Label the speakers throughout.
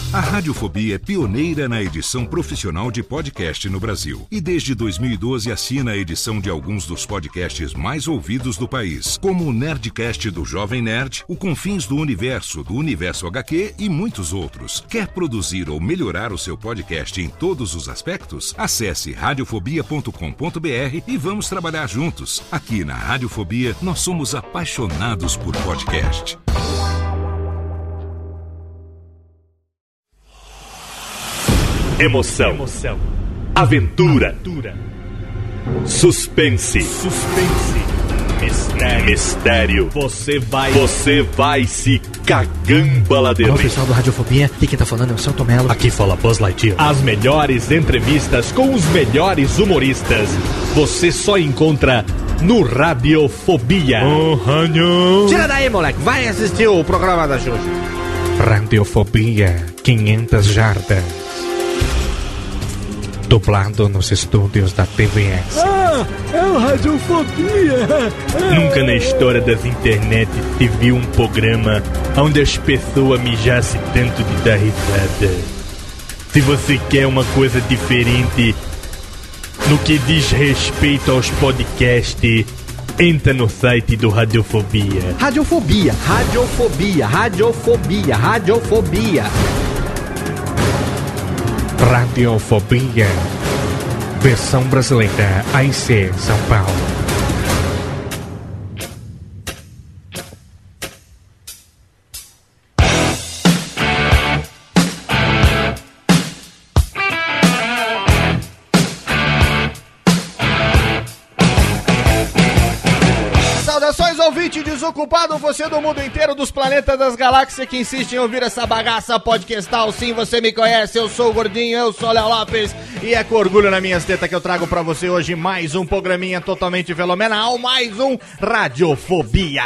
Speaker 1: A Radiofobia é pioneira na edição profissional de podcast no Brasil. E desde 2012 assina a edição de alguns dos podcasts mais ouvidos do país, como o Nerdcast do Jovem Nerd, o Confins do Universo HQ e muitos outros. Quer produzir ou melhorar o seu podcast em todos os aspectos? Acesse radiofobia.com.br e vamos trabalhar juntos. Aqui na Radiofobia, nós somos apaixonados por podcast.
Speaker 2: Emoção. Aventura. Suspense. Mistério. Você vai se cagambaladeiro.
Speaker 3: Olá, pessoal do Radiofobia. Aqui quem tá falando é o Celto Mello.
Speaker 2: Aqui fala Buzz Lightyear. As melhores entrevistas com os melhores humoristas você só encontra no Radiofobia.
Speaker 3: Tira daí, moleque. Vai assistir o programa da Xuxa.
Speaker 4: Radiofobia 500 jardas. Dublado nos estúdios da TVS.
Speaker 3: É o Radiofobia.
Speaker 2: Nunca na história das internet se viu um programa onde as pessoas mijassem tanto de dar risada. Se você quer uma coisa diferente no que diz respeito aos podcasts, entra no site do Radiofobia.
Speaker 3: Radiofobia.
Speaker 4: Radiofobia. Versão brasileira AIC São Paulo.
Speaker 5: Saudações, ouvinte desocupado, você do mundo inteiro, dos planetas, das galáxias que insiste em ouvir essa bagaça podcastal. Sim, você me conhece, eu sou o Gordinho, eu sou o Léo Lopes e é com orgulho nas minhas tetas que eu trago pra você hoje mais um programinha totalmente fenomenal, mais um Radiofobia,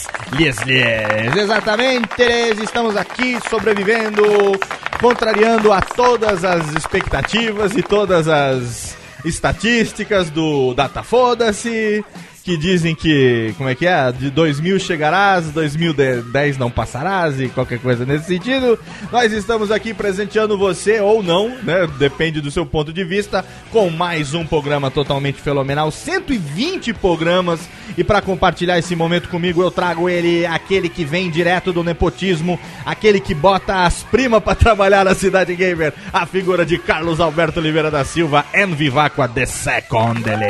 Speaker 5: exatamente, estamos aqui sobrevivendo, contrariando a todas as expectativas e todas as estatísticas do Data Foda-se, que dizem que, como é que é? De 2000 chegarás, 2010 não passarás e qualquer coisa nesse sentido. Nós estamos aqui presenteando você, ou não, né? Depende do seu ponto de vista, com mais um programa totalmente fenomenal, 120 programas. E para compartilhar esse momento comigo, eu trago ele, aquele que vem direto do nepotismo, aquele que bota as primas para trabalhar na Cidade Gamer, a figura de Carlos Alberto Oliveira da Silva, and Vivacqua the Second Delay.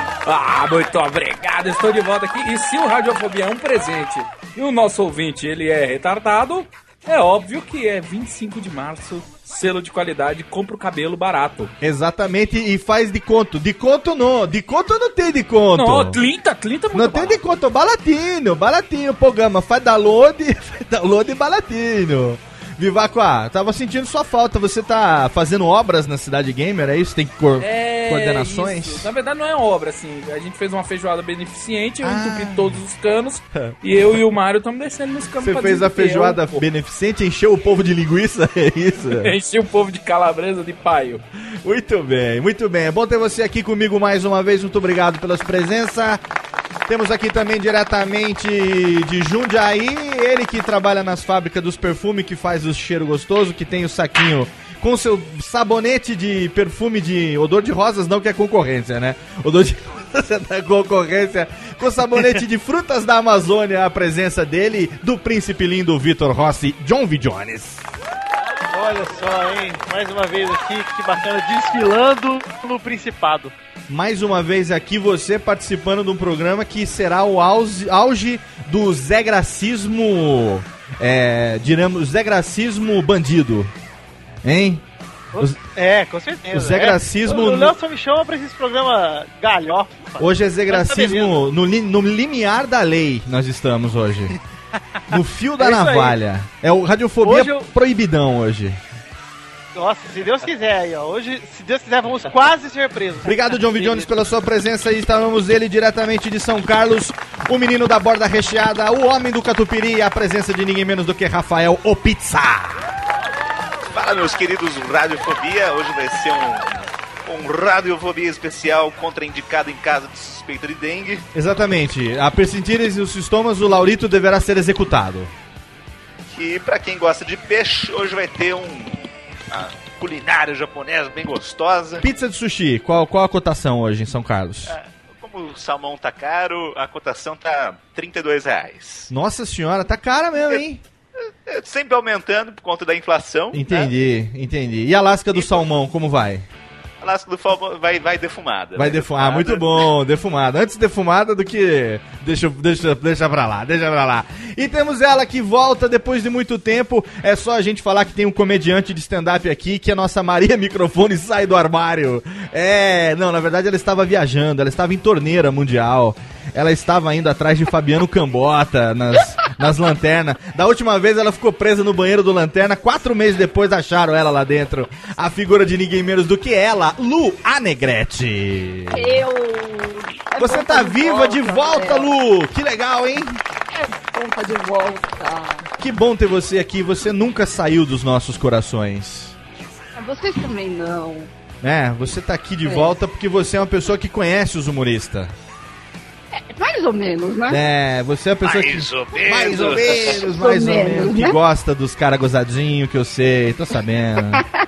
Speaker 6: Muito obrigado, estou de volta aqui. E se o Radiofobia é um presente e o nosso ouvinte ele é retardado, é óbvio que é 25 de março, selo de qualidade, compra o cabelo barato.
Speaker 5: Exatamente, e faz de conto. De conto não tem de conto.
Speaker 6: Não, 30 muito
Speaker 5: não tem de conto, baratinho o programa. Faz download e baratinho. Vivacqua, tava sentindo sua falta. Você tá fazendo obras na Cidade Gamer, é isso? Tem coordenações?
Speaker 6: Isso. Na verdade não é obra, assim. A gente fez uma feijoada beneficente, eu entupi todos os canos e eu e o Mário estamos descendo nos canos.
Speaker 5: Você fez a feijoada beneficente, encheu o povo de linguiça, é isso?
Speaker 6: Enchi o povo de calabresa, de paio.
Speaker 5: Muito bem. É bom ter você aqui comigo mais uma vez. Muito obrigado pela sua presença. Temos aqui também diretamente de Jundiaí, ele que trabalha nas fábricas dos perfumes, que faz o cheiro gostoso, que tem o saquinho com seu sabonete de perfume de odor de rosas, não que é concorrência, né? Odor de rosas da concorrência, com sabonete de frutas da Amazônia, a presença dele, do príncipe lindo Vitor Rossi, John V. Jones.
Speaker 7: Olha só, hein? Mais uma vez aqui, que bacana, desfilando no Principado.
Speaker 5: Mais uma vez aqui você participando de um programa que será o auge do Zé Gracismo, diremos, Zé Gracismo bandido, hein?
Speaker 7: Com certeza.
Speaker 5: O Zé Gracismo...
Speaker 7: O Léo só me chama pra esse programa galhofa.
Speaker 5: Hoje é Zé Gracismo no limiar da lei, nós estamos hoje. No fio da navalha. É o Radiofobia hoje proibidão hoje.
Speaker 7: Nossa, se Deus quiser aí, ó. Hoje, se Deus quiser, vamos quase ser presos.
Speaker 5: Obrigado, John V. Jones, pela sua presença. E estamos ele diretamente de São Carlos, o menino da borda recheada, o homem do catupiry e a presença de ninguém menos do que Rafael, o Pizza.
Speaker 8: Fala, meus queridos Radiofobia. Hoje vai ser um Radiofobia especial contraindicado em caso de suspeita de dengue.
Speaker 5: Exatamente. A persistirem os sintomas, o Laurito deverá ser executado.
Speaker 8: E pra quem gosta de peixe, hoje vai ter um a culinária japonesa bem gostosa.
Speaker 5: Pizza de sushi, qual a cotação hoje em São Carlos?
Speaker 8: Como o salmão tá caro, a cotação tá R$32.
Speaker 5: Nossa senhora, tá cara mesmo, hein?
Speaker 8: Sempre aumentando por conta da inflação.
Speaker 5: Entendi. E a lasca do salmão, como vai?
Speaker 8: A lasca do salmão vai defumada.
Speaker 5: Vai defumada. Muito bom, defumada. Antes defumada do que... Deixa pra lá. E temos ela que volta depois de muito tempo. É só a gente falar que tem um comediante de stand-up aqui, que a nossa Maria Microfone sai do armário. Não, na verdade ela estava viajando, ela estava em torneira mundial. Ela estava indo atrás de Fabiano Cambota nas lanternas. Da última vez ela ficou presa no banheiro do Lanterna. 4 meses depois acharam ela lá dentro. A figura de ninguém menos do que ela, Lu Anegrete. Você tá viva de volta, Lu. Que legal, hein?
Speaker 9: É bom tá de volta.
Speaker 5: Que bom ter você aqui. Você nunca saiu dos nossos corações.
Speaker 9: Vocês também não.
Speaker 5: Você tá aqui de volta porque você é uma pessoa que conhece os humoristas.
Speaker 9: Mais ou menos, né?
Speaker 5: Você é a pessoa mais ou menos, que
Speaker 9: né?
Speaker 5: gosta dos caras gozadinhos, que eu sei, tô sabendo.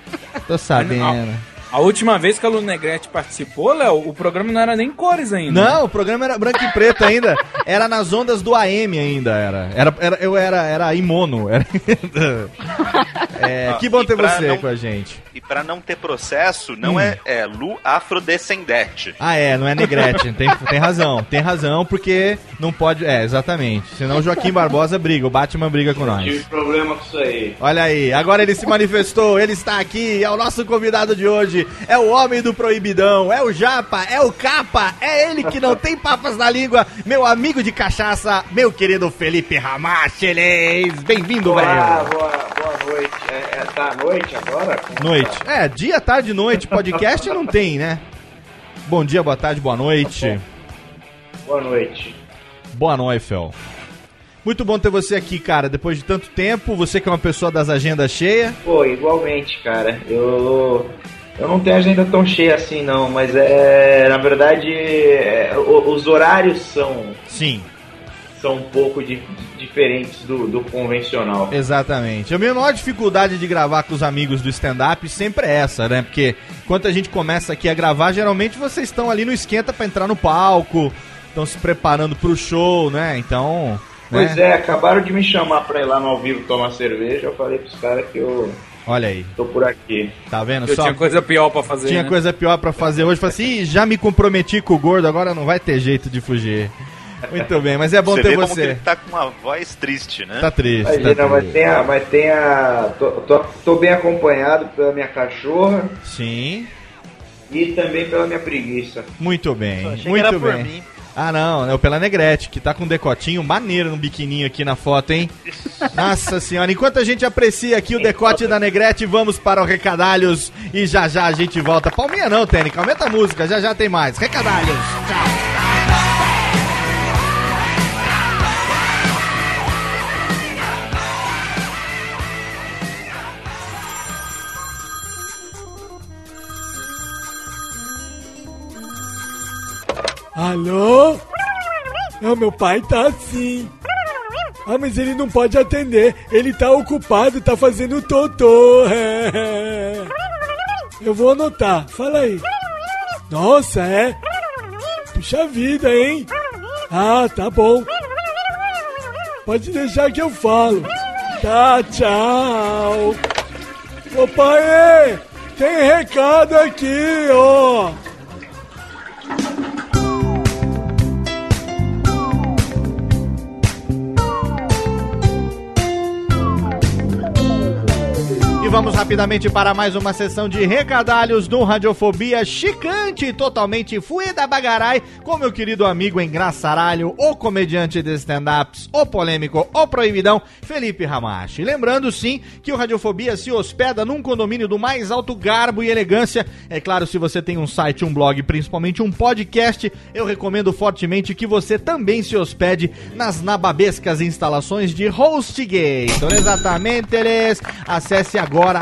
Speaker 6: A última vez que a Lu Negrete participou, Léo, o programa não era nem cores ainda.
Speaker 5: Não, o programa era branco e preto ainda. Era nas ondas do AM ainda, Eu era imono. Que bom ter você com a gente.
Speaker 8: E pra não ter processo, não é Lu afrodescendente.
Speaker 5: Não é Negrete. Tem razão, porque não pode... exatamente. Senão o Joaquim Barbosa briga, o Batman briga com nós.
Speaker 10: Tive problema com isso aí.
Speaker 5: Olha aí, agora ele se manifestou, ele está aqui, é o nosso convidado de hoje, é o homem do proibidão, é o Japa, é o Capa, é ele que não tem papas na língua, meu amigo de cachaça, meu querido Felipe Ramacheles. Bem-vindo, velho.
Speaker 10: Boa noite. Tá à noite agora?
Speaker 5: Noite. Dia, tarde, noite. Podcast não tem, né? Bom dia, boa tarde, boa noite.
Speaker 10: Boa noite.
Speaker 5: Boa noite, Fel. Muito bom ter você aqui, cara. Depois de tanto tempo, você que é uma pessoa das agendas cheias.
Speaker 10: Pô, igualmente, cara. Eu não tenho agenda tão cheia assim, não. Mas na verdade, os horários são...
Speaker 5: Sim.
Speaker 10: São um pouco diferentes do convencional.
Speaker 5: Exatamente. A minha maior dificuldade de gravar com os amigos do stand-up sempre é essa, né? Porque quando a gente começa aqui a gravar, geralmente vocês estão ali no esquenta pra entrar no palco, estão se preparando pro show, né? Então...
Speaker 10: Pois acabaram de me chamar pra ir lá no ao vivo tomar cerveja. Eu falei pros caras que eu...
Speaker 5: Olha aí.
Speaker 10: Tô por aqui.
Speaker 5: Tá vendo?
Speaker 6: Tinha coisa pior pra fazer,
Speaker 5: Tinha coisa pior pra fazer hoje. Falei assim, já me comprometi com o gordo, agora não vai ter jeito de fugir. Muito bem, mas é bom ter você.
Speaker 8: Como que ele tá com uma voz triste, né?
Speaker 5: Tá triste.
Speaker 10: Imagina, mas tem a... Tô bem acompanhado pela minha cachorra.
Speaker 5: Sim.
Speaker 10: E também pela minha preguiça.
Speaker 5: Muito bem,
Speaker 7: muito
Speaker 5: muito
Speaker 7: bem.
Speaker 5: Por mim. Não, é pela Negrete, que tá com um decotinho maneiro no biquininho aqui na foto, hein? Nossa senhora, enquanto a gente aprecia aqui o decote da Negrete, vamos para o Recadalhos e já a gente volta. Palminha não, Tênica, aumenta a música, já tem mais. Recadalhos, tchau.
Speaker 11: Alô? Não, meu pai tá assim. Mas ele não pode atender. Ele tá ocupado, tá fazendo totô. Eu vou anotar. Fala aí. Nossa, Puxa vida, hein? Tá bom. Pode deixar que eu falo. Tá, tchau. Ô pai, tem recado aqui, ó.
Speaker 5: Vamos rapidamente para mais uma sessão de recadalhos do Radiofobia chicante, totalmente fuida bagarai, com meu querido amigo engraçaralho, o comediante de stand-ups, o polêmico, o proibidão, Felipe Ramache. Lembrando, sim, que o Radiofobia se hospeda num condomínio do mais alto garbo e elegância. É claro, se você tem um site, um blog, principalmente um podcast, eu recomendo fortemente que você também se hospede nas nababescas instalações de HostGator. Exatamente, acesse agora agora,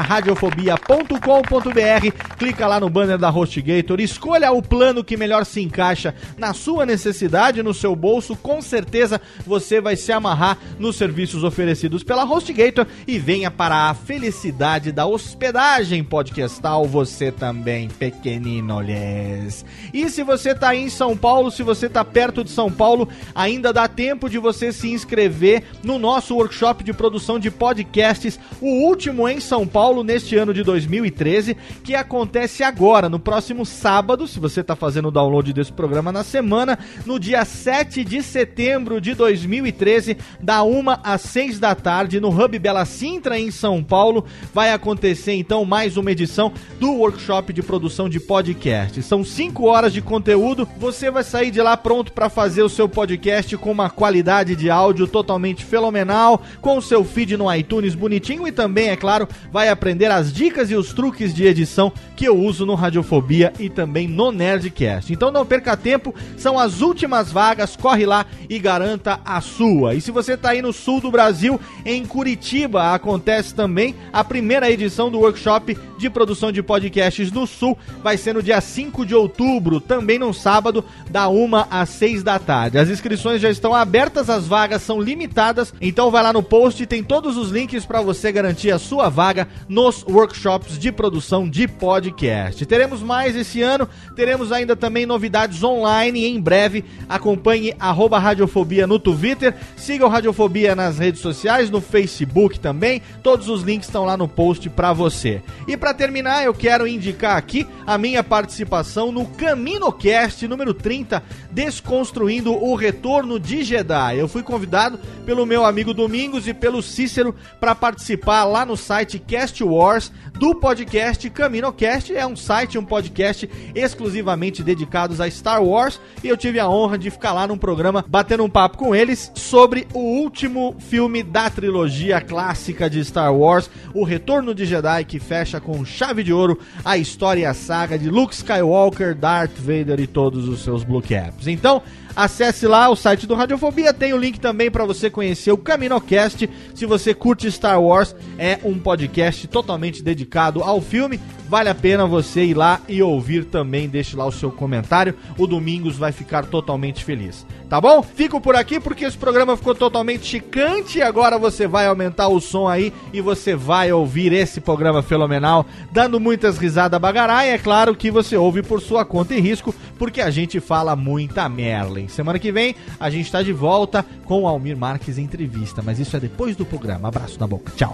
Speaker 5: radiofobia.com.br, clica lá no banner da HostGator, escolha o plano que melhor se encaixa na sua necessidade, no seu bolso, com certeza você vai se amarrar nos serviços oferecidos pela HostGator e venha para a felicidade da hospedagem podcastal, você também, pequeninoles. E se você tá aí em São Paulo, se você tá perto de São Paulo, ainda dá tempo de você se inscrever no nosso workshop de produção de podcasts, o último em São Paulo neste ano de 2013, que acontece agora, no próximo sábado, se você tá fazendo o download desse programa na semana, no dia 7 de setembro de 2013, da 1 às 6 da tarde, no Hub Bela Sintra, em São Paulo, vai acontecer então mais uma edição do workshop de produção de podcast. São 5 horas de conteúdo, você vai sair de lá pronto para fazer o seu podcast com uma qualidade de áudio totalmente fenomenal, com o seu feed no iTunes bonitinho e também, é claro, vai aprender as dicas e os truques de edição que eu uso no Radiofobia e também no Nerdcast. Então não perca tempo, são as últimas vagas, corre lá e garanta a sua. E se você tá aí no sul do Brasil, em Curitiba, acontece também a primeira edição do workshop de produção de podcasts do Sul, vai ser no dia 5 de outubro, também no sábado, da 1 às 6 da tarde. As inscrições já estão abertas, as vagas são limitadas, então vai lá no post, tem todos os links para você garantir a sua vaga nos workshops de produção de podcast. Teremos mais esse ano, teremos ainda também novidades online em breve. Acompanhe @Radiofobia no Twitter, siga o Radiofobia nas redes sociais, no Facebook também, todos os links estão lá no post para você. E para terminar, eu quero indicar aqui a minha participação no CaminoCast número 30, Desconstruindo o Retorno de Jedi. Eu fui convidado pelo meu amigo Domingos e pelo Cícero para participar lá no site Cast Wars do podcast CaminoCast. É um site, um podcast exclusivamente dedicados a Star Wars, e eu tive a honra de ficar lá num programa batendo um papo com eles sobre o último filme da trilogia clássica de Star Wars, O Retorno de Jedi, que fecha com chave de ouro a história e a saga de Luke Skywalker, Darth Vader e todos os seus Blue Caps. Então, acesse lá o site do Radiofobia, tem o link também para você conhecer o CaminoCast. Se você curte Star Wars, é um podcast totalmente dedicado ao filme, vale a pena você ir lá e ouvir também, deixe lá o seu comentário, o Domingos vai ficar totalmente feliz, tá bom? Fico por aqui porque esse programa ficou totalmente chicante, agora você vai aumentar o som aí e você vai ouvir esse programa fenomenal, dando muitas risadas bagarai, é claro que você ouve por sua conta e risco, porque a gente fala muita merda. Semana que vem a gente tá de volta com o Almir Marques em entrevista, mas isso é depois do programa. Abraço na boca, tchau.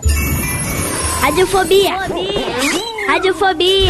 Speaker 12: Radiofobia. Radiofobia.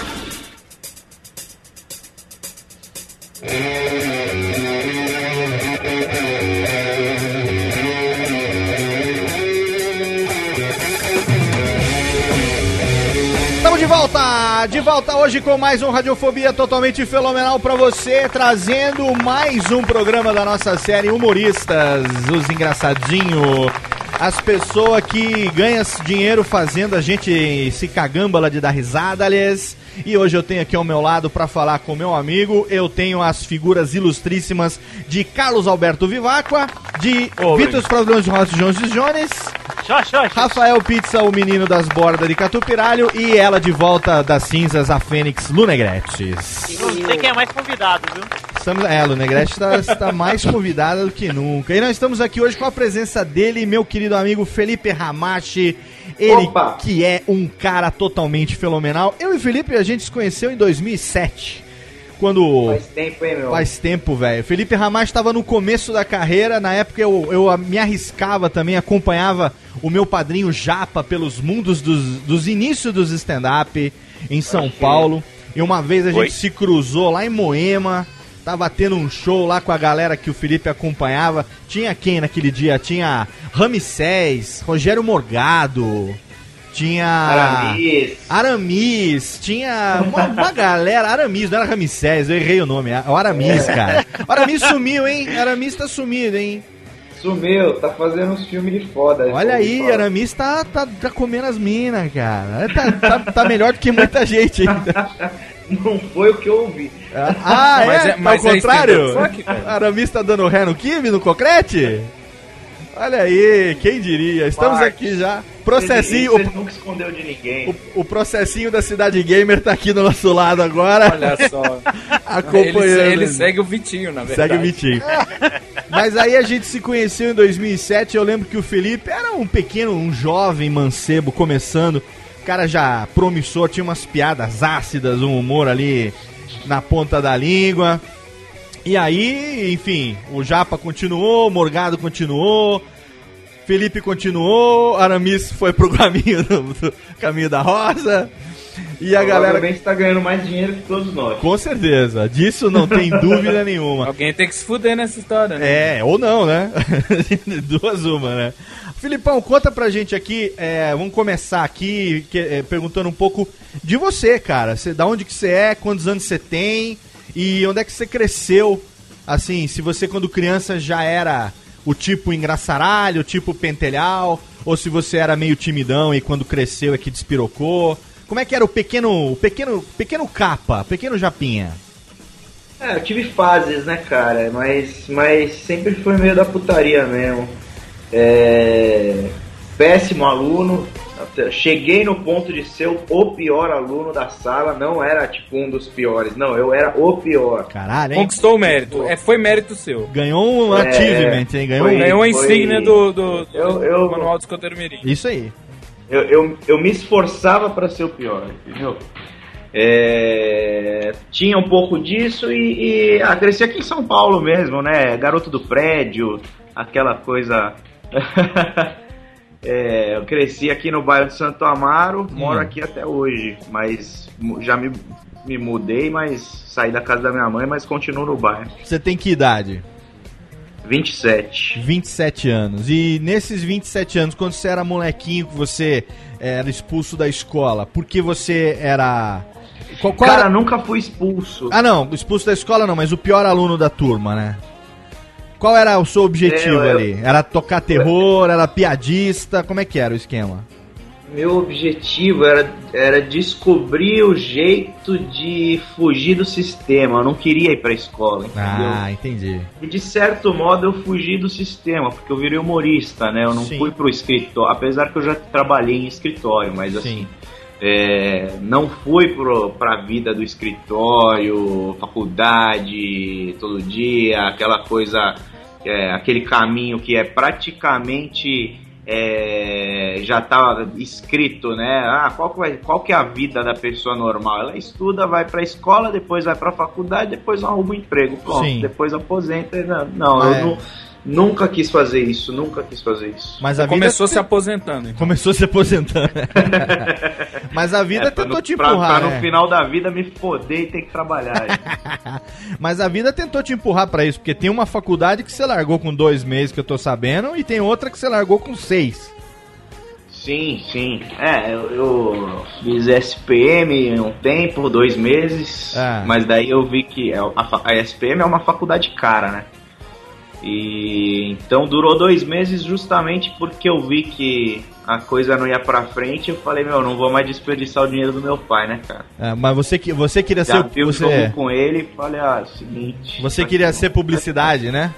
Speaker 5: Estamos de volta hoje com mais um Radiofobia totalmente fenomenal pra você, trazendo mais um programa da nossa série Humoristas, os engraçadinhos, as pessoas que ganham dinheiro fazendo a gente se cagambala de dar risada, aliás. E hoje eu tenho aqui ao meu lado para falar com meu amigo, eu tenho as figuras ilustríssimas de Carlos Alberto Vivacqua, de Vitor Problemas de Rossi Jones, Rafael Pizza, o menino das bordas de Catupiralho, e ela de volta das cinzas, a Fênix Lunegretes.
Speaker 7: Não sei quem é mais convidado, viu?
Speaker 5: A Lunegretes está mais convidada do que nunca. E nós estamos aqui hoje com a presença dele, meu querido amigo Felipe Ramache. Ele que é um cara totalmente fenomenal. Eu e o Felipe, a gente se conheceu em 2007. Quando...
Speaker 10: Faz tempo, hein, meu?
Speaker 5: Faz tempo, velho. Felipe Ramache estava no começo da carreira. Na época eu me arriscava também, acompanhava o meu padrinho Japa pelos mundos dos inícios dos stand-up em São Paulo. E uma vez a gente se cruzou lá em Moema. Tava tendo um show lá com a galera que o Felipe acompanhava. Tinha quem naquele dia? Tinha Ramsés, Rogério Morgado, tinha Aramis, tinha uma galera. Aramis, não era Ramsés, eu errei o nome. É o Aramis, cara. O Aramis sumiu, hein? Aramis tá sumido, hein?
Speaker 10: Sumiu, tá fazendo uns filmes de foda.
Speaker 5: Olha aí, Aramis tá comendo as minas, cara. Tá melhor do que muita gente ainda.
Speaker 10: Não foi o que eu ouvi.
Speaker 5: Mas ao contrário? Aramis tá dando ré no kibe, no concrete? Olha aí, quem diria? Estamos aqui já processinho...
Speaker 10: Ele nunca escondeu de ninguém.
Speaker 5: O processinho da Cidade Gamer tá aqui do nosso lado agora.
Speaker 6: Olha só.
Speaker 5: Acompanhando.
Speaker 6: Ele segue o Vitinho, na verdade.
Speaker 5: Segue o Vitinho. Mas aí a gente se conheceu em 2007, eu lembro que o Felipe era um jovem mancebo começando. O cara já promissor, tinha umas piadas ácidas, um humor ali na ponta da língua. E aí, enfim, o Japa continuou, o Morgado continuou, Felipe continuou, Aramis foi pro caminho do caminho da rosa. E a galera...
Speaker 10: Provavelmente tá ganhando mais dinheiro que todos nós.
Speaker 5: Com certeza, disso não tem dúvida nenhuma.
Speaker 6: Alguém tem que se fuder nessa história, né?
Speaker 5: Ou não, né? Duas uma, né? Filipão, conta pra gente aqui, vamos começar aqui perguntando um pouco de você, cara. Da onde que você é, quantos anos você tem e onde é que você cresceu? Assim, se você quando criança já era o tipo engraçaralho, o tipo pentelhal, ou se você era meio timidão e quando cresceu é que despirocou. Como é que era o pequeno capa, pequeno Japinha?
Speaker 10: Eu tive fases, né, cara, mas sempre foi meio da putaria mesmo. Péssimo aluno, cheguei no ponto de ser o pior aluno da sala, não era tipo um dos piores, não, eu era o pior.
Speaker 5: Caralho, hein?
Speaker 6: Conquistou o mérito, foi mérito seu.
Speaker 5: Ganhou um achievement, hein?
Speaker 6: Ganhou a insígnia do Manual do Escoteiro Mirim.
Speaker 5: Isso aí.
Speaker 10: Eu me esforçava pra ser o pior, entendeu? Tinha um pouco disso e cresci aqui em São Paulo mesmo, né? Garoto do prédio, aquela coisa... eu cresci aqui no bairro de Santo Amaro, moro aqui até hoje, mas já me mudei, mas saí da casa da minha mãe, mas continuo no bairro.
Speaker 5: Você tem que idade?
Speaker 10: 27.
Speaker 5: 27 anos. E nesses 27 anos, quando você era molequinho, que você era expulso da escola, por que você era...
Speaker 10: Cara, era... nunca fui expulso.
Speaker 5: Ah, não, expulso da escola não, mas o pior aluno da turma, né? Qual era o seu objetivo ali? Era tocar terror, era piadista? Como é que era o esquema?
Speaker 10: Meu objetivo era descobrir o jeito de fugir do sistema. Eu não queria ir pra escola, entendeu?
Speaker 5: Ah, entendi.
Speaker 10: E de certo modo eu fugi do sistema, porque eu virei humorista, né? Eu não fui pro escritório, apesar que eu já trabalhei em escritório, mas assim... não fui pra vida do escritório, faculdade, todo dia, aquela coisa, aquele caminho que é praticamente já tá escrito, né? Qual que é a vida da pessoa normal? Ela estuda, vai pra escola, depois vai pra faculdade, depois arruma um emprego, pronto, depois aposenta. Eu nunca quis fazer isso.
Speaker 5: Mas a vida
Speaker 6: começou se aposentando. Então.
Speaker 5: Começou se aposentando. Mas a vida tentou te empurrar.
Speaker 10: Pra no final da vida me foder e ter que trabalhar.
Speaker 5: Mas a vida tentou te empurrar pra isso, porque tem uma faculdade que você largou com 2 meses, que eu tô sabendo, e tem outra que você largou com 6.
Speaker 10: Sim. Eu fiz SPM um tempo, 2 meses, mas daí eu vi que a SPM é uma faculdade cara, né? E então durou 2 meses justamente porque eu vi que a coisa não ia pra frente. Eu falei, não vou mais desperdiçar o dinheiro do meu pai, né, cara?
Speaker 5: Mas você queria
Speaker 10: já
Speaker 5: ser...
Speaker 10: vi o jogo com ele e falei, seguinte...
Speaker 5: Você queria ser publicidade, né?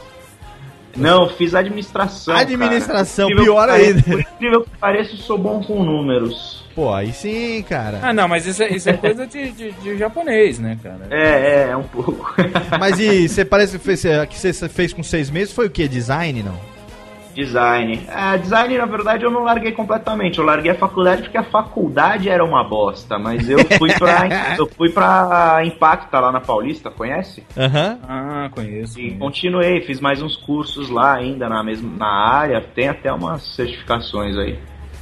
Speaker 10: Não, fiz administração.
Speaker 5: Administração, cara. Pior ainda.
Speaker 10: Por incrível que pareça, eu sou bom com números.
Speaker 5: Pô, aí sim, cara.
Speaker 6: Ah, não, mas isso é coisa de japonês, né, cara?
Speaker 10: É um pouco.
Speaker 5: Mas e você parece que você fez com 6 meses, foi o quê? Design, não?
Speaker 10: Design. Design, na verdade, eu não larguei completamente. Eu larguei a faculdade porque a faculdade era uma bosta, mas eu fui pra Impacta lá na Paulista, conhece?
Speaker 6: Ah, conheço.
Speaker 10: E continuei, fiz mais uns cursos lá ainda na área, tem até umas certificações aí.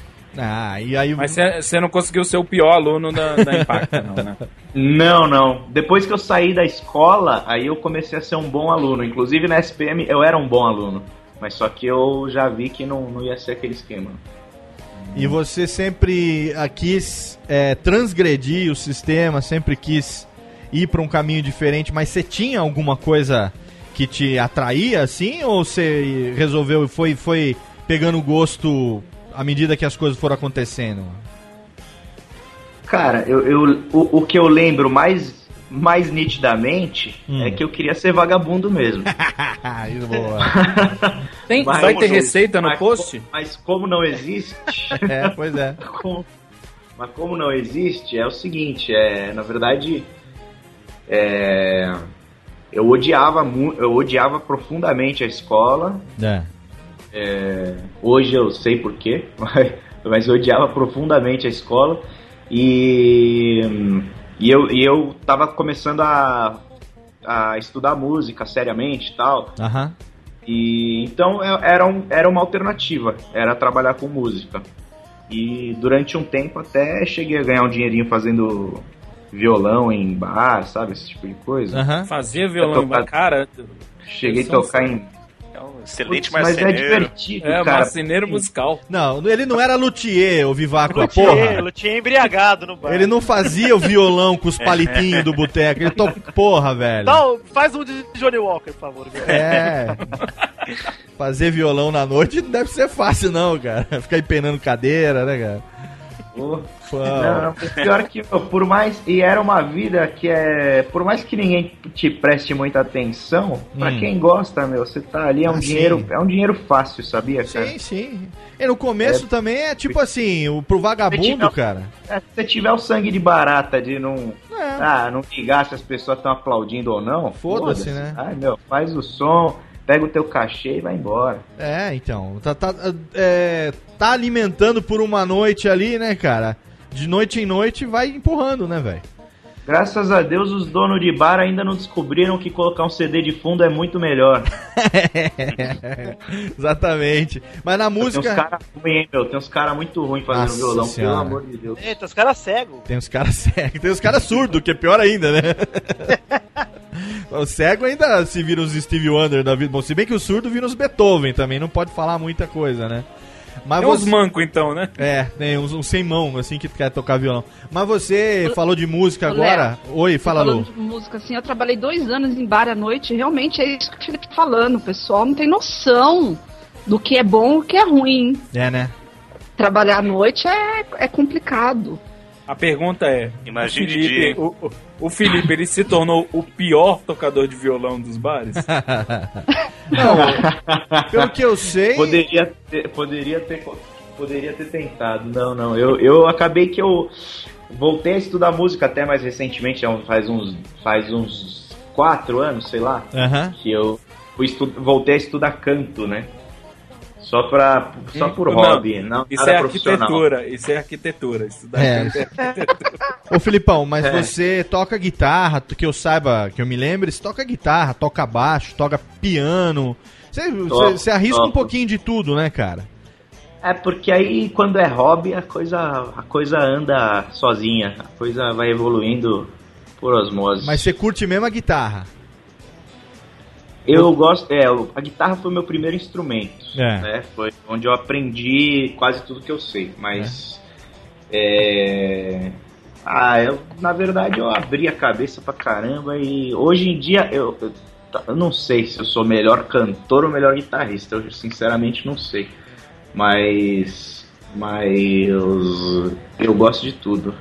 Speaker 5: E aí...
Speaker 6: Mas você não conseguiu ser o pior aluno da Impacta, não, né?
Speaker 10: Não. Depois que eu saí da escola, aí eu comecei a ser um bom aluno. Inclusive na SPM eu era um bom aluno. Mas só que eu já vi que não ia ser aquele esquema.
Speaker 5: E você sempre quis transgredir o sistema, sempre quis ir para um caminho diferente, mas você tinha alguma coisa que te atraía, assim? Ou você resolveu, foi pegando gosto à medida que as coisas foram acontecendo?
Speaker 10: Cara, o que eu lembro mais nitidamente é que eu queria ser vagabundo mesmo.
Speaker 5: Boa.
Speaker 6: Vai ter receita no post?
Speaker 10: Mas como não existe...
Speaker 5: Pois é.
Speaker 10: Mas como não existe, é o seguinte, na verdade, eu odiava profundamente a escola. Hoje eu sei porquê, mas eu odiava profundamente a escola e eu tava começando a estudar música seriamente e tal. E então era uma alternativa, era trabalhar com música. E durante um tempo até cheguei a ganhar um dinheirinho fazendo violão em bar, sabe? Esse tipo de coisa.
Speaker 6: Fazia violão em bar, cara.
Speaker 10: Cheguei a tocar em...
Speaker 8: Excelente
Speaker 10: marceneiro. Mas é divertido, cara.
Speaker 6: Marceneiro musical.
Speaker 5: Não, ele não era luthier, o Vivaco,
Speaker 7: porra. Luthier embriagado no bar.
Speaker 5: Ele não fazia o violão com os palitinhos do boteco. Ele porra, velho.
Speaker 7: Não, faz um de Johnny Walker, por favor.
Speaker 5: Fazer violão na noite não deve ser fácil, não, cara. Ficar empenando cadeira, né, cara?
Speaker 10: Não, pior que por mais... E era uma vida que por mais que ninguém te preste muita atenção, pra quem gosta, você tá ali, é um dinheiro fácil, sabia, cara?
Speaker 5: Sim. E no começo também é tipo assim, pro vagabundo, cara.
Speaker 10: Se você tiver o sangue de barata de não ligar se as pessoas estão aplaudindo ou não,
Speaker 5: foda-se, né?
Speaker 10: Ai, faz o som, pega o teu cachê e vai embora.
Speaker 5: Então, tá alimentando por uma noite ali, né, cara? De noite em noite vai empurrando, né, velho?
Speaker 10: Graças a Deus os donos de bar ainda não descobriram que colocar um CD de fundo é muito melhor.
Speaker 5: Exatamente. Mas na música...
Speaker 10: Tem uns caras ruins, hein, meu? Tem uns caras muito ruins fazendo violão, pelo amor de Deus.
Speaker 7: Tem os caras cegos.
Speaker 5: Tem os caras cegos. Tem os caras surdos, que é pior ainda, né? O cego ainda se vira os Stevie Wonder da vida. Bom, se bem que o surdo vira os Beethoven também, não pode falar muita coisa, né? Mas
Speaker 6: tem uns mancos então, né?
Speaker 5: Tem uns sem mão, assim, que quer tocar violão. Mas você falou de música agora. Oi, fala, Lu.
Speaker 9: Falando de música, assim, eu trabalhei 2 anos em bar à noite, realmente é isso que o Felipe tá falando. O pessoal não tem noção do que é bom e o que é ruim.
Speaker 5: Né?
Speaker 9: Trabalhar à noite é complicado.
Speaker 6: A pergunta é,
Speaker 8: imagine
Speaker 6: o Felipe, ele se tornou o pior tocador de violão dos bares?
Speaker 5: Não, pelo que eu sei...
Speaker 10: Poderia ter tentado. Não. Eu acabei que eu voltei a estudar música até mais recentemente, faz uns 4 anos, sei lá, que eu voltei a estudar canto, né? Só por hobby, não.
Speaker 6: Isso é arquitetura, estudar canto é arquitetura.
Speaker 5: Ô Filipão, mas você toca guitarra, que eu saiba, que eu me lembre, você toca guitarra, toca baixo, toca piano. Você arrisca um pouquinho de tudo, né, cara?
Speaker 10: Porque aí quando é hobby a coisa anda sozinha, a coisa vai evoluindo por osmose.
Speaker 5: Mas você curte mesmo a guitarra?
Speaker 10: Eu gosto, a guitarra foi o meu primeiro instrumento, né? Foi onde eu aprendi quase tudo que eu sei, mas na verdade eu abri a cabeça pra caramba e hoje em dia eu não sei se eu sou melhor cantor ou melhor guitarrista, eu sinceramente não sei, mas eu gosto de tudo,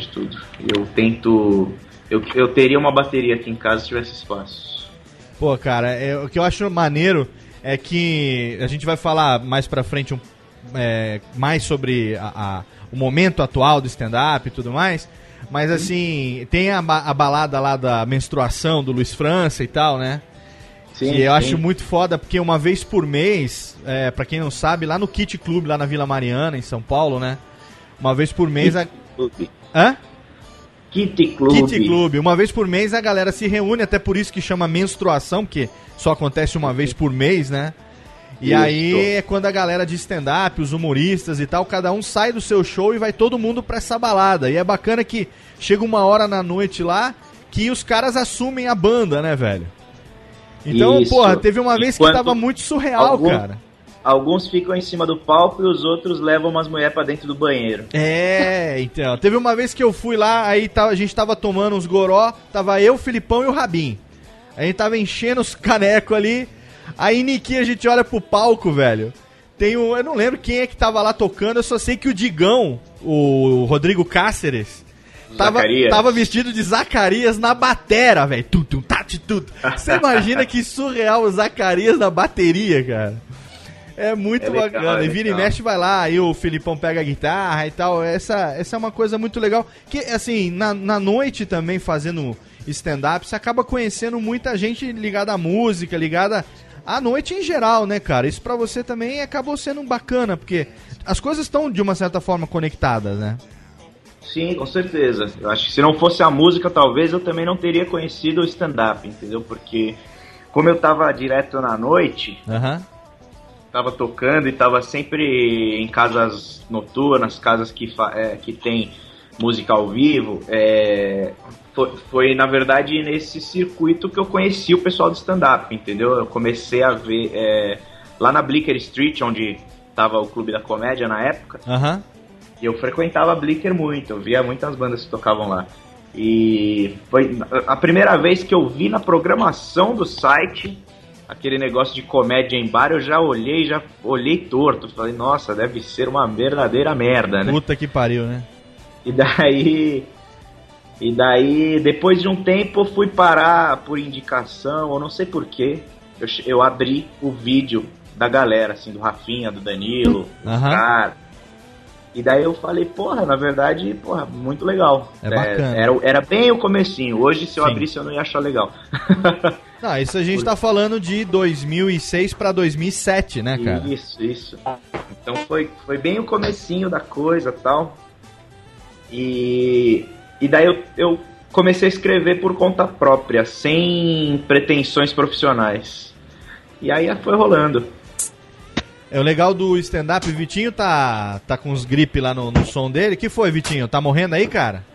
Speaker 10: eu teria uma bateria aqui em casa se tivesse espaço.
Speaker 5: Pô, cara, o que eu acho maneiro é que a gente vai falar mais pra frente mais sobre o momento atual do stand-up e tudo mais, mas assim, tem a balada lá da menstruação do Luiz França e tal, né? Sim, que eu acho muito foda, porque uma vez por mês, pra quem não sabe, lá no Kit Club, lá na Vila Mariana, em São Paulo, né? Uma vez por mês... Hã?
Speaker 10: Kit Club.
Speaker 5: Uma vez por mês a galera se reúne, até por isso que chama menstruação, porque só acontece uma vez por mês, né? E isso. Aí é quando a galera de stand-up, os humoristas e tal, cada um sai do seu show e vai todo mundo pra essa balada. E é bacana que chega uma hora na noite lá que os caras assumem a banda, né, velho? Então, isso. Porra, teve uma vez que tava muito surreal, cara.
Speaker 10: Alguns ficam em cima do palco e os outros levam umas mulheres pra dentro do banheiro.
Speaker 5: Então. Teve uma vez que eu fui lá, aí a gente tava tomando uns goró, tava eu, o Filipão e o Rabin. A gente tava enchendo os canecos ali, aí Niki a gente olha pro palco, velho. Eu não lembro quem é que tava lá tocando, eu só sei que o Digão, o Rodrigo Cáceres, tava vestido de Zacarias na batera, velho. Você imagina que surreal o Zacarias na bateria, cara? É muito bacana. E vira e mexe, vai lá, aí o Filipão pega a guitarra e tal. Essa é uma coisa muito legal. Que, assim, na noite também, fazendo stand-up, você acaba conhecendo muita gente ligada à música, ligada à noite em geral, né, cara? Isso pra você também acabou sendo bacana, porque as coisas estão, de uma certa forma, conectadas, né?
Speaker 10: Sim, com certeza. Eu acho que se não fosse a música, talvez eu também não teria conhecido o stand-up, entendeu? Porque como eu tava direto na noite, tava tocando e tava sempre em casas noturnas, casas que tem música ao vivo, foi na verdade nesse circuito que eu conheci o pessoal do stand-up, entendeu? Eu comecei a ver lá na Bleecker Street, onde tava o Clube da Comédia na época, e eu frequentava a Bleecker muito, eu via muitas bandas que tocavam lá. E foi a primeira vez que eu vi na programação do site aquele negócio de comédia em bar, eu já olhei torto. Falei, nossa, deve ser uma verdadeira merda, né?
Speaker 5: Puta que pariu, né?
Speaker 10: E daí, depois de um tempo, eu fui parar por indicação, eu não sei porquê, eu abri o vídeo da galera, assim, do Rafinha, do Danilo, dos caras. E daí eu falei, porra, na verdade, porra, muito legal.
Speaker 5: Bacana.
Speaker 10: Era bem o comecinho. Hoje, se eu abrisse, eu não ia achar legal.
Speaker 5: Não, isso a gente tá falando de 2006 pra 2007, né, cara?
Speaker 10: Isso. Então foi bem o comecinho da coisa e tal. E daí eu comecei a escrever por conta própria, sem pretensões profissionais. E aí foi rolando.
Speaker 5: É o legal do stand-up, o Vitinho tá com uns gripe lá no som dele. Que foi, Vitinho? Tá morrendo aí, cara?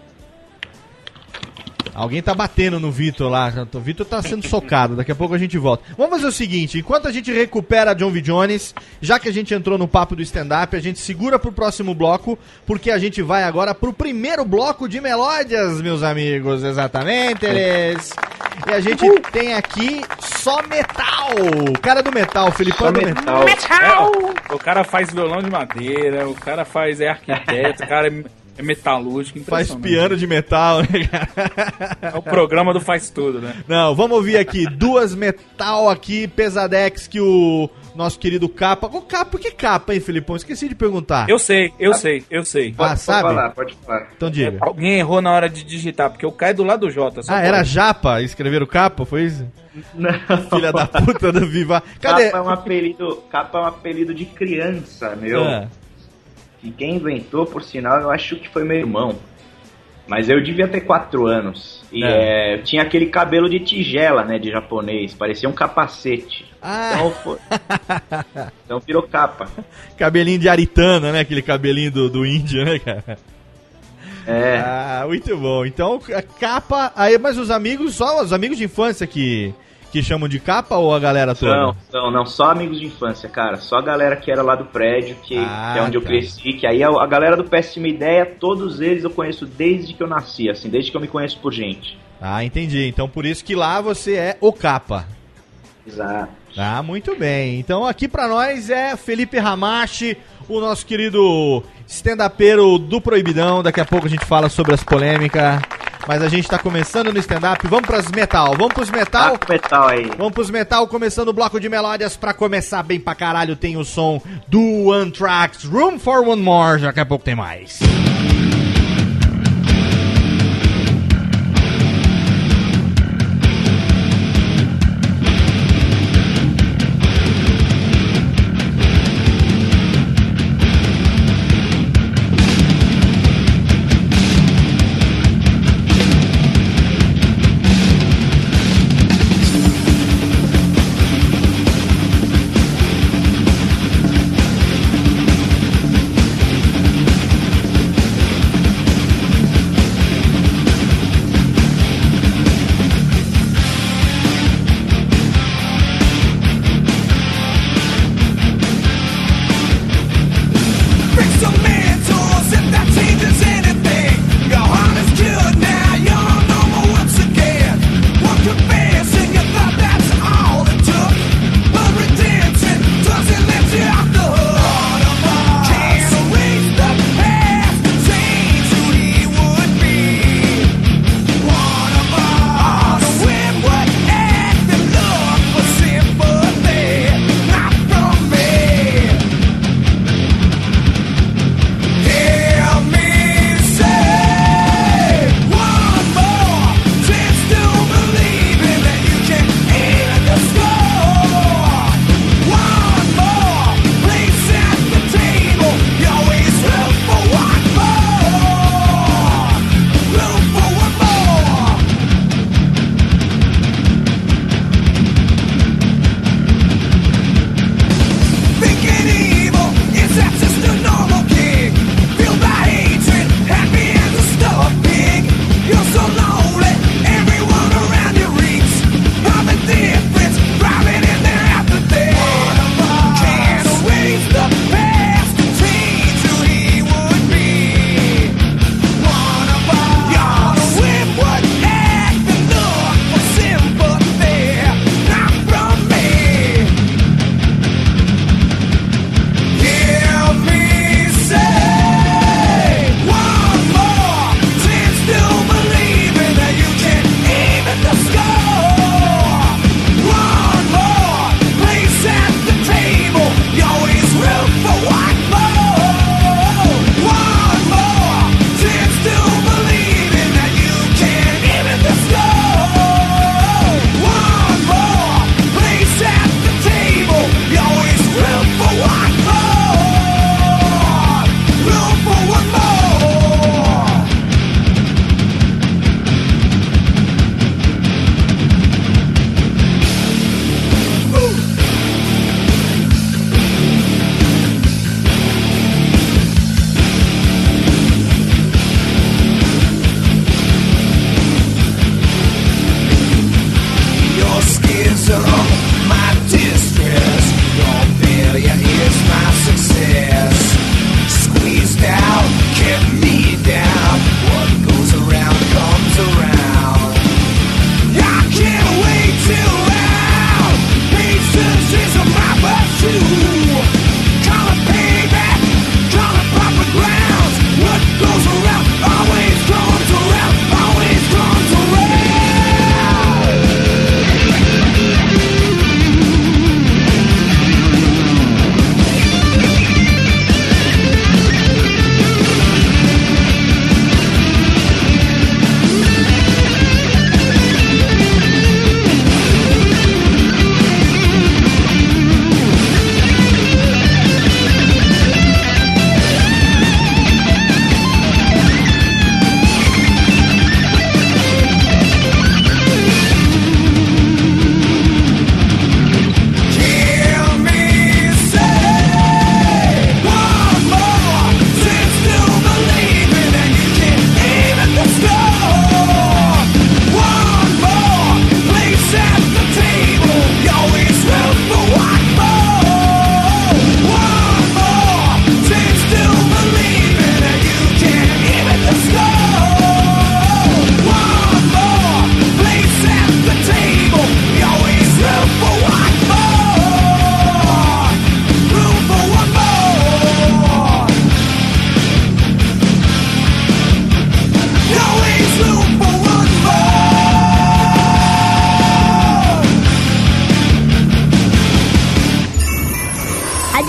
Speaker 5: Alguém tá batendo no Vitor lá. O Vitor tá sendo socado. Daqui a pouco a gente volta. Vamos fazer o seguinte. Enquanto a gente recupera John V. Jones, já que a gente entrou no papo do stand-up, a gente segura pro próximo bloco, porque a gente vai agora pro primeiro bloco de melódias, meus amigos. Exatamente, eles. E a gente tem aqui só metal. O cara do metal, Filipão do metal.
Speaker 6: O cara faz violão de madeira, o cara é arquiteto, o cara é metalúrgico,
Speaker 5: faz piano de metal, né, cara?
Speaker 6: É o programa do faz tudo, né?
Speaker 5: Não, vamos ouvir aqui duas metal aqui, pesadex, que o nosso querido Capa... O Capa, por que Capa, hein, Filipão? Esqueci de perguntar.
Speaker 6: Eu sei.
Speaker 5: Sabe?
Speaker 10: Pode falar.
Speaker 5: Então diga.
Speaker 6: Alguém errou na hora de digitar, porque eu caio do lado do J.
Speaker 5: Era Japa? Escreveram Capa, foi isso?
Speaker 10: Não.
Speaker 5: Filha da puta do Viva. Cadê?
Speaker 10: Capa é um apelido de criança, meu. E quem inventou, por sinal, eu acho que foi meu irmão. Mas eu devia ter 4 anos. E eu tinha aquele cabelo de tigela, né, de japonês. Parecia um capacete. Então virou Capa.
Speaker 5: Cabelinho de aritana, né? Aquele cabelinho do índio, né, cara? Muito bom. Então, a Capa... Aí, mas os amigos, só os amigos de infância que chamam de Capa ou a galera toda?
Speaker 10: Não, só amigos de infância, cara. Só a galera que era lá do prédio, que é onde eu cresci. Que aí a galera do Péssima Ideia, todos eles eu conheço desde que eu nasci, assim, desde que eu me conheço por gente.
Speaker 5: Entendi. Então por isso que lá você é o Capa.
Speaker 10: Exato.
Speaker 5: Muito bem. Então aqui pra nós é Felipe Ramache, o nosso querido stand-upeiro do Proibidão. Daqui a pouco a gente fala sobre as polêmicas. Mas a gente tá começando no stand-up. Vamos pros metal. Vamos pros metal? Vamos pros metal, começando o bloco de melódias. Pra começar bem pra caralho, tem o som do Anthrax, Room for One More. Daqui a pouco tem mais.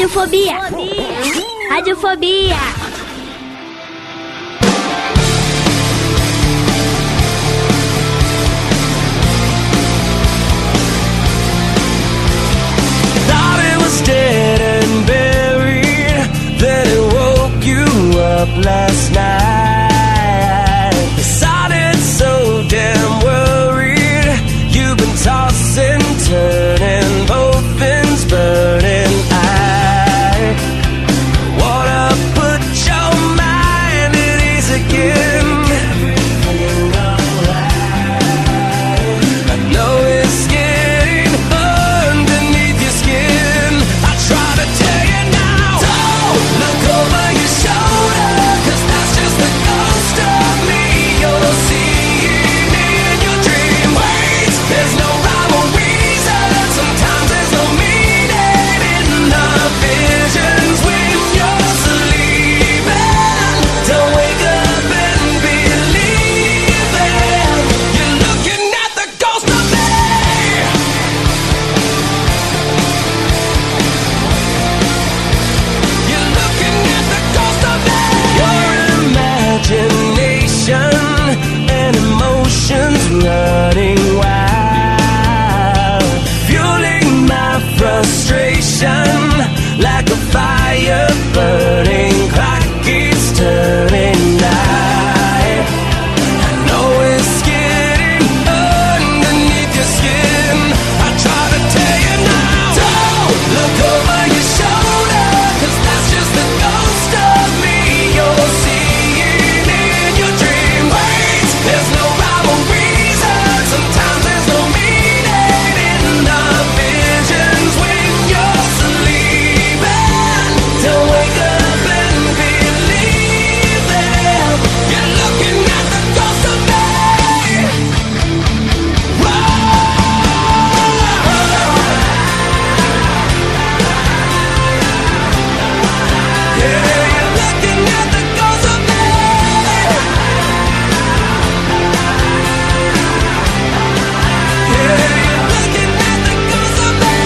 Speaker 12: Radiofobia. Radiofobia.
Speaker 13: Thought it was dead and buried, then it woke you up last night. Decided so damn worried, you've been tossing, turning, both ends burning. I wanna put your mind at ease again. Everything alright. I know it's getting underneath your skin. I try to tell you now, don't look over your shoulder, 'cause that's just the ghost of me you're seeing in your dream. Wait, there's no rhyme or reason. Sometimes there's no meaning in the visions when you're sleeping. Don't wake up and believe them. You're looking at the ghost of me. You're looking at the ghost of me. Your imagination and emotions running wild, fueling my frustration like a fire burning. Clock keeps turning night. I know it's getting underneath your skin. I try to tell you now, don't look over your shoulder, 'cause that's just the ghost of me you're seeing in your dream. Wait, there's no rhyme or reason. Sometimes there's no meaning in the visions when you're sleeping. Don't wake up and believe them. You're looking at the ghost of me. Yeah, you're looking at the ghost of me. Yeah, you're looking at the ghost of me.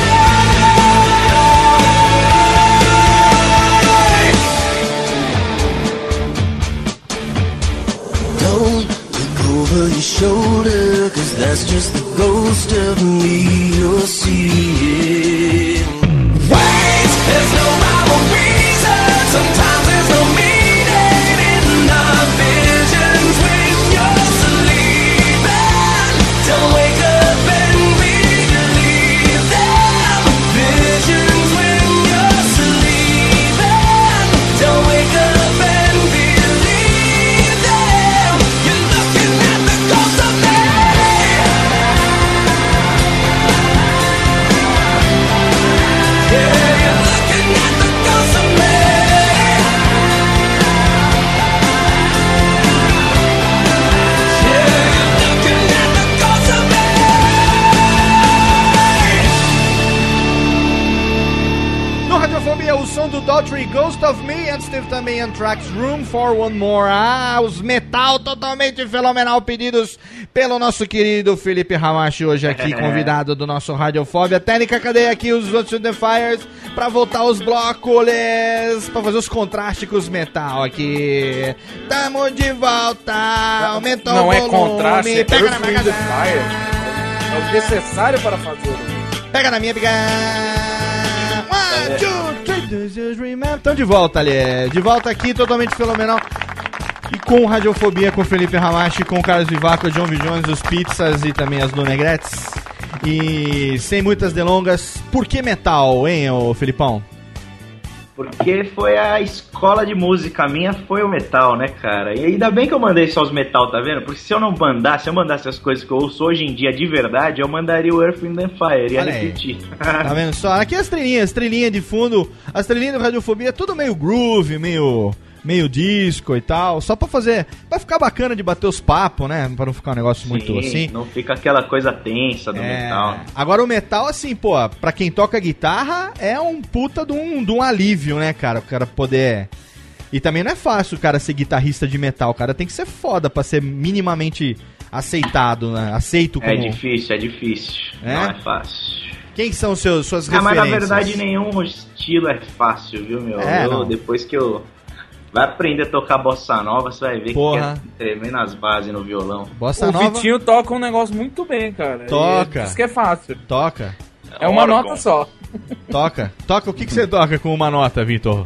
Speaker 13: Don't look over your shoulder, 'cause that's just the ghost of me you're seeing. Wait, there's no rhyme or reason. Sometimes there's no meaning in the visions when you're sleeping. Don't wake up and believe them. Visions when you're sleeping. Don't wake up and believe them. You're looking at the ghost of me. Yeah, you're looking at the ghost of me. Yeah, you're looking at the ghost of me.
Speaker 5: No Radiofobia, o som do Daughtry, Ghost of Me. Antes teve também Anthrax, Room for One More. Ah, os metal totalmente fenomenal pedidos pelo nosso querido Felipe Hamashi, hoje aqui, convidado do nosso Radiofobia. Técnica, cadê aqui os What's the Fires? Pra voltar aos blocos, pra fazer os contrastes com os metal aqui. Tamo de volta, aumentou o
Speaker 6: Não
Speaker 5: volume.
Speaker 6: é contraste,
Speaker 5: Pega na
Speaker 6: é
Speaker 5: minha
Speaker 6: Fire. É o necessário para fazer.
Speaker 5: Pega na minha, pega. One, two, three, just remember. Então de volta, ali. De volta aqui, totalmente fenomenal. E com Radiofobia, com Felipe Hamashi, com o Carlos Vivaco, John V. Jones, os Pizzas e também as do Negretes. E sem muitas delongas, por que metal, hein, ô Felipão?
Speaker 10: Porque foi a escola de música minha, foi o metal, né, cara? E ainda bem que eu mandei só os metal, tá vendo? Porque se eu não mandasse, eu mandasse as coisas que eu ouço hoje em dia de verdade, eu mandaria o Earth, Wind & Fire, ia repetir.
Speaker 5: Tá vendo só? Aqui as trilhinhas de fundo, as trilhinhas do Radiofobia, tudo meio groove, meio disco e tal, só pra fazer, pra ficar bacana de bater os papos, né, pra não ficar um negócio muito assim.
Speaker 10: Não fica aquela coisa tensa do metal.
Speaker 5: Agora o metal, assim, pô, pra quem toca guitarra, é um puta de um alívio, né, cara, o cara poder... E também não é fácil o cara ser guitarrista de metal, o cara tem que ser foda pra ser minimamente aceitado, né, aceito como...
Speaker 10: É difícil, não é fácil.
Speaker 5: Quem são suas referências?
Speaker 10: Mas na verdade nenhum estilo é fácil, viu, meu? Depois que eu... Vai aprender a tocar bossa nova, você vai ver que é tremendo as bases no violão.
Speaker 5: Bossa nova...
Speaker 6: O Vitinho toca um negócio muito bem, cara.
Speaker 5: Toca.
Speaker 6: Isso que é fácil.
Speaker 5: Toca.
Speaker 6: É uma nota só.
Speaker 5: Toca. O que você toca com uma nota, Vitor?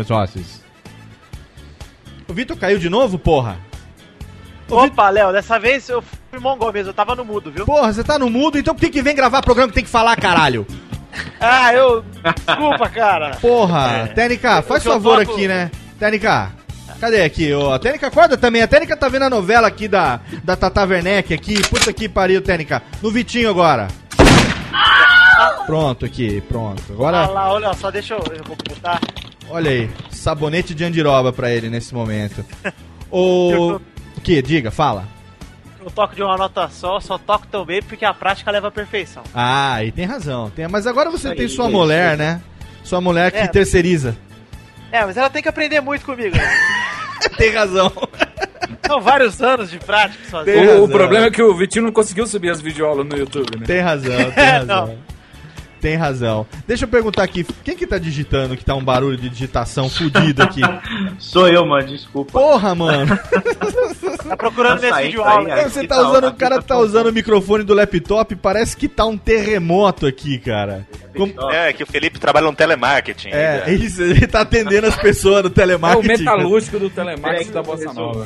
Speaker 5: O Vitor caiu de novo, porra?
Speaker 7: Opa, Léo, dessa vez eu fui mongol mesmo, eu tava no mudo, viu?
Speaker 5: Porra, você tá no mudo, então por que vem gravar programa que tem que falar, caralho?
Speaker 7: Desculpa, cara.
Speaker 5: Porra, Técnica, faz favor aqui, né? Técnica, cadê aqui? A Técnica acorda também. A Técnica tá vendo a novela aqui da Tata Werneck aqui. Puta que pariu, Técnica. No Vitinho agora. Pronto aqui, pronto. Agora...
Speaker 7: olha só, deixa eu botar.
Speaker 5: Olha aí, sabonete de andiroba pra ele nesse momento. O que? Diga, fala.
Speaker 7: Eu toco de uma nota só toco também porque a prática leva à perfeição.
Speaker 5: Ah, e tem razão. Mas agora você tem sua mulher, né? Sua mulher que terceiriza.
Speaker 7: Mas ela tem que aprender muito comigo, né?
Speaker 5: Tem razão.
Speaker 7: São vários anos de prática sozinho.
Speaker 6: O problema é que o Vitinho não conseguiu subir as videoaulas no YouTube, né?
Speaker 5: Tem razão. Tem razão. Deixa eu perguntar aqui, quem que tá digitando, que tá um barulho de digitação fudido aqui?
Speaker 10: Sou eu, mano, desculpa.
Speaker 5: Porra, mano.
Speaker 7: Tá procurando nesse videoaula.
Speaker 5: Você tá usando, o cara tá usando o microfone do laptop, parece que tá um terremoto aqui, cara.
Speaker 8: É que o Felipe trabalha no telemarketing.
Speaker 5: Isso, ele tá atendendo as pessoas no telemarketing.
Speaker 6: É o metalúrgico do telemarketing da Bossa Nova.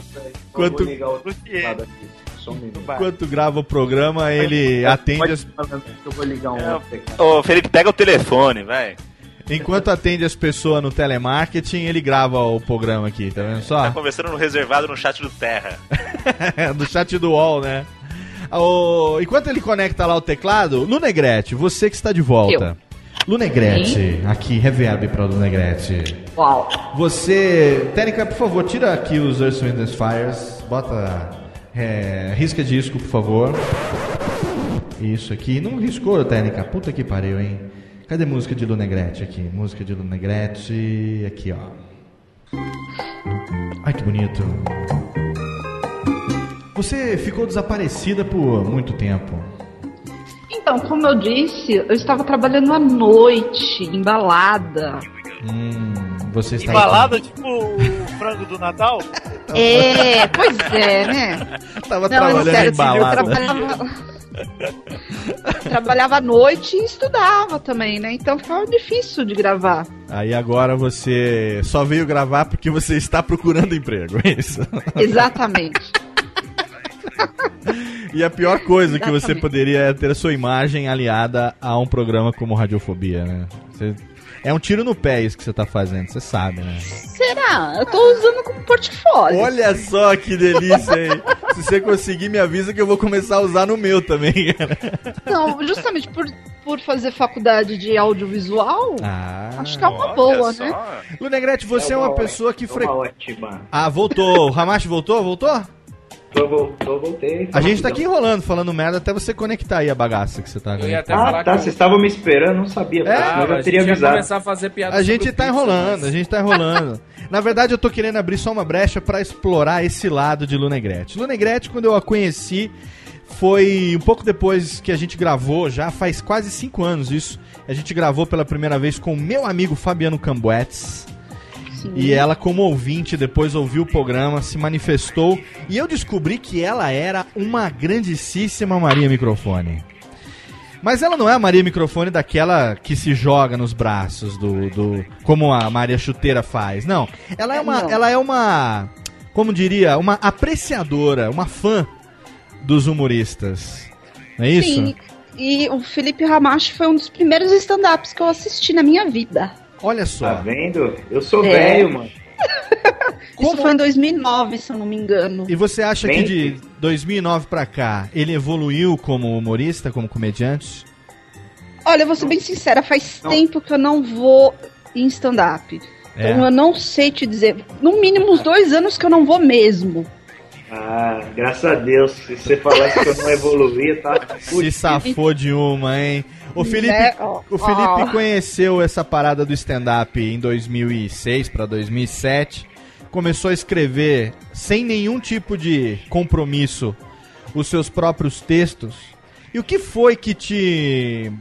Speaker 5: Enquanto grava o programa, ele atende as...
Speaker 10: Eu vou ligar
Speaker 8: Ô, Felipe, pega o telefone, vai.
Speaker 5: Enquanto atende as pessoas no telemarketing, ele grava o programa aqui, tá vendo só?
Speaker 8: Tá conversando no reservado no chat do Terra.
Speaker 5: No chat do UOL, né? Enquanto ele conecta lá o teclado, Lunegrete, você que está de volta. Lunegrete, aqui, reverb pra Lunegrete.
Speaker 9: Uau.
Speaker 5: Você... Técnica, por favor, tira aqui os Earth, Wind & Fires, bota... risca disco, por favor. Isso aqui. Não riscou, Técnica. Puta que pariu, hein? Cadê a música de Lunegrete aqui? Música de Lunegrete. Aqui, ó. Ai, que bonito. Você ficou desaparecida por muito tempo.
Speaker 9: Então, como eu disse, eu estava trabalhando à noite, embalada.
Speaker 5: Você está
Speaker 7: embalada, tipo o frango do Natal?
Speaker 9: Pois é, né?
Speaker 5: Tava trabalhando embalada.
Speaker 9: Trabalhava à noite e estudava também, né? Então ficava difícil de gravar.
Speaker 5: Aí agora você só veio gravar porque você está procurando emprego, é isso?
Speaker 9: Exatamente.
Speaker 5: E a pior coisa que você poderia é ter a sua imagem aliada a um programa como Radiofobia, né? É um tiro no pé isso que você tá fazendo, você sabe, né?
Speaker 9: Será? Eu tô usando como portfólio.
Speaker 5: Olha só que delícia, hein? Se você conseguir, me avisa que eu vou começar a usar no meu também, cara.
Speaker 9: Não, justamente por fazer faculdade de audiovisual, acho que é uma boa, né?
Speaker 5: Lunegrete, você é uma pessoa que voltou. O Hamashi voltou?
Speaker 10: Voltei.
Speaker 5: A gente tá aqui enrolando, falando merda, até você conectar aí a bagaça que você tá vendo.
Speaker 10: Vocês estavam me esperando, não sabia. Eu já teria avisado.
Speaker 6: Começar a fazer piada.
Speaker 5: A gente tá enrolando. Na verdade, eu tô querendo abrir só uma brecha pra explorar esse lado de Lunegrete. Lunegrete, quando eu a conheci, foi um pouco depois que a gente gravou, já faz quase 5 anos isso. A gente gravou pela primeira vez com o meu amigo Fabiano Cambuetes. E ela, como ouvinte, depois ouviu o programa, se manifestou. E eu descobri que ela era uma grandíssima Maria Microfone. Mas ela não é a Maria Microfone daquela que se joga nos braços como a Maria Chuteira faz. Não. Ela é uma, como diria, uma apreciadora, uma fã dos humoristas. Não é isso?
Speaker 9: Sim. E o Felipe Hamashi foi um dos primeiros stand-ups que eu assisti na minha vida.
Speaker 5: Olha só.
Speaker 10: Tá vendo? Eu sou velho, mano.
Speaker 9: Isso foi em 2009, se eu não me engano.
Speaker 5: E você acha que de 2009 pra cá, ele evoluiu como humorista, como comediante?
Speaker 9: Olha, eu vou ser bem sincera, faz tempo que eu não vou em stand-up. Então eu não sei te dizer. No mínimo uns 2 anos que eu não vou mesmo.
Speaker 10: Graças a Deus. Se você falasse que eu não evoluía, tá?
Speaker 5: Se safou de uma, hein? O Felipe conheceu essa parada do stand-up em 2006 para 2007. Começou a escrever sem nenhum tipo de compromisso os seus próprios textos. E o que foi que te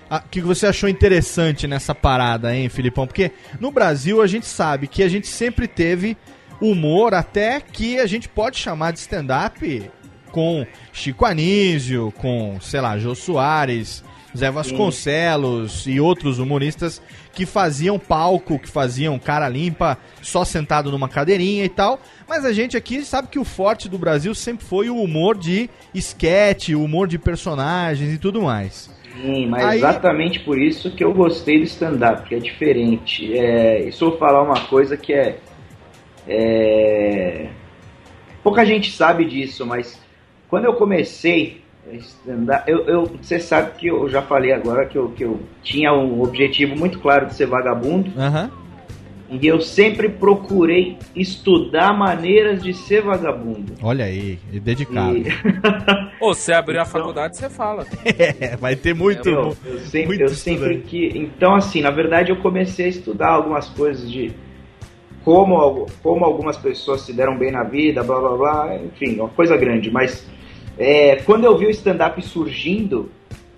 Speaker 5: que você achou interessante nessa parada, hein, Filipão? Porque no Brasil a gente sabe que a gente sempre teve humor, até que a gente pode chamar de stand-up com Chico Anísio, com, sei lá, Jô Soares, Zé Vasconcelos e outros humoristas que faziam palco, que faziam cara limpa, só sentado numa cadeirinha e tal. Mas a gente aqui sabe que o forte do Brasil sempre foi o humor de esquete, o humor de personagens e tudo mais.
Speaker 10: Sim, mas exatamente por isso que eu gostei do stand-up, que é diferente. Se eu falar uma coisa que pouca gente sabe disso, mas quando eu comecei stand-up, você sabe que eu já falei agora que eu tinha um objetivo muito claro de ser vagabundo. E eu sempre procurei estudar maneiras de ser vagabundo.
Speaker 5: Olha aí, dedicado.
Speaker 6: Você abrir a faculdade, você fala.
Speaker 5: Vai ter muito.
Speaker 10: Eu sempre que. Então, assim, na verdade, eu comecei a estudar algumas coisas de como algumas pessoas se deram bem na vida, blá blá blá, enfim, uma coisa grande. Mas quando eu vi o stand-up surgindo,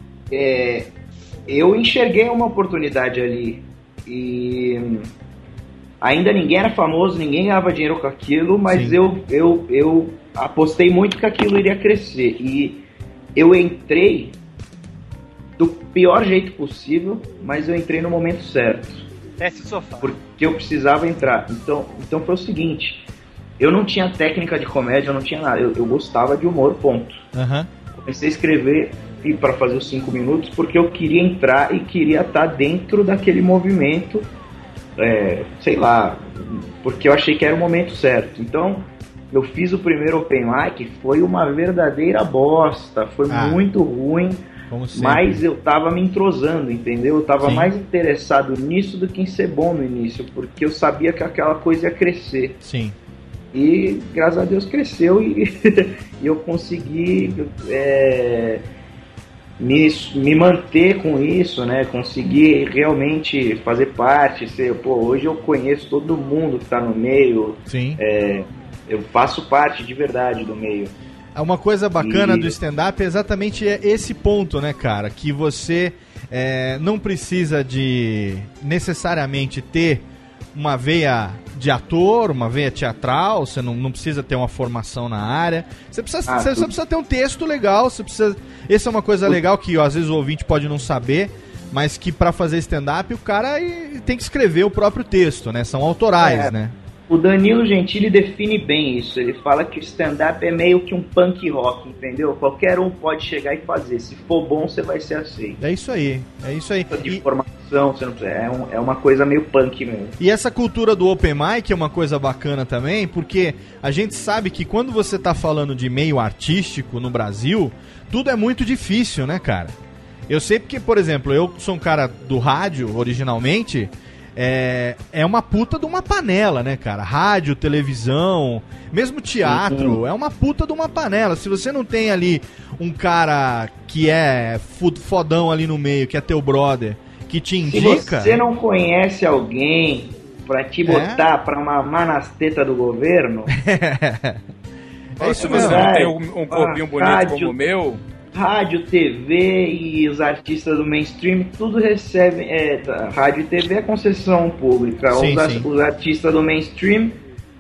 Speaker 10: eu enxerguei uma oportunidade ali. E ainda ninguém era famoso, ninguém ganhava dinheiro com aquilo, mas eu apostei muito que aquilo iria crescer. E eu entrei do pior jeito possível, mas eu entrei no momento certo.
Speaker 7: Desce o sofá.
Speaker 10: Porque eu precisava entrar. Então foi o seguinte, eu não tinha técnica de comédia, eu não tinha nada, eu gostava de humor, ponto. Comecei a escrever para fazer os 5 minutos porque eu queria entrar e queria estar dentro daquele movimento. Sei lá, porque eu achei que era o momento certo. Então, eu fiz o primeiro open mic, foi uma verdadeira bosta, foi muito ruim, mas eu tava me entrosando, entendeu? Eu tava mais interessado nisso do que em ser bom no início, porque eu sabia que aquela coisa ia crescer. E, graças a Deus, cresceu e eu consegui me manter com isso, né? Conseguir realmente fazer parte, hoje eu conheço todo mundo que tá no meio. Eu faço parte de verdade do meio.
Speaker 5: Uma coisa bacana do stand-up é exatamente esse ponto, né, cara? Que você não precisa de necessariamente ter uma veia de ator, uma veia teatral, você não precisa ter uma formação na área, você precisa ter um texto legal, essa é uma coisa legal que às vezes o ouvinte pode não saber, mas que pra fazer stand-up o cara tem que escrever o próprio texto, né? São autorais, né?
Speaker 10: O Danilo Gentili define bem isso. Ele fala que o stand-up é meio que um punk rock, entendeu? Qualquer um pode chegar e fazer. Se for bom, você vai ser aceito.
Speaker 5: É isso aí, é isso aí.
Speaker 10: De formação, você não precisa. É uma coisa meio punk mesmo.
Speaker 5: E essa cultura do open mic é uma coisa bacana também, porque a gente sabe que quando você tá falando de meio artístico no Brasil, tudo é muito difícil, né, cara? Eu sei porque, por exemplo, eu sou um cara do rádio, originalmente. É uma puta de uma panela, né, cara? Rádio, televisão, mesmo teatro, é uma puta de uma panela. Se você não tem ali um cara que é fodão ali no meio, que é teu brother, que te indica...
Speaker 10: Se você não conhece alguém pra te botar pra mamar nas tetas do governo...
Speaker 6: Se você não tem um corpinho bonito como o meu...
Speaker 10: Rádio, TV e os artistas do mainstream, tudo recebe. Rádio e TV é concessão pública. Os artistas do mainstream,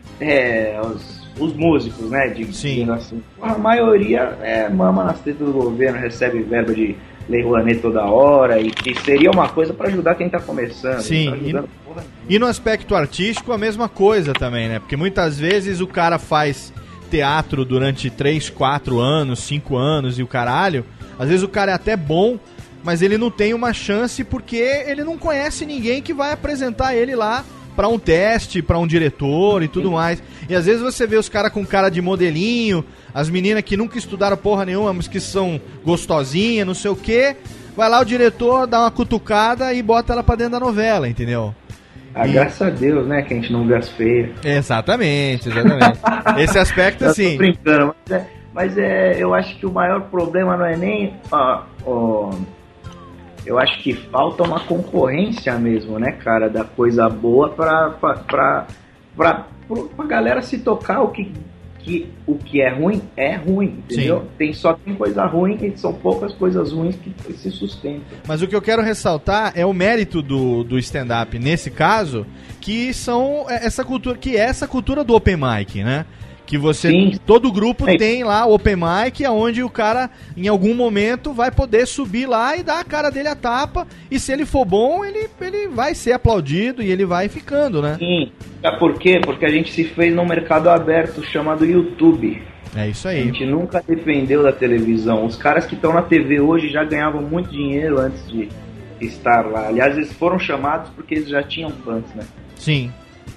Speaker 10: os músicos, né? Assim. A maioria mama nas tetas do governo, recebe verba de Lei Rouanet toda hora, e que seria uma coisa para ajudar quem tá começando.
Speaker 5: E no aspecto artístico, a mesma coisa também, né? Porque muitas vezes o cara faz teatro durante 3, 4 anos, 5 anos e o caralho, às vezes o cara é até bom, mas ele não tem uma chance porque ele não conhece ninguém que vai apresentar ele lá pra um teste, pra um diretor e tudo mais. E às vezes você vê os caras com cara de modelinho, as meninas que nunca estudaram porra nenhuma, mas que são gostosinhas, não sei o quê, vai lá o diretor, dá uma cutucada e bota ela pra dentro da novela, entendeu?
Speaker 10: Graças a Deus, né, que a gente não vê as feias.
Speaker 5: Exatamente. Esse aspecto, sim.
Speaker 10: Eu tô brincando, mas eu acho que o maior problema não é nem... eu acho que falta uma concorrência mesmo, né, cara, da coisa boa pra galera se tocar o que que o que é ruim, entendeu? Só tem coisa ruim e são poucas coisas ruins que se sustentam.
Speaker 5: Mas o que eu quero ressaltar é o mérito do stand-up, nesse caso, que são essa cultura do open mic, né? Que você, todo grupo tem lá o open mic, onde o cara, em algum momento, vai poder subir lá e dar a cara dele a tapa, e se ele for bom, ele vai ser aplaudido e ele vai ficando, né?
Speaker 10: Sim, por quê? Porque a gente se fez num mercado aberto chamado YouTube.
Speaker 5: É isso aí.
Speaker 10: A gente nunca dependeu da televisão. Os caras que estão na TV hoje já ganhavam muito dinheiro antes de estar lá. Aliás, eles foram chamados porque eles já tinham fãs, né?
Speaker 5: Sim.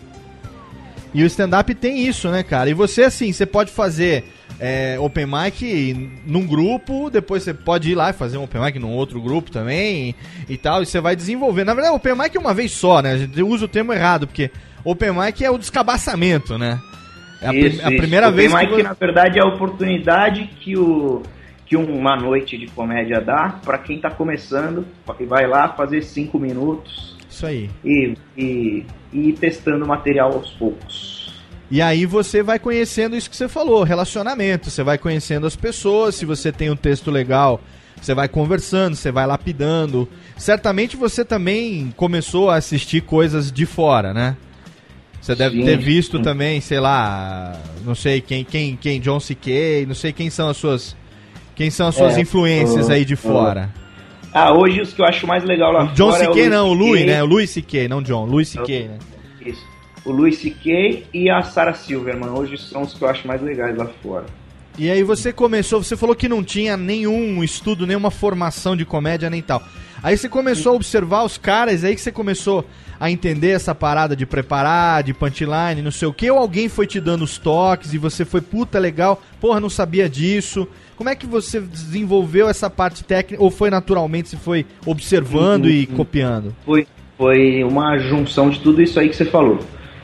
Speaker 5: E o stand-up tem isso, né, cara? E você, assim, você pode fazer open mic num grupo, depois você pode ir lá e fazer um open mic num outro grupo também e tal, e você vai desenvolver. Na verdade, open mic é uma vez só, né? A gente usa o termo errado, porque open mic é o descabaçamento, né? É a primeira vez que...
Speaker 10: Open mic, na verdade, é a oportunidade que uma noite de comédia dá pra quem tá começando, e vai lá fazer 5 minutos.
Speaker 5: Isso aí.
Speaker 10: E ir testando material aos poucos.
Speaker 5: E aí você vai conhecendo isso que você falou, relacionamento, você vai conhecendo as pessoas, se você tem um texto legal, você vai conversando, você vai lapidando. Certamente você também começou a assistir coisas de fora, né? Você deve ter visto também, sei lá, não sei quem John C.K., não sei quem são as suas influências aí de fora.
Speaker 10: Hoje os que eu acho mais legal lá
Speaker 5: John
Speaker 10: fora
Speaker 5: C.K. não, o Louis, né? O Louis
Speaker 10: C.K.,
Speaker 5: não John, Louis C.K., né?
Speaker 10: Isso. O Louis C.K. e a Sarah Silverman, hoje são os que eu acho mais legais lá fora.
Speaker 5: E aí você falou que não tinha nenhum estudo, nenhuma formação de comédia nem tal. Aí você começou a observar os caras, aí que você começou a entender essa parada de preparar, de punchline, não sei o que, ou alguém foi te dando os toques e você foi, puta, legal, porra, não sabia disso. Como é que você desenvolveu essa parte técnica, ou foi naturalmente, se foi observando e copiando?
Speaker 10: Foi uma junção de tudo isso aí que você falou.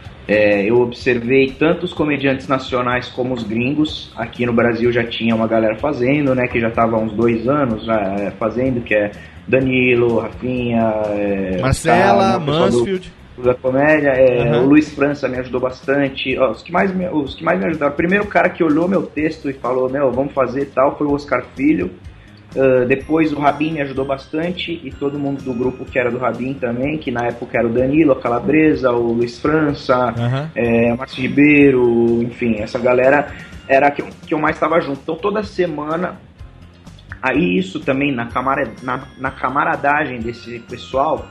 Speaker 10: Eu observei tanto os comediantes nacionais como os gringos. Aqui no Brasil já tinha uma galera fazendo, né, que já estava há uns 2 anos já fazendo, que é Danilo, Rafinha,
Speaker 5: Marcela, Mansfield.
Speaker 10: Da comédia, o Luiz França me ajudou bastante. Os que mais me ajudaram, o primeiro cara que olhou meu texto e falou, vamos fazer tal, foi o Oscar Filho. Depois o Rabin me ajudou bastante, e todo mundo do grupo que era do Rabin também, que na época era o Danilo, a Calabresa, o Luiz França, o Márcio Ribeiro, enfim, essa galera era que eu mais estava junto. Então toda semana, aí isso também na camaradagem desse pessoal,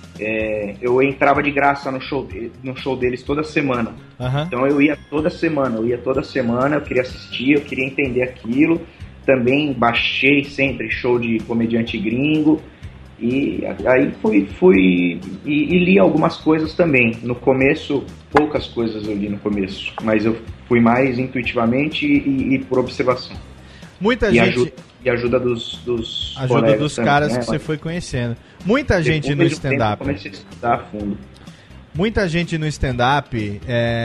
Speaker 10: eu entrava de graça no show deles toda semana. Então eu ia toda semana, eu queria assistir, eu queria entender aquilo. Também baixei sempre show de comediante gringo, e aí fui e li algumas coisas também. No começo, poucas coisas eu li no começo, mas eu fui mais intuitivamente e por observação.
Speaker 5: Muita gente...
Speaker 10: ajuda dos
Speaker 5: ajuda dos
Speaker 10: também,
Speaker 5: caras
Speaker 10: né?
Speaker 5: que você foi conhecendo. Muita gente no stand-up.
Speaker 10: Comecei a estudar a fundo.
Speaker 5: Muita gente no stand-up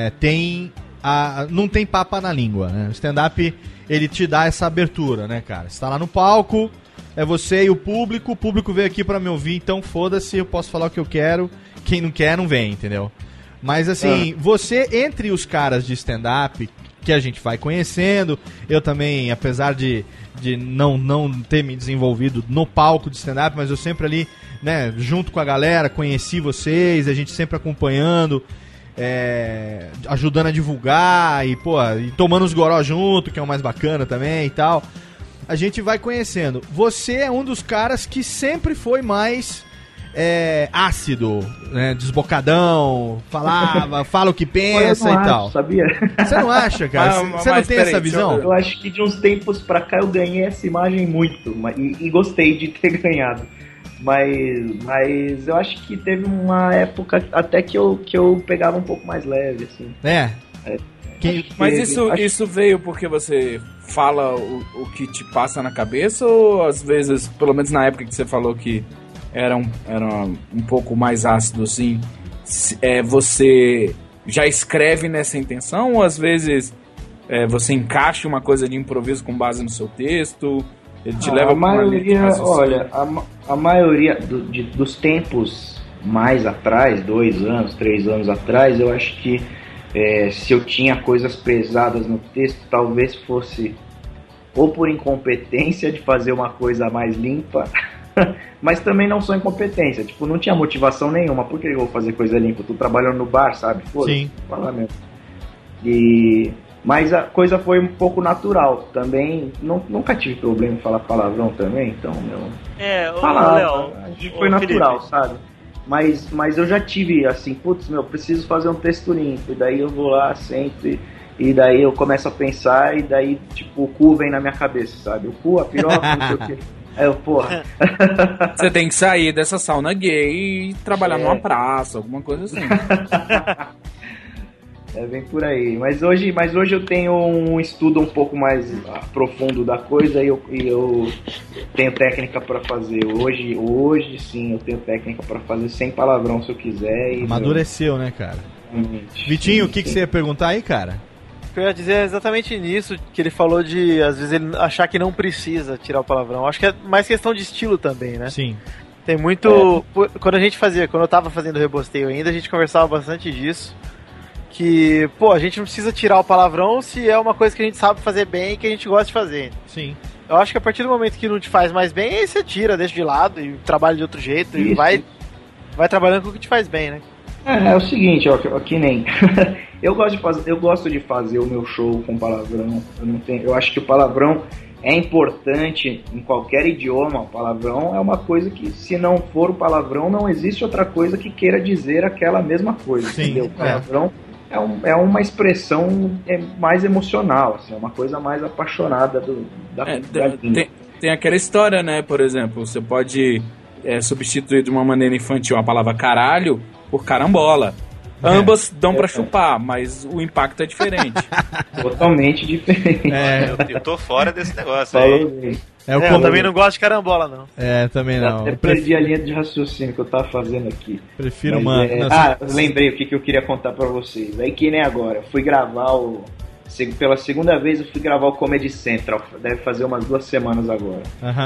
Speaker 5: não tem papa na língua, né? O stand-up, ele te dá essa abertura, né, cara? Você tá lá no palco, é você e o público veio aqui pra me ouvir, então foda-se, eu posso falar o que eu quero, quem não quer não vem, entendeu? Mas assim, você, entre os caras de stand-up que a gente vai conhecendo, eu também, apesar de não ter me desenvolvido no palco de stand-up, mas eu sempre ali, né, junto com a galera, conheci vocês, a gente sempre acompanhando, ajudando a divulgar e tomando os goró junto, que é o mais bacana também e tal. A gente vai conhecendo. Você é um dos caras que sempre foi mais ácido, né, desbocadão, fala o que pensa e tal.
Speaker 10: Sabia?
Speaker 5: Você não acha, cara? Você não tem essa visão?
Speaker 10: Eu acho que de uns tempos pra cá eu ganhei essa imagem muito, e gostei de ter ganhado. Mas eu acho que teve uma época até que eu pegava um pouco mais leve, assim.
Speaker 6: Mas isso veio porque você fala o que te passa na cabeça, ou às vezes, pelo menos na época que você falou que era um pouco mais ácido, assim, você já escreve nessa intenção, ou às vezes você encaixa uma coisa de improviso com base no seu texto? Ele te leva
Speaker 10: a maioria dos tempos mais atrás, 2 anos, 3 anos atrás, eu acho que se eu tinha coisas pesadas no texto, talvez fosse ou por incompetência de fazer uma coisa mais limpa, mas também não só incompetência, tipo, não tinha motivação nenhuma. Por que eu vou fazer coisa limpa? Eu tô trabalhando no bar, sabe?
Speaker 5: Sim.
Speaker 10: Falar mesmo. Mas a coisa foi um pouco natural. Também, nunca tive problema em falar palavrão também, então,
Speaker 7: Léo,
Speaker 10: foi natural, Felipe, sabe? Mas eu já tive, assim, preciso fazer um texto limpo, e daí eu vou lá, sento, e daí eu começo a pensar, e daí, tipo, o cu vem na minha cabeça, sabe? O cu, a piroca, não sei o quê. Aí eu, porra.
Speaker 6: Você tem que sair dessa sauna gay e trabalhar numa praça, alguma coisa assim.
Speaker 10: Vem por aí. Mas hoje eu tenho um estudo um pouco mais profundo da coisa e eu tenho técnica pra fazer. Hoje sim, eu tenho técnica pra fazer sem palavrão se eu quiser.
Speaker 5: Amadureceu, né, cara? Vitinho, o que você ia perguntar aí, cara?
Speaker 7: O que eu ia dizer é exatamente nisso, que ele falou de, às vezes, ele achar que não precisa tirar o palavrão. Acho que é mais questão de estilo também, né?
Speaker 5: Sim.
Speaker 7: Tem muito... Quando eu tava fazendo o Rebosteio ainda, a gente conversava bastante disso. Que, a gente não precisa tirar o palavrão se é uma coisa que a gente sabe fazer bem e que a gente gosta de fazer.
Speaker 5: Sim.
Speaker 7: Eu acho que a partir do momento que não te faz mais bem, aí você tira, deixa de lado e trabalha de outro jeito. Isso. E vai trabalhando com o que te faz bem, né?
Speaker 10: É o seguinte, que nem... eu gosto de fazer o meu show com palavrão. Eu acho que o palavrão é importante em qualquer idioma. O palavrão é uma coisa que, se não for o palavrão, não existe outra coisa que queira dizer aquela mesma coisa.
Speaker 5: Sim,
Speaker 10: entendeu? O palavrão é uma expressão mais emocional, assim, é uma coisa mais apaixonada da língua.
Speaker 6: Tem aquela história, né? Por exemplo, você pode substituir de uma maneira infantil a palavra caralho por carambola. Ambas dão pra chupar, mas o impacto é diferente.
Speaker 10: Totalmente diferente.
Speaker 8: Eu tô fora desse negócio aí.
Speaker 7: Eu também não gosto de carambola, não.
Speaker 5: Também não.
Speaker 10: Eu perdi a linha de raciocínio que eu tava fazendo aqui.
Speaker 5: Prefiro
Speaker 10: lembrei o que eu queria contar pra vocês. Aí que nem agora, fui gravar pela segunda vez eu fui gravar o Comedy Central. Deve fazer umas 2 semanas agora.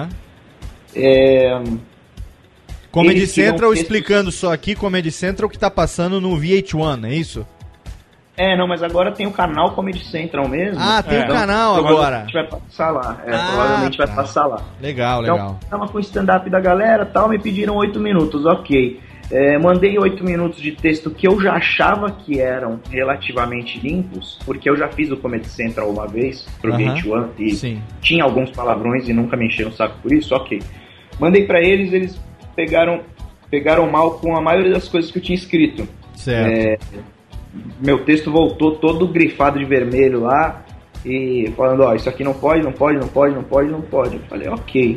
Speaker 5: Comedy Central, explicando só aqui, Comedy Central que tá passando no VH1, é isso?
Speaker 10: Não, mas agora tem o canal Comedy Central mesmo.
Speaker 5: Tem o canal agora.
Speaker 10: Provavelmente vai passar lá. Provavelmente vai passar lá.
Speaker 5: Legal.
Speaker 10: Então, tava com o stand-up da galera, tal, me pediram 8 minutos, ok. Mandei 8 minutos de texto que eu já achava que eram relativamente limpos, porque eu já fiz o Comedy Central uma vez, pro VH1, e tinha alguns palavrões e nunca me encheram o saco por isso, ok. Mandei pra eles pegaram mal com a maioria das coisas que eu tinha escrito.
Speaker 5: Certo.
Speaker 10: Meu texto voltou todo grifado de vermelho lá e falando, isso aqui não pode. Eu falei, ok.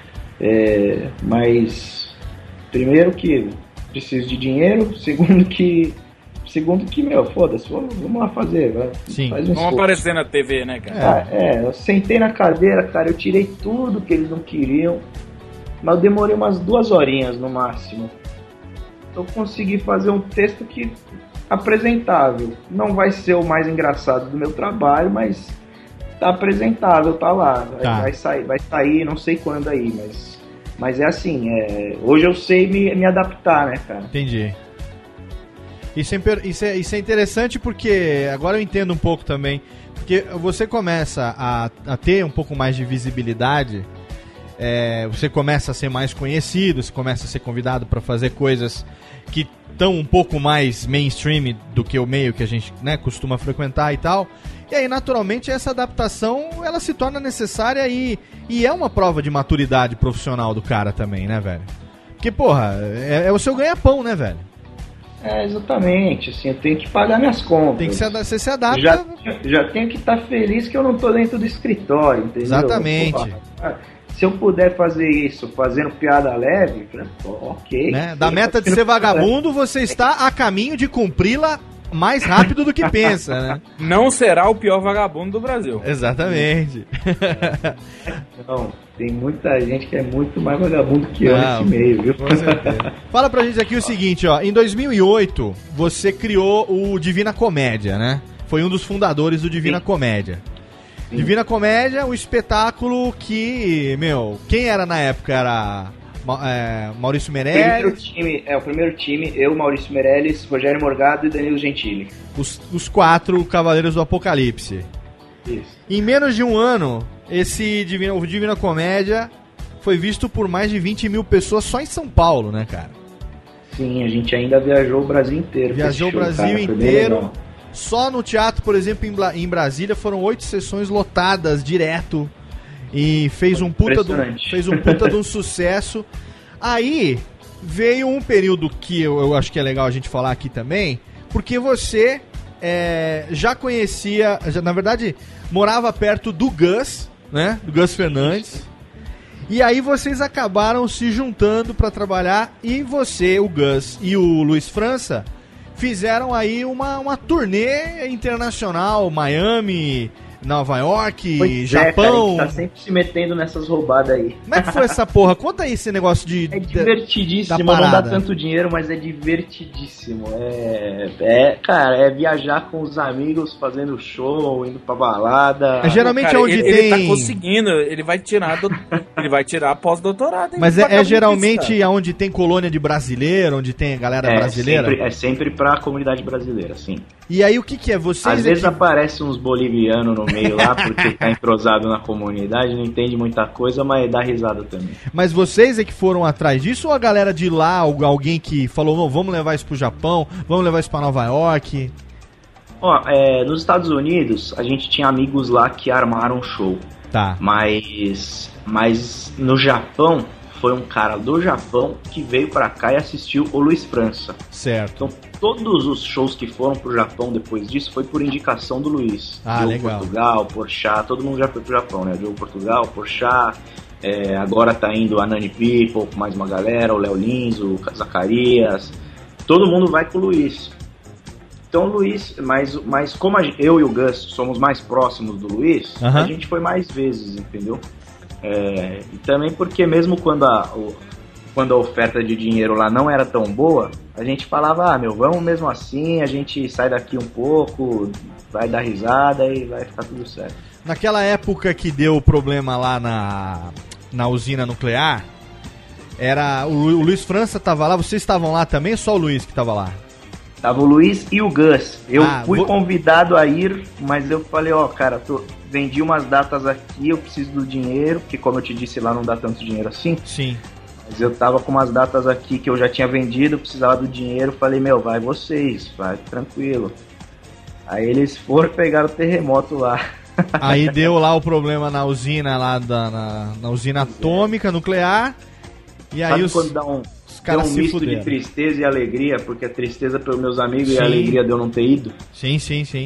Speaker 10: Mas primeiro que preciso de dinheiro, segundo que foda-se, vamos lá fazer,
Speaker 6: vamos aparecer na TV, né, cara?
Speaker 10: Eu sentei na cadeira, cara, eu tirei tudo que eles não queriam, mas eu demorei umas 2 horinhas no máximo. Eu consegui fazer um texto que apresentável. Não vai ser o mais engraçado do meu trabalho, mas tá apresentável, tá lá. Vai sair, não sei quando aí, mas é assim, hoje eu sei me adaptar, né, cara?
Speaker 5: Entendi. Isso é interessante porque agora eu entendo um pouco também, porque você começa a ter um pouco mais de visibilidade. Você começa a ser mais conhecido, você começa a ser convidado para fazer coisas que estão um pouco mais mainstream do que o meio que a gente, né, costuma frequentar e tal. E aí, naturalmente, essa adaptação ela se torna necessária e é uma prova de maturidade profissional do cara também, né, velho? Porque, porra, é o seu ganha-pão, né, velho?
Speaker 10: Exatamente, assim, eu tenho que pagar minhas contas.
Speaker 5: Tem que você se adapta.
Speaker 10: Já tenho que estar feliz que eu não tô dentro do escritório, entendeu?
Speaker 5: Exatamente.
Speaker 10: Porra, se eu puder fazer isso fazendo piada leve, ok.
Speaker 5: Né? Da meta de ser vagabundo, você está a caminho de cumpri-la mais rápido do que pensa, né?
Speaker 6: Não será o pior vagabundo do Brasil.
Speaker 5: Exatamente.
Speaker 10: Não, tem muita gente que é muito mais vagabundo que eu nesse meio, viu?
Speaker 5: Com certeza. Fala pra gente aqui o seguinte, ó. Em 2008, você criou o Divina Comédia, né? Foi um dos fundadores do Divina Comédia. Divina Comédia, o espetáculo que, quem era na época? Era Maurício Meirelles.
Speaker 10: O primeiro time, eu, Maurício Meirelles, Rogério Morgado e Danilo Gentili.
Speaker 5: Os 4 Cavaleiros do Apocalipse.
Speaker 10: Isso.
Speaker 5: Em menos de um ano, o Divina Comédia foi visto por mais de 20 mil pessoas só em São Paulo, né, cara?
Speaker 10: Sim, a gente ainda viajou o Brasil inteiro.
Speaker 5: Viajou o Brasil inteiro. Só no teatro, por exemplo, em Brasília, foram 8 sessões lotadas direto. E fez um puta de um sucesso. Aí veio um período que eu acho que é legal a gente falar aqui também, porque você já conhecia, na verdade, morava perto do Gus, né? Do Gus Fernandes. E aí vocês acabaram se juntando para trabalhar e você, o Gus e o Luiz França fizeram aí uma turnê internacional, Miami, Nova York, Japão.
Speaker 10: Cara, a gente tá sempre se metendo nessas roubadas aí.
Speaker 5: Como é que foi essa porra? Conta aí esse negócio de...
Speaker 10: É divertidíssimo, não dá tanto dinheiro, mas é divertidíssimo. Cara, é viajar com os amigos, fazendo show, indo pra balada.
Speaker 5: Geralmente
Speaker 6: cara,
Speaker 5: onde tem...
Speaker 6: Ele tá conseguindo, ele vai tirar pós-doutorado.
Speaker 5: Mas geralmente onde tem colônia de brasileiro, onde tem galera brasileira?
Speaker 10: É sempre pra comunidade brasileira, sim.
Speaker 5: E aí o que é? Vocês
Speaker 10: às vezes aparecem uns bolivianos no meio lá, porque tá entrosado na comunidade, não entende muita coisa, mas dá risada também.
Speaker 5: Mas vocês é que foram atrás disso ou a galera de lá, alguém que falou, não, vamos levar isso pro Japão, vamos levar isso pra Nova York?
Speaker 10: Nos Estados Unidos, a gente tinha amigos lá que armaram show.
Speaker 5: Tá.
Speaker 10: Mas no Japão, foi um cara do Japão que veio pra cá e assistiu o Luiz França.
Speaker 5: Certo.
Speaker 10: Então, todos os shows que foram pro Japão depois disso foi por indicação do Luiz.
Speaker 5: Diogo
Speaker 10: legal. Portugal, Porchat, todo mundo já foi pro Japão, né? Diogo Portugal, Porchat, agora tá indo a Nani People com mais uma galera, o Léo Lins, o Zacarias, todo mundo vai com o Luiz. Então o Luiz, mas como eu e o Gus somos mais próximos do Luiz, a gente foi mais vezes, entendeu? E também porque mesmo quando a oferta de dinheiro lá não era tão boa, a gente falava, vamos mesmo assim, a gente sai daqui um pouco, vai dar risada e vai ficar tudo certo.
Speaker 5: Naquela época que deu o problema lá na usina nuclear, o Luiz França tava lá, vocês estavam lá também ou só o Luiz que tava lá?
Speaker 10: Tava o Luiz e o Gus. Eu fui convidado a ir, mas eu falei, cara, vendi umas datas aqui, eu preciso do dinheiro, porque como eu te disse lá não dá tanto dinheiro assim.
Speaker 5: Sim.
Speaker 10: Mas eu tava com umas datas aqui que eu já tinha vendido, eu precisava do dinheiro, falei, vai vocês, vai tranquilo. Aí eles foram pegar o terremoto lá.
Speaker 5: Aí deu lá o problema na usina lá na usina atômica nuclear. E aí
Speaker 10: quando dá um misto de tristeza e alegria, porque a tristeza pelos meus amigos e a alegria de eu não ter ido.
Speaker 5: Sim.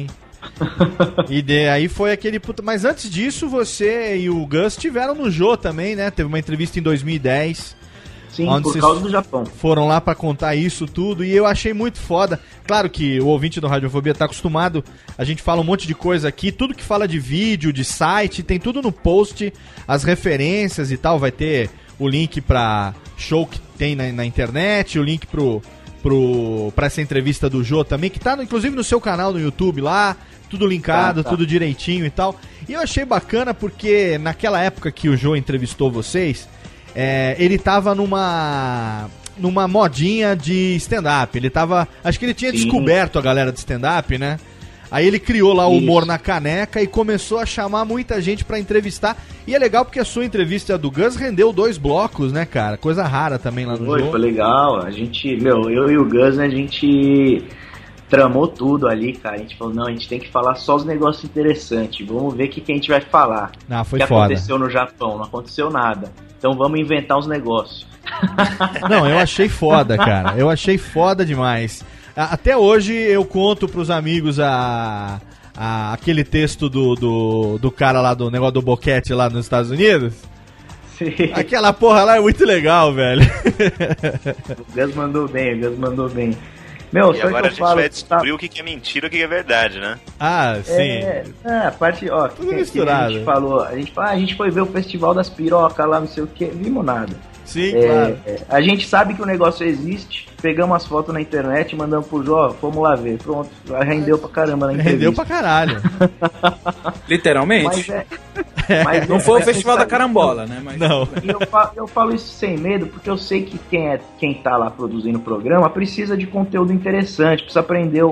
Speaker 5: E aí foi aquele puta... Mas antes disso, você e o Gus estiveram no Jô também, né? Teve uma entrevista em 2010.
Speaker 10: Sim, por causa do Japão.
Speaker 5: Foram lá pra contar isso tudo e eu achei muito foda. Claro que o ouvinte do Radiofobia tá acostumado, a gente fala um monte de coisa aqui, tudo que fala de vídeo, de site, tem tudo no post, as referências e tal, vai ter o link pra show que tem na internet, o link pra essa entrevista do Jô também, que tá inclusive no seu canal no YouTube lá, tudo linkado, tudo direitinho e tal. E eu achei bacana porque naquela época que o Jô entrevistou vocês, ele tava numa modinha de stand-up. Ele tava... Acho que ele tinha descoberto a galera de stand-up, né? Aí ele criou lá o Humor na Caneca e começou a chamar muita gente pra entrevistar. E é legal porque a sua entrevista do Gus rendeu 2 blocos, né, cara? Coisa rara também lá no jogo.
Speaker 10: Foi legal. A gente... eu e o Gus, né, a gente tramou tudo ali, cara. A gente falou, não, a gente tem que falar só os negócios interessantes. Vamos ver o que a gente vai falar.
Speaker 5: Foi
Speaker 10: o que
Speaker 5: foda.
Speaker 10: Aconteceu no Japão? Não aconteceu nada. Então vamos inventar uns negócios.
Speaker 5: Não, eu achei foda, cara. Eu achei foda demais. Até hoje eu conto pros amigos aquele texto do cara lá do negócio do boquete lá nos Estados Unidos. Sim. Aquela porra lá é muito legal, velho.
Speaker 10: O Gus mandou bem.
Speaker 8: E agora a gente vai descobrir o que é mentira e o que é verdade, né?
Speaker 5: Sim.
Speaker 10: A parte,
Speaker 5: tudo misturado.
Speaker 10: A gente falou, a gente foi ver o Festival das Pirocas lá, não sei o que, vimos nada.
Speaker 5: Sim, claro.
Speaker 10: A gente sabe que o negócio existe, pegamos as fotos na internet, mandamos pro Jó, fomos lá ver, pronto, rendeu pra caramba na entrevista.
Speaker 5: Rendeu pra caralho.
Speaker 6: Literalmente?
Speaker 10: Mas Mas
Speaker 6: não foi o Festival da Carambola, né? Mas...
Speaker 5: Não.
Speaker 10: E eu falo isso sem medo, porque eu sei que quem tá lá produzindo o programa precisa de conteúdo interessante, precisa aprender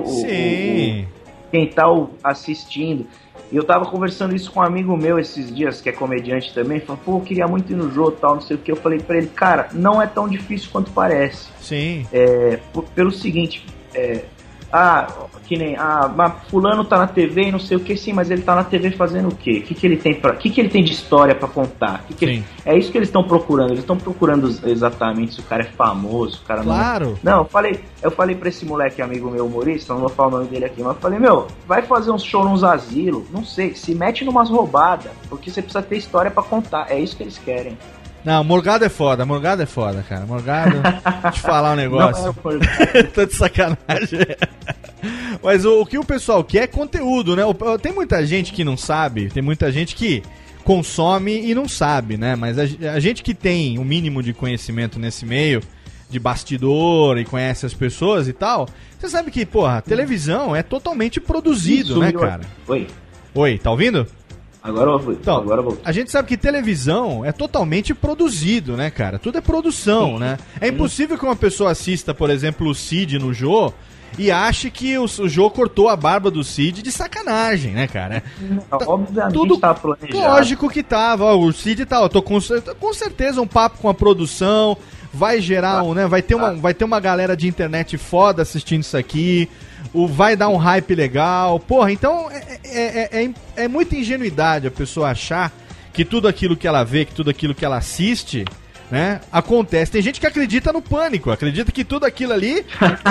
Speaker 10: quem tá assistindo. E eu tava conversando isso com um amigo meu esses dias, que é comediante também, falou, pô, eu queria muito ir no jogo, tal, não sei o que. Eu falei pra ele, cara, não é tão difícil quanto parece.
Speaker 5: Sim.
Speaker 10: Pelo seguinte, que nem, mas fulano tá na TV e não sei o que, sim, mas ele tá na TV fazendo o quê? O que ele tem de história pra contar? É isso que eles estão procurando. Eles estão procurando exatamente se o cara é famoso, o cara
Speaker 5: claro.
Speaker 10: Não, eu falei pra esse moleque, amigo meu, humorista, não vou falar o nome dele aqui, mas eu falei, vai fazer uns shows nos asilos, não sei, se mete numas roubadas, porque você precisa ter história pra contar. É isso que eles querem.
Speaker 5: Não, Morgado é foda, cara. Morgado, te falar um negócio. Tô de sacanagem. Mas o que o pessoal quer é conteúdo, né? Tem muita gente que não sabe, tem muita gente que consome e não sabe, né? Mas a gente que tem o mínimo de conhecimento nesse meio, de bastidor e conhece as pessoas e tal, você sabe que, porra, televisão é totalmente produzido, né, cara? Oi, tá ouvindo?
Speaker 10: Agora eu vou.
Speaker 5: A gente sabe que televisão é totalmente produzido, né, cara? Tudo é produção, né? É impossível que uma pessoa assista, por exemplo, o Cid no Jô e ache que o Jô cortou a barba do Cid de sacanagem, né, cara?
Speaker 10: Obviamente
Speaker 5: tudo
Speaker 10: tá planejado.
Speaker 5: Lógico que tava. Ó, o Cid tá, eu tô com certeza um papo com a produção, vai gerar, né? Vai ter uma galera de internet foda assistindo isso aqui. Vai dar um hype legal. Porra, então é muita ingenuidade a pessoa achar que tudo aquilo que ela vê, que tudo aquilo que ela assiste, né, acontece. Tem gente que acredita no Pânico, acredita que tudo aquilo ali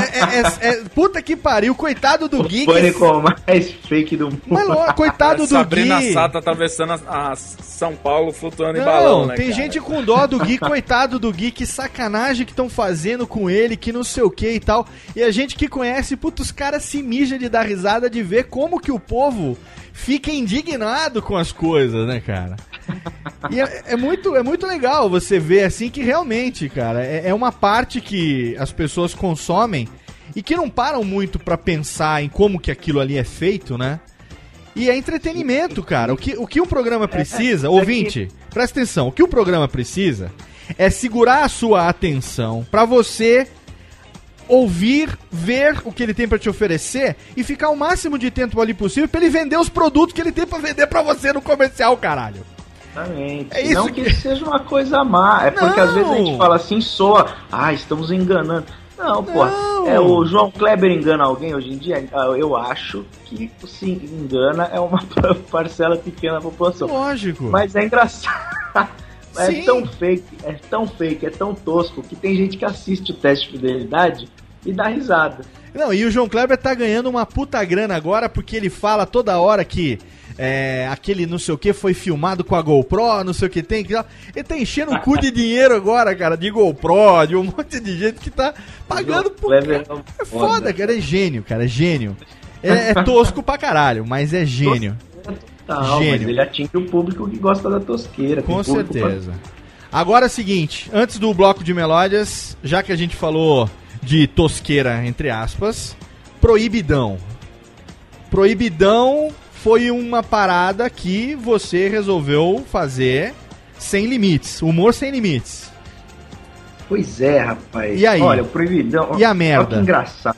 Speaker 5: puta que pariu, coitado do Gui.
Speaker 10: O Pânico é o mais fake do mundo.
Speaker 5: Mas, coitado do
Speaker 6: Sabrina
Speaker 5: Gui.
Speaker 6: Sato atravessando a São Paulo flutuando em balão, né,
Speaker 5: tem
Speaker 6: cara?
Speaker 5: gente com dó do Gui, coitado do Gui, que sacanagem que estão fazendo com ele, que não sei o que e tal. E a gente que conhece, puta, os caras se mijam de dar risada de ver como que o povo fica indignado com as coisas, né, cara? E é muito legal você ver assim que realmente, cara, é uma parte que as pessoas consomem e que não param muito pra pensar em como que aquilo ali é feito, né? E é entretenimento, cara. O que um programa precisa, ouvinte, presta atenção, o que o programa precisa é segurar a sua atenção pra você ouvir, ver o que ele tem pra te oferecer e ficar o máximo de tempo ali possível pra ele vender os produtos que ele tem pra vender pra você no comercial, caralho.
Speaker 10: Exatamente.
Speaker 5: É isso
Speaker 10: não que seja uma coisa má. É porque às vezes a gente fala assim, soa, estamos enganando. Não, pô. O João Kleber engana alguém hoje em dia? Eu acho que se engana é uma parcela pequena da população.
Speaker 5: Lógico.
Speaker 10: Mas é engraçado. É tão fake, é tão tosco que tem gente que assiste o teste de fidelidade e dá risada.
Speaker 5: Não, e o João Kleber tá ganhando uma puta grana agora porque ele fala toda hora que aquele não sei o que foi filmado com a GoPro, não sei o que tem. Ele tá enchendo o cu de dinheiro agora, cara, de GoPro, de um monte de gente que tá pagando por... É foda, cara, é gênio, cara, é gênio. É tosco pra caralho, mas é gênio.
Speaker 10: Não, mas ele atinge o público que gosta da tosqueira.
Speaker 5: Com certeza. Agora é o seguinte, antes do bloco de melódias, já que a gente falou de tosqueira, entre aspas, Proibidão. Proibidão foi uma parada que você resolveu fazer sem limites, humor sem limites.
Speaker 10: Pois é, rapaz.
Speaker 5: E aí?
Speaker 10: Olha, o Proibidão...
Speaker 5: E a merda?
Speaker 10: Olha que engraçado.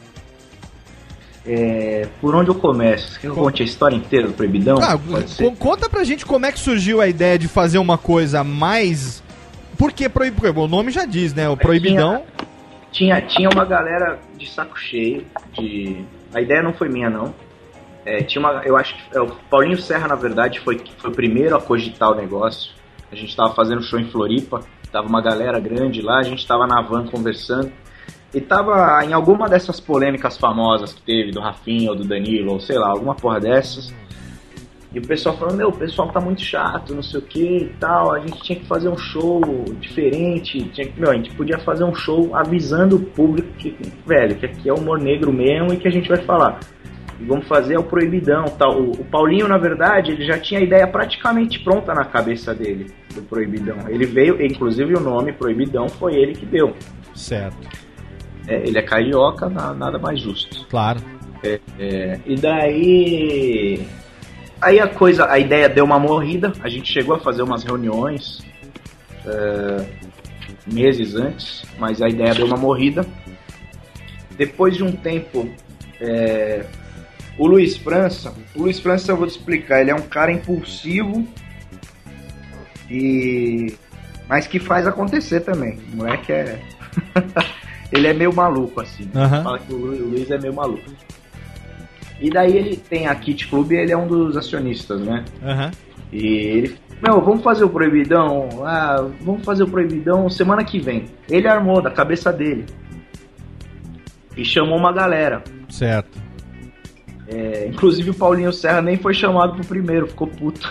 Speaker 10: Por onde eu começo? Você quer que eu conte a história inteira do Proibidão?
Speaker 5: Conta pra gente como é que surgiu a ideia de fazer uma coisa mais... Por que Proibidão? O nome já diz, né? O Proibidão...
Speaker 10: Tinha uma galera de saco cheio de... A ideia não foi minha, não. Eu acho que o Paulinho Serra, na verdade, foi o primeiro a cogitar o negócio. A gente tava fazendo show em Floripa, tava uma galera grande lá, a gente tava na van conversando. E tava em alguma dessas polêmicas famosas que teve, do Rafinha ou do Danilo, ou sei lá, alguma porra dessas. E o pessoal falando, o pessoal tá muito chato, não sei o que e tal, a gente tinha que fazer um show diferente, a gente podia fazer um show avisando o público que, velho, que aqui é humor negro mesmo e que a gente vai falar. E vamos fazer o Proibidão, tal. O Paulinho, na verdade, ele já tinha a ideia praticamente pronta na cabeça dele, do Proibidão. Ele veio, inclusive o nome Proibidão foi ele que deu.
Speaker 5: Certo.
Speaker 10: Ele é carioca, nada mais justo.
Speaker 5: Claro.
Speaker 10: E daí... Aí a ideia deu uma morrida, a gente chegou a fazer umas reuniões meses antes, mas a ideia deu uma morrida. Depois de um tempo, o Luiz França, eu vou te explicar, ele é um cara impulsivo, mas que faz acontecer também. O moleque ele é meio maluco, assim. Fala que o Luiz é meio maluco. E daí ele tem a Kit Club e ele é um dos acionistas, né? E ele, vamos fazer o Proibidão, vamos fazer o Proibidão semana que vem. Ele armou da cabeça dele. E chamou uma galera.
Speaker 5: Certo.
Speaker 10: Inclusive o Paulinho Serra nem foi chamado pro primeiro, ficou puto.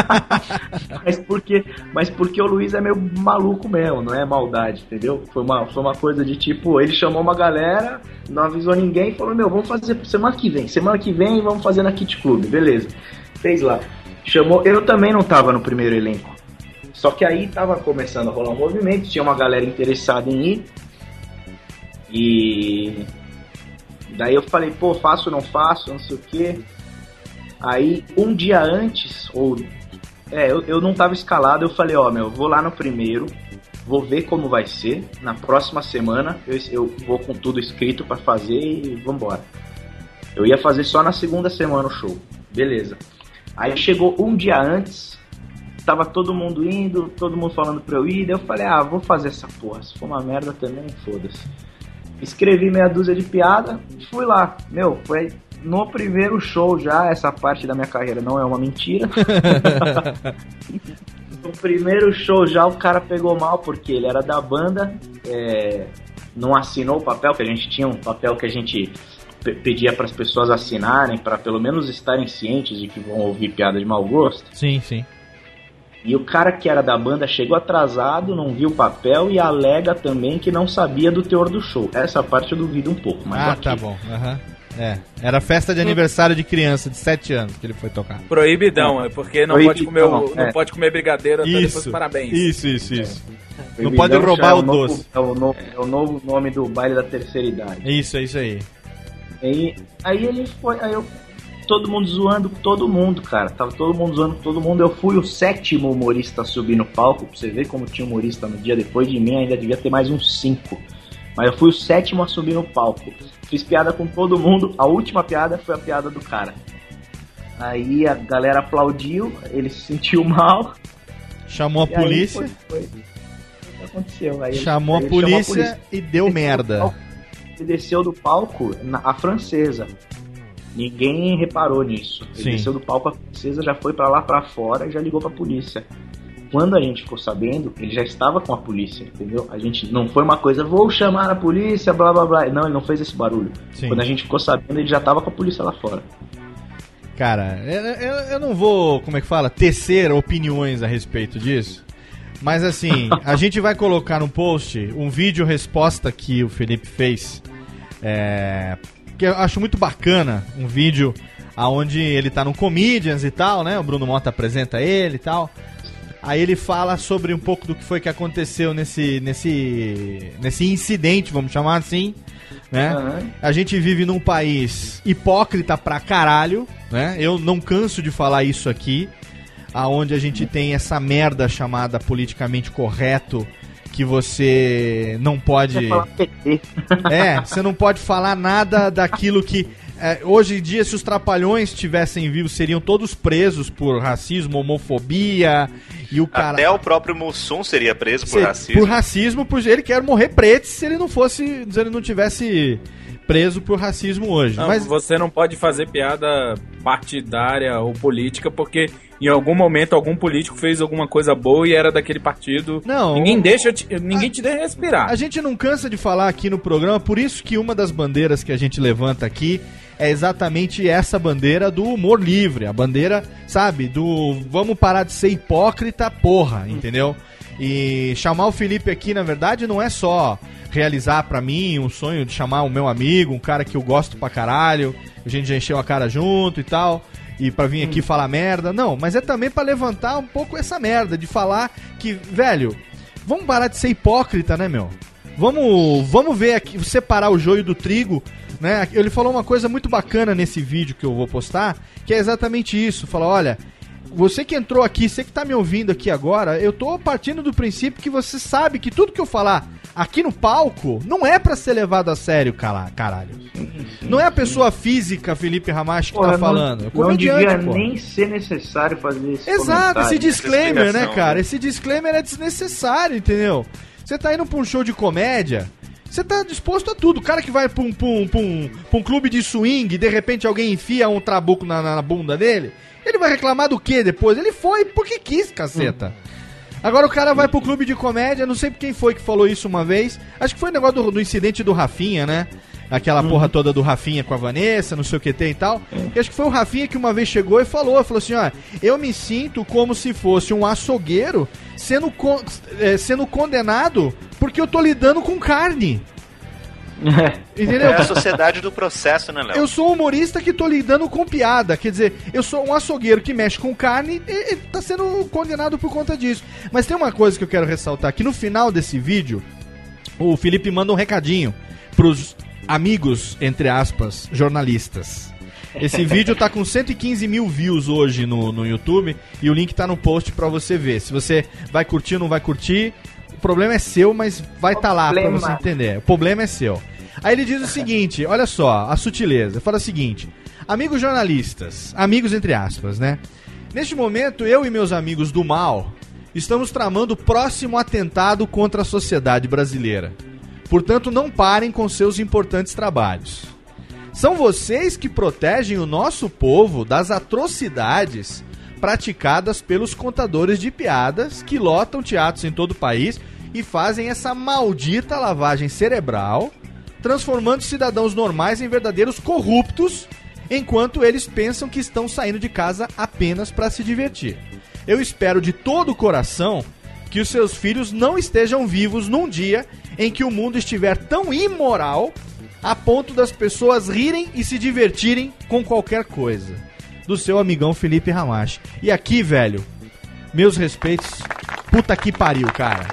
Speaker 10: mas porque o Luiz é meio maluco mesmo, não é maldade, entendeu? Foi uma coisa de tipo, ele chamou uma galera, não avisou ninguém e falou, vamos fazer semana que vem vamos fazer na Kit Club, beleza. Fez lá. Chamou, eu também não tava no primeiro elenco. Só que aí tava começando a rolar um movimento, tinha uma galera interessada em ir. E daí eu falei, faço ou não faço, não sei o que. Aí um dia antes, eu não tava escalado, eu falei, vou lá no primeiro, vou ver como vai ser. Na próxima semana eu vou com tudo escrito pra fazer e vambora. Eu ia fazer só na segunda semana o show, beleza. Aí chegou um dia antes, tava todo mundo indo, todo mundo falando pra eu ir, daí eu falei, vou fazer essa porra, se for uma merda também, foda-se. Escrevi meia dúzia de piada e fui lá. Foi no primeiro show já, essa parte da minha carreira não é uma mentira. No primeiro show já o cara pegou mal, porque ele era da banda, não assinou o papel, que a gente tinha um papel que a gente pedia para as pessoas assinarem, para pelo menos estarem cientes de que vão ouvir piada de mau gosto.
Speaker 5: Sim, sim.
Speaker 10: E o cara que era da banda chegou atrasado, não viu o papel e alega também que não sabia do teor do show. Essa parte eu duvido um pouco. Mas
Speaker 5: tá bom. Era festa de aniversário de criança de 7 anos que ele foi tocar.
Speaker 6: Proibidão, porque não pode comer brigadeiro até depois, parabéns.
Speaker 5: Isso. Não pode roubar o doce.
Speaker 10: É o novo nome do baile da terceira idade.
Speaker 5: Isso, é isso aí.
Speaker 10: Aí ele foi, todo mundo zoando todo mundo, cara. Tava todo mundo zoando todo mundo. Eu fui o 7º humorista a subir no palco. Pra você ver como tinha humorista no dia. Depois de mim ainda devia ter mais uns 5. Mas eu fui o 7º a subir no palco. Fiz piada com todo mundo. A última piada foi a piada do cara. Aí a galera aplaudiu. Ele se sentiu mal.
Speaker 5: Chamou a polícia.
Speaker 10: Foi. O que aconteceu?
Speaker 5: Chamou a polícia e deu merda.
Speaker 10: Ele desceu do palco a francesa. Ninguém reparou nisso. Ele desceu do palco, a francesa já foi pra lá pra fora e já ligou pra polícia. Quando a gente ficou sabendo, ele já estava com a polícia, entendeu? A gente não foi uma coisa, vou chamar a polícia, blá blá blá. Não, ele não fez esse barulho. Sim. Quando a gente ficou sabendo, ele já estava com a polícia lá fora.
Speaker 5: Cara, eu não vou, como é que fala, tecer opiniões a respeito disso. Mas assim, a gente vai colocar no post um vídeo resposta que o Felipe fez, que eu acho muito bacana, um vídeo onde ele tá no Comedians e tal, né? O Bruno Mota apresenta ele e tal. Aí ele fala sobre um pouco do que foi que aconteceu nesse incidente, vamos chamar assim, né? Uhum. A gente vive num país hipócrita pra caralho, né? Eu não canso de falar isso aqui, aonde a gente tem essa merda chamada politicamente correto, que você não pode... você não pode falar nada daquilo que... hoje em dia, se os Trapalhões estivessem vivos, seriam todos presos por racismo, homofobia e o cara...
Speaker 8: Até o próprio Mussum seria preso por racismo.
Speaker 5: Por racismo, por ele quer morrer preto se ele não tivesse preso por racismo hoje.
Speaker 6: Não,
Speaker 5: mas
Speaker 6: você não pode fazer piada partidária ou política porque em algum momento algum político fez alguma coisa boa e era daquele partido.
Speaker 5: Não,
Speaker 6: ninguém te deixa respirar.
Speaker 5: A gente não cansa de falar aqui no programa, por isso que uma das bandeiras que a gente levanta aqui é exatamente essa bandeira do humor livre, a bandeira, sabe, do vamos parar de ser hipócrita, porra, entendeu? E chamar o Felipe aqui, na verdade, não é só realizar pra mim um sonho de chamar o meu amigo, um cara que eu gosto pra caralho, a gente já encheu a cara junto e tal, e pra vir aqui falar merda, não, mas é também pra levantar um pouco essa merda, de falar que, velho, vamos parar de ser hipócrita, né, meu? Vamos ver aqui, separar o joio do trigo, né? Ele falou uma coisa muito bacana nesse vídeo que eu vou postar, que é exatamente isso. Fala, olha, você que entrou aqui, você que tá me ouvindo aqui agora, eu tô partindo do princípio que você sabe que tudo que eu falar aqui no palco não é pra ser levado a sério, caralho. Não é a pessoa física, Felipe Ramache, que tá falando.
Speaker 10: Não devia nem ser necessário fazer esse
Speaker 5: Exato, esse disclaimer, né, cara? Esse disclaimer é desnecessário, entendeu? Você tá indo pra um show de comédia, você tá disposto a tudo. O cara que vai pra um clube de swing e de repente alguém enfia um trabuco na bunda dele, ele vai reclamar do quê depois? Ele foi porque quis, caceta. Agora o cara vai pro clube de comédia, não sei quem foi que falou isso uma vez. Acho que foi o negócio do incidente do Rafinha, né? Aquela porra toda do Rafinha com a Vanessa, não sei o que tem e tal. E acho que foi o Rafinha que uma vez chegou e falou assim, ó, eu me sinto como se fosse um açougueiro sendo condenado porque eu tô lidando com carne. Entendeu?
Speaker 8: É a sociedade do processo, né, Léo?
Speaker 5: Eu sou um humorista que tô lidando com piada. Quer dizer, eu sou um açougueiro que mexe com carne e tá sendo condenado por conta disso. Mas tem uma coisa que eu quero ressaltar, que no final desse vídeo, o Felipe manda um recadinho pros amigos, entre aspas, jornalistas. Esse vídeo tá com 115 mil views hoje no YouTube e o link tá no post pra você ver. Se você vai curtir ou não vai curtir, o problema é seu, mas vai tá lá pra você entender. O problema é seu. Aí ele diz o seguinte, olha só, a sutileza. Fala o seguinte, amigos jornalistas, amigos entre aspas, né? Neste momento, eu e meus amigos do mal estamos tramando o próximo atentado contra a sociedade brasileira. Portanto, não parem com seus importantes trabalhos. São vocês que protegem o nosso povo das atrocidades praticadas pelos contadores de piadas que lotam teatros em todo o país e fazem essa maldita lavagem cerebral, transformando cidadãos normais em verdadeiros corruptos, enquanto eles pensam que estão saindo de casa apenas para se divertir. Eu espero de todo o coração que os seus filhos não estejam vivos num dia em que o mundo estiver tão imoral a ponto das pessoas rirem e se divertirem com qualquer coisa. Do seu amigão Felipe Ramache. E aqui, velho, meus respeitos, puta que pariu, cara.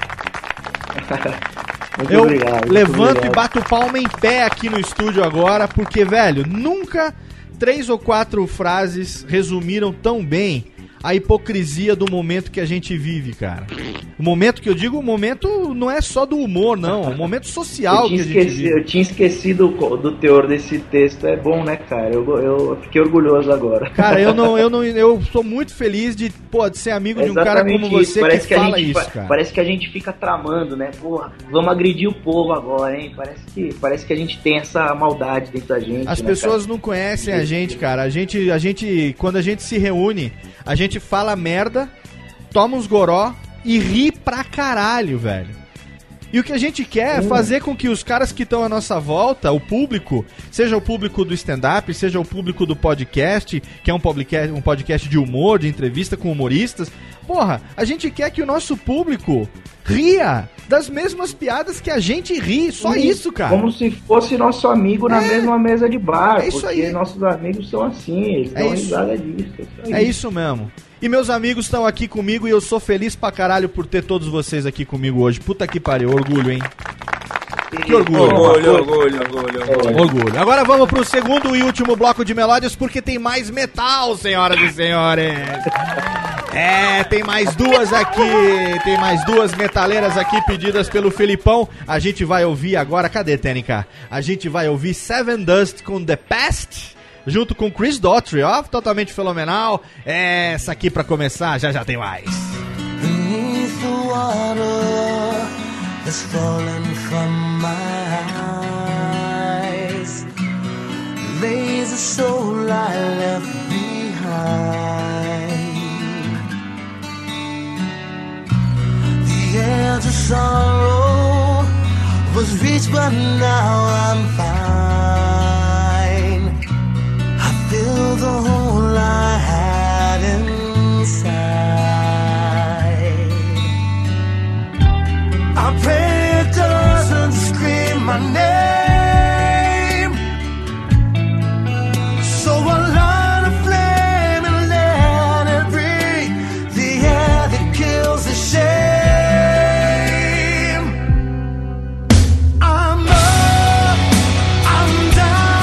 Speaker 5: Eu levanto e bato palma em pé aqui no estúdio agora, porque, velho, nunca 3 ou 4 frases resumiram tão bem a hipocrisia do momento que a gente vive, cara. O momento que eu digo, o momento não é só do humor, não. O momento social que a gente vive.
Speaker 10: Eu tinha esquecido do teor desse texto. É bom, né, cara? Eu fiquei orgulhoso agora.
Speaker 5: Cara, eu sou muito feliz de ser amigo de um cara como você que fala isso, cara.
Speaker 10: Parece que a gente fica tramando, né? Porra, vamos agredir o povo agora, hein? Parece que a gente tem essa maldade dentro da gente.
Speaker 5: As pessoas não conhecem a gente, cara. A gente, quando a gente se reúne, a gente fala merda, toma uns goró e ri pra caralho, velho. E o que a gente quer é fazer com que os caras que estão à nossa volta, o público, seja o público do stand-up, seja o público do podcast, que é um podcast de humor, de entrevista com humoristas, porra, a gente quer que o nosso público ria das mesmas piadas que a gente ri, só isso, cara.
Speaker 10: Como se fosse nosso amigo na mesma mesa de bar,
Speaker 5: isso
Speaker 10: porque
Speaker 5: aí.
Speaker 10: Nossos amigos são assim, eles dão risada disso.
Speaker 5: É isso mesmo. E meus amigos estão aqui comigo e eu sou feliz pra caralho por ter todos vocês aqui comigo hoje. Puta que pariu, orgulho, hein? Que orgulho. Orgulho. Agora vamos pro segundo e último bloco de melódias, porque tem mais metal, senhoras e senhores. Tem mais duas aqui. Tem mais duas metaleiras aqui pedidas pelo Felipão. A gente vai ouvir agora, cadê, Tênica? A gente vai ouvir Seven Dust com The Past, junto com Chris Daughtry, ó, totalmente fenomenal. Essa aqui pra começar, já tem mais.
Speaker 13: Beneath the water that's fallen from my eyes, lays a soul I left behind. The edge of sorrow was reached, but now I'm fine. I feel the hole I had inside. I pray it doesn't scream my name, so I light a flame and let it breathe the air that kills the shame. I'm up, I'm down.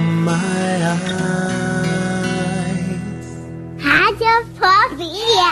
Speaker 13: my eyes.
Speaker 12: Radiofobia.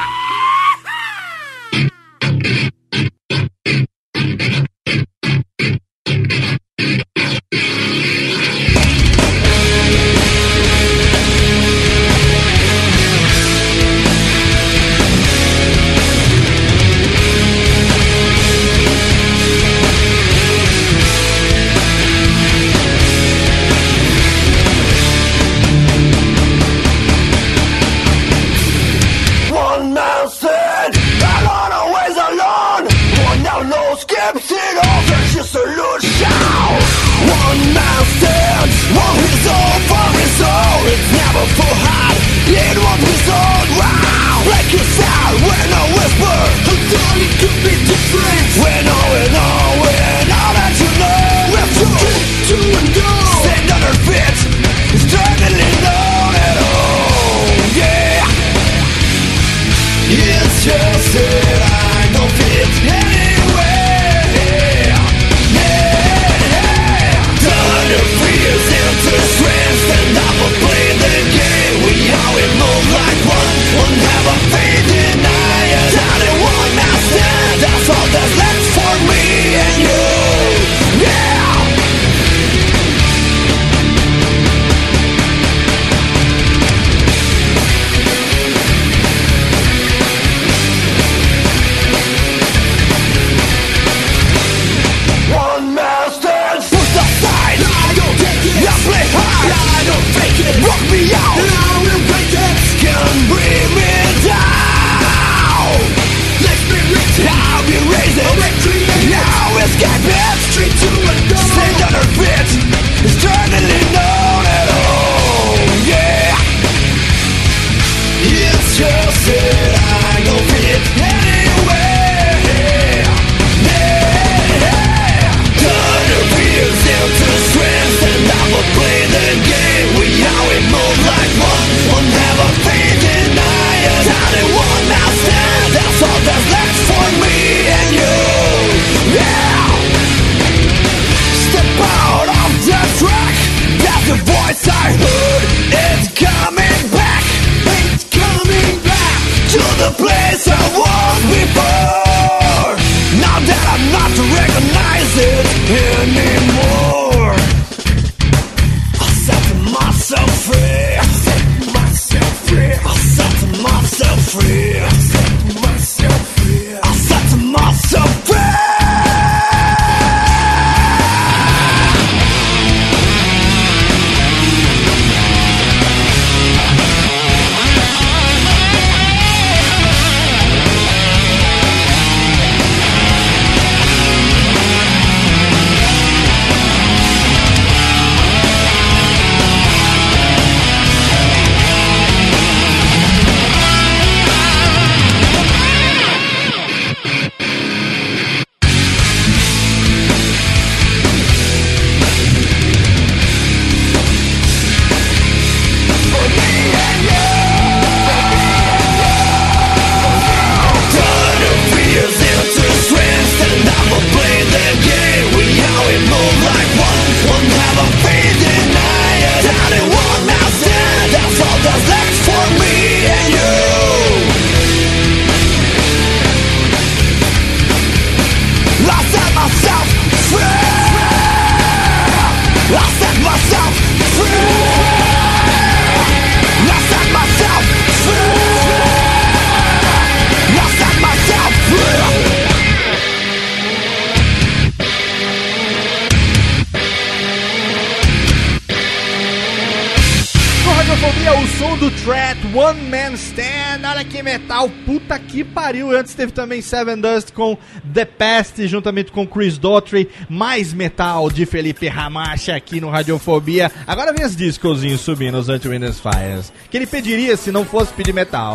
Speaker 5: One Man Stand, olha que metal, puta que pariu. Antes teve também Seven Dust com The Past, juntamente com Chris Daughtry. Mais metal de Felipe Hamashi aqui no Radiofobia. Agora vem os discozinhos subindo, os Earth, Wind & Fires, que ele pediria se não fosse pedir metal.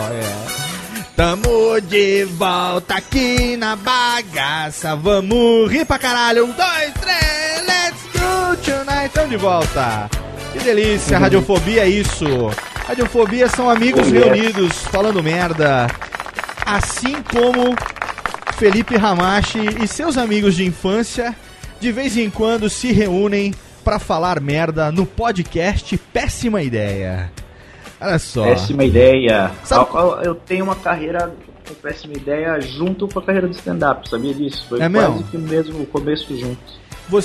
Speaker 5: Tamo de volta aqui na bagaça, vamos rir pra caralho. 1, 2, 3, let's go tonight. Tamo de volta. Que delícia, Radiofobia é isso. Radiofobia são amigos reunidos falando merda, assim como Felipe Hamashi e seus amigos de infância de vez em quando se reúnem pra falar merda no podcast Péssima Ideia. Olha só.
Speaker 10: Péssima Ideia. Eu tenho uma carreira com Péssima Ideia junto com a carreira do stand-up, sabia disso? Foi quase que mesmo começo juntos.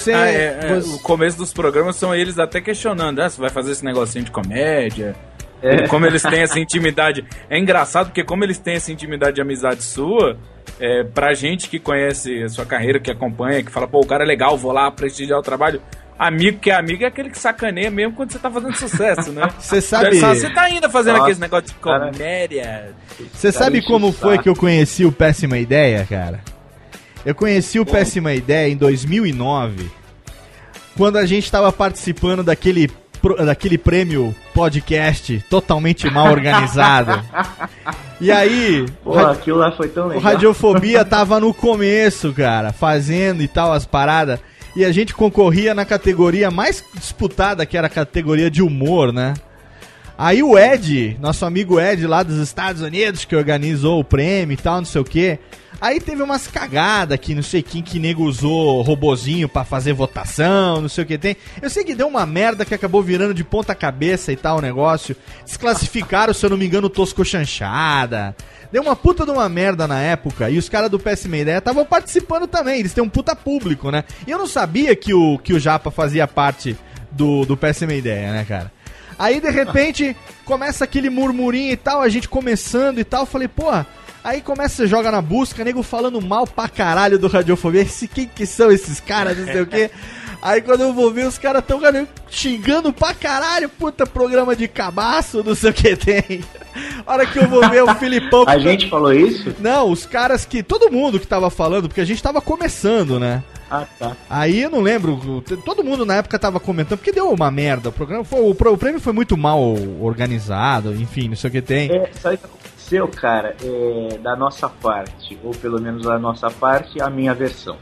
Speaker 6: O começo dos programas são eles até questionando, você vai fazer esse negocinho de comédia? Como eles têm essa intimidade. É engraçado porque como eles têm essa intimidade de amizade sua, pra gente que conhece a sua carreira, que acompanha, que fala, pô, o cara é legal, vou lá prestigiar o trabalho. Amigo que é amigo é aquele que sacaneia mesmo quando você tá fazendo sucesso, né?
Speaker 5: Você sabe...
Speaker 6: Você tá ainda fazendo aquele negócio de comédia.
Speaker 5: Você sabe como foi que eu conheci o Péssima Ideia, cara? Eu conheci o Péssima Ideia em 2009, quando a gente tava participando daquele prêmio podcast totalmente mal organizado. E aí...
Speaker 10: aquilo lá foi tão legal.
Speaker 5: O Radiofobia tava no começo, cara, fazendo e tal as paradas. E a gente concorria na categoria mais disputada, que era a categoria de humor, né? Aí o Ed, nosso amigo Ed lá dos Estados Unidos, que organizou o prêmio e tal, não sei o quê. Aí teve umas cagadas que não sei quem que nego usou robozinho pra fazer votação, não sei o que tem. Eu sei que deu uma merda que acabou virando de ponta cabeça e tal o negócio. Desclassificaram, se eu não me engano, o Tosco Chanchada. Deu uma puta de uma merda na época. E os caras do Péssima Ideia estavam participando também. Eles têm um puta público, né? E eu não sabia que o Japa fazia parte do Péssima Ideia, né, cara? Aí, de repente, começa aquele murmurinho e tal, a gente começando e tal. Eu falei, porra... Aí começa, você joga na busca, nego falando mal pra caralho do Radiofobia. Quem que são esses caras, não sei o quê. Aí quando eu vou ver, os caras tão xingando pra caralho. Puta, programa de cabaço, não sei o que tem. A hora que eu vou ver o Filipão...
Speaker 10: A gente falou isso?
Speaker 5: Não, os caras que... Todo mundo que tava falando, porque a gente tava começando, né?
Speaker 10: Ah, tá.
Speaker 5: Aí eu não lembro, todo mundo na época tava comentando, porque deu uma merda. O programa o prêmio foi muito mal organizado, enfim, não sei o que tem.
Speaker 10: Sabe o que aconteceu, cara? Da nossa parte, ou pelo menos da nossa parte, a minha versão.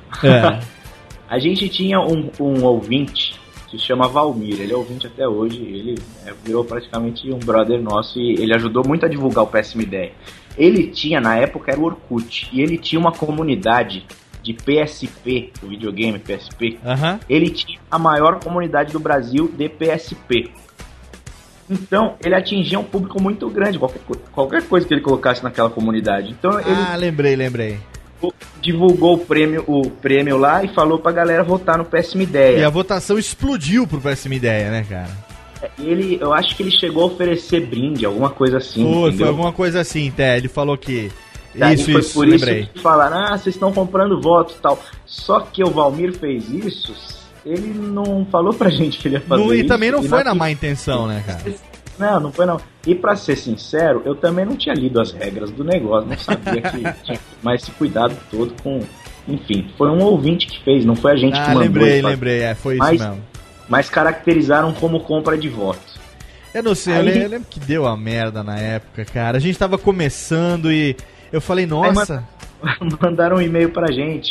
Speaker 10: A gente tinha um ouvinte que se chama Valmir, ele é ouvinte até hoje, ele virou praticamente um brother nosso e ele ajudou muito a divulgar o Péssima Ideia. Ele tinha, na época, era o Orkut, e ele tinha uma comunidade de PSP, o videogame PSP. Ele tinha a maior comunidade do Brasil de PSP. Então, ele atingia um público muito grande, qualquer coisa que ele colocasse naquela comunidade. Então, ele
Speaker 5: lembrei.
Speaker 10: Divulgou o prêmio lá e falou pra galera votar no Péssima Ideia.
Speaker 5: E a votação explodiu pro Péssima Ideia, né, cara?
Speaker 10: Eu acho que ele chegou a oferecer brinde, alguma coisa assim.
Speaker 5: Foi alguma coisa assim, ele falou que...
Speaker 10: Foi por lembrei. Isso que falaram, vocês estão comprando votos e tal. Só que o Valmir fez isso, ele não falou pra gente que ele ia fazer isso.
Speaker 5: E também não foi na má intenção, né, cara?
Speaker 10: Não foi não. E pra ser sincero, eu também não tinha lido as regras do negócio, não sabia que tinha mais esse cuidado todo com... Enfim, foi um ouvinte que fez, não foi a gente que mandou.
Speaker 5: Lembrei, foi isso mesmo.
Speaker 10: Mas caracterizaram como compra de votos.
Speaker 5: Eu não sei, eu lembro que deu a merda na época, cara. A gente tava começando e... Eu falei, nossa...
Speaker 10: Mandaram um e-mail pra gente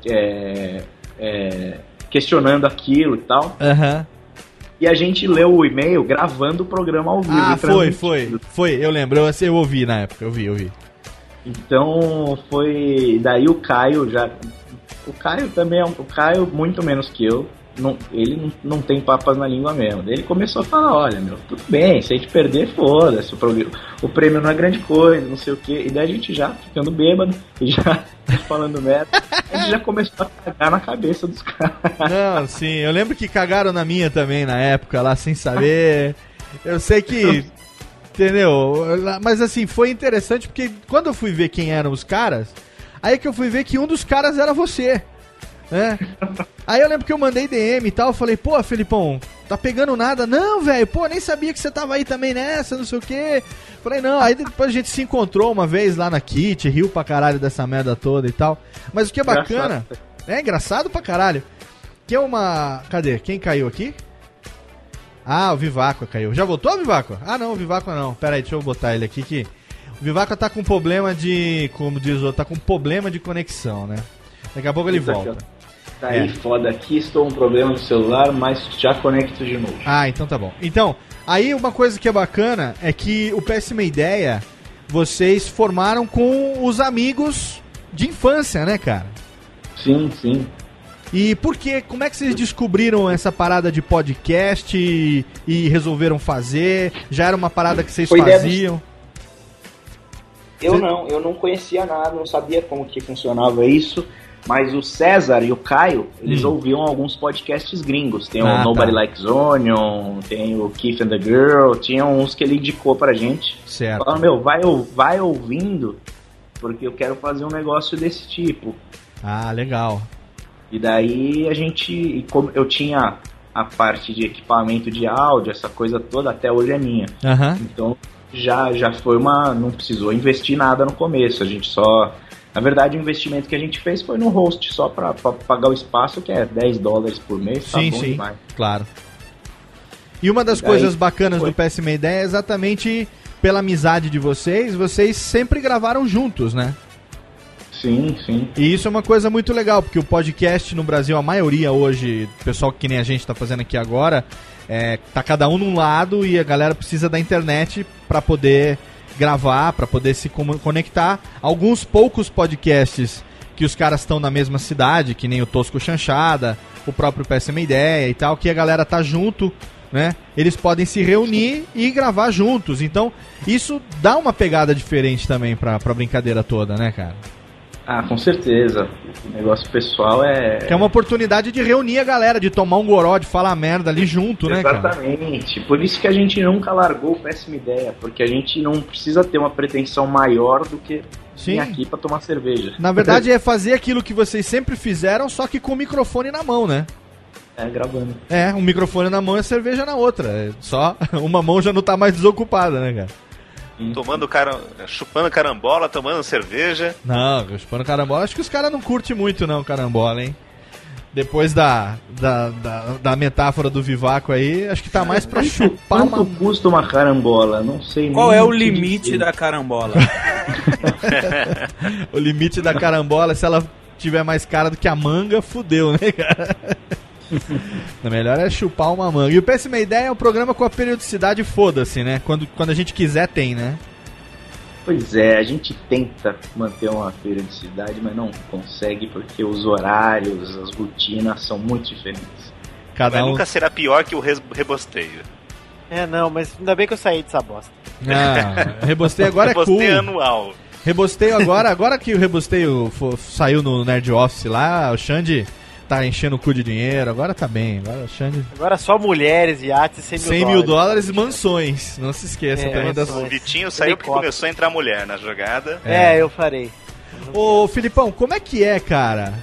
Speaker 10: questionando aquilo e tal. E a gente leu o e-mail gravando o programa ao vivo.
Speaker 5: Foi, eu lembro, eu ouvi na época, eu vi.
Speaker 10: Então foi... Daí o Caio já... O Caio também o Caio muito menos que eu. Ele não tem papas na língua mesmo. Daí ele começou a falar, olha, tudo bem, se a gente perder, foda-se, o prêmio não é grande coisa, não sei o quê. E daí a gente já ficando bêbado e já falando merda, a gente já começou a cagar na cabeça dos caras.
Speaker 5: Não, sim, eu lembro que cagaram na minha também na época lá, sem saber. Eu sei que... Entendeu? Mas assim, foi interessante porque quando eu fui ver quem eram os caras, aí que eu fui ver que um dos caras era você. Aí eu lembro que eu mandei DM e tal, eu falei, pô, Felipão, tá pegando nada? Não, velho, pô, nem sabia que você tava aí também nessa, não sei o que. Falei, não, aí depois a gente se encontrou uma vez lá na Kit, riu pra caralho dessa merda toda e tal. Mas o que é bacana, engraçado pra caralho, que é uma... Cadê? Quem caiu aqui? O Vivaco caiu. Já voltou, Vivaco? Não, o Vivaco não. Pera aí, deixa eu botar ele aqui que... O Vivaco tá com problema de... Como diz o outro, tá com problema de conexão, né? Daqui a pouco ele volta.
Speaker 10: Tá aí, foda aqui, estou com um problema no celular, mas já conecto de novo.
Speaker 5: Então tá bom. Então, aí uma coisa que é bacana é que o Péssima Ideia, vocês formaram com os amigos de infância, né, cara?
Speaker 10: Sim.
Speaker 5: E por quê? Como é que vocês descobriram essa parada de podcast e resolveram fazer? Já era uma parada que vocês faziam?
Speaker 10: Eu não conhecia nada, não sabia como que funcionava isso, mas o César e o Caio, eles ouviam alguns podcasts gringos. Tem o Nobody Likes Onion, tem o Keith and the Girl, tinha uns que ele indicou pra gente.
Speaker 5: Certo.
Speaker 10: Falando, vai ouvindo, porque eu quero fazer um negócio desse tipo.
Speaker 5: Ah, legal.
Speaker 10: E daí como eu tinha a parte de equipamento de áudio, essa coisa toda, até hoje é minha. Então já foi não precisou investir nada no começo, a gente só... Na verdade, o investimento que a gente fez foi no host, só pra pagar o espaço, que é $10 por mês, tá bom demais.
Speaker 5: Claro. E uma das coisas bacanas do Péssima Ideia é exatamente pela amizade de vocês sempre gravaram juntos, né?
Speaker 10: Sim.
Speaker 5: E isso é uma coisa muito legal, porque o podcast no Brasil, a maioria hoje, o pessoal que nem a gente tá fazendo aqui agora, tá cada um num lado e a galera precisa da internet pra poder gravar, pra poder se conectar. Alguns poucos podcasts que os caras estão na mesma cidade, que nem o Tosco Chanchada, o próprio Péssima Ideia e tal, que a galera tá junto, né? Eles podem se reunir e gravar juntos. Então, isso dá uma pegada diferente também pra brincadeira toda, né, cara?
Speaker 10: Ah, com certeza. O negócio pessoal
Speaker 5: Que é uma oportunidade de reunir a galera, de tomar um goró, de falar merda ali junto, né, cara?
Speaker 10: Exatamente. Por isso que a gente nunca largou o Péssima Ideia, porque a gente não precisa ter uma pretensão maior do que vir aqui pra tomar cerveja.
Speaker 5: Na verdade é fazer aquilo que vocês sempre fizeram, só que com o microfone na mão, né?
Speaker 10: Gravando.
Speaker 5: Um microfone na mão e a cerveja na outra. Só uma mão já não tá mais desocupada, né, cara?
Speaker 8: Chupando carambola, tomando cerveja.
Speaker 5: Não, chupando carambola, acho que os caras não curtem muito não, carambola, hein? Depois da metáfora do Vivaco aí, acho que tá mais pra chupar
Speaker 10: Quanto custa uma carambola? Não sei nem.
Speaker 6: Qual é o limite da carambola?
Speaker 5: O limite da carambola, se ela tiver mais cara do que a manga, fudeu, né, cara? O melhor é chupar uma manga. E o Péssima Ideia é um programa com a periodicidade foda-se, né? Quando a gente quiser, tem, né?
Speaker 10: Pois é, a gente tenta manter uma periodicidade, mas não consegue porque os horários, as rotinas são muito diferentes.
Speaker 8: Mas nunca será pior que o rebosteio.
Speaker 7: Não, mas ainda bem que eu saí dessa bosta.
Speaker 5: Rebosteio agora é cool.
Speaker 8: Rebosteio anual.
Speaker 5: Rebosteio agora que o rebosteio saiu no Nerd Office lá, o Xande tá enchendo o cu de dinheiro, agora tá bem.
Speaker 7: Agora só mulheres, iates e $100
Speaker 5: mil dólares e mansões. Não se esqueça também das...
Speaker 8: O Vitinho saiu porque começou a entrar mulher na jogada.
Speaker 7: Eu farei.
Speaker 5: Ô, Filipão, como é que é, cara?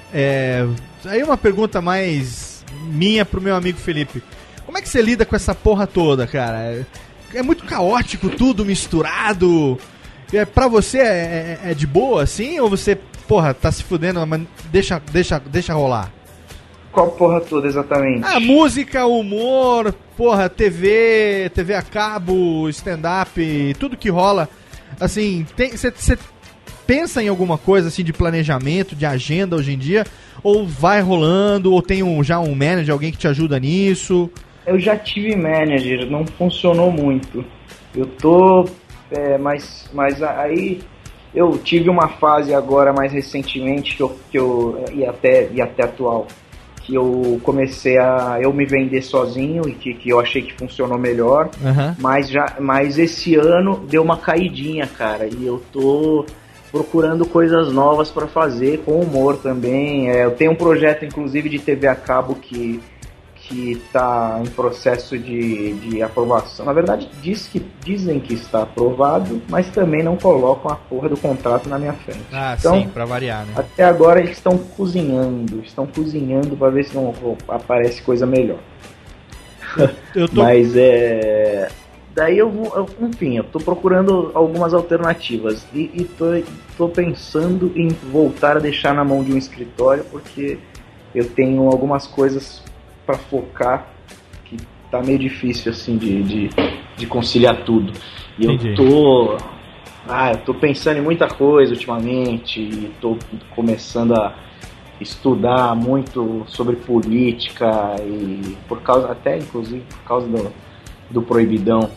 Speaker 5: Aí uma pergunta mais minha pro meu amigo Felipe. Como é que você lida com essa porra toda, cara? É muito caótico tudo, misturado. Pra você é de boa, assim? Ou você, porra, tá se fudendo, mas deixa rolar?
Speaker 10: Qual porra toda, exatamente?
Speaker 5: Música, humor, porra, TV a cabo, stand-up, tudo que rola. Assim, você pensa em alguma coisa assim de planejamento, de agenda hoje em dia? Ou vai rolando, ou tem já um manager, alguém que te ajuda nisso?
Speaker 10: Eu já tive manager, não funcionou muito. Eu tô... mas aí... Eu tive uma fase agora, mais recentemente, que eu e até atual, que eu comecei a eu me vender sozinho e que eu achei que funcionou melhor, mas esse ano deu uma caidinha, cara, e eu tô procurando coisas novas pra fazer, com humor também. Eu tenho um projeto, inclusive, de TV a cabo que está em processo de aprovação. Na verdade, dizem que está aprovado, mas também não colocam a porra do contrato na minha frente.
Speaker 5: Então, sim, pra variar, né?
Speaker 10: Até agora eles estão cozinhando para ver se não aparece coisa melhor. Mas daí enfim, eu tô procurando algumas alternativas e tô pensando em voltar a deixar na mão de um escritório, porque eu tenho algumas coisas para focar que tá meio difícil assim de conciliar tudo. E eu tô pensando em muita coisa ultimamente, e tô começando a estudar muito sobre política, e inclusive por causa do Proibidão.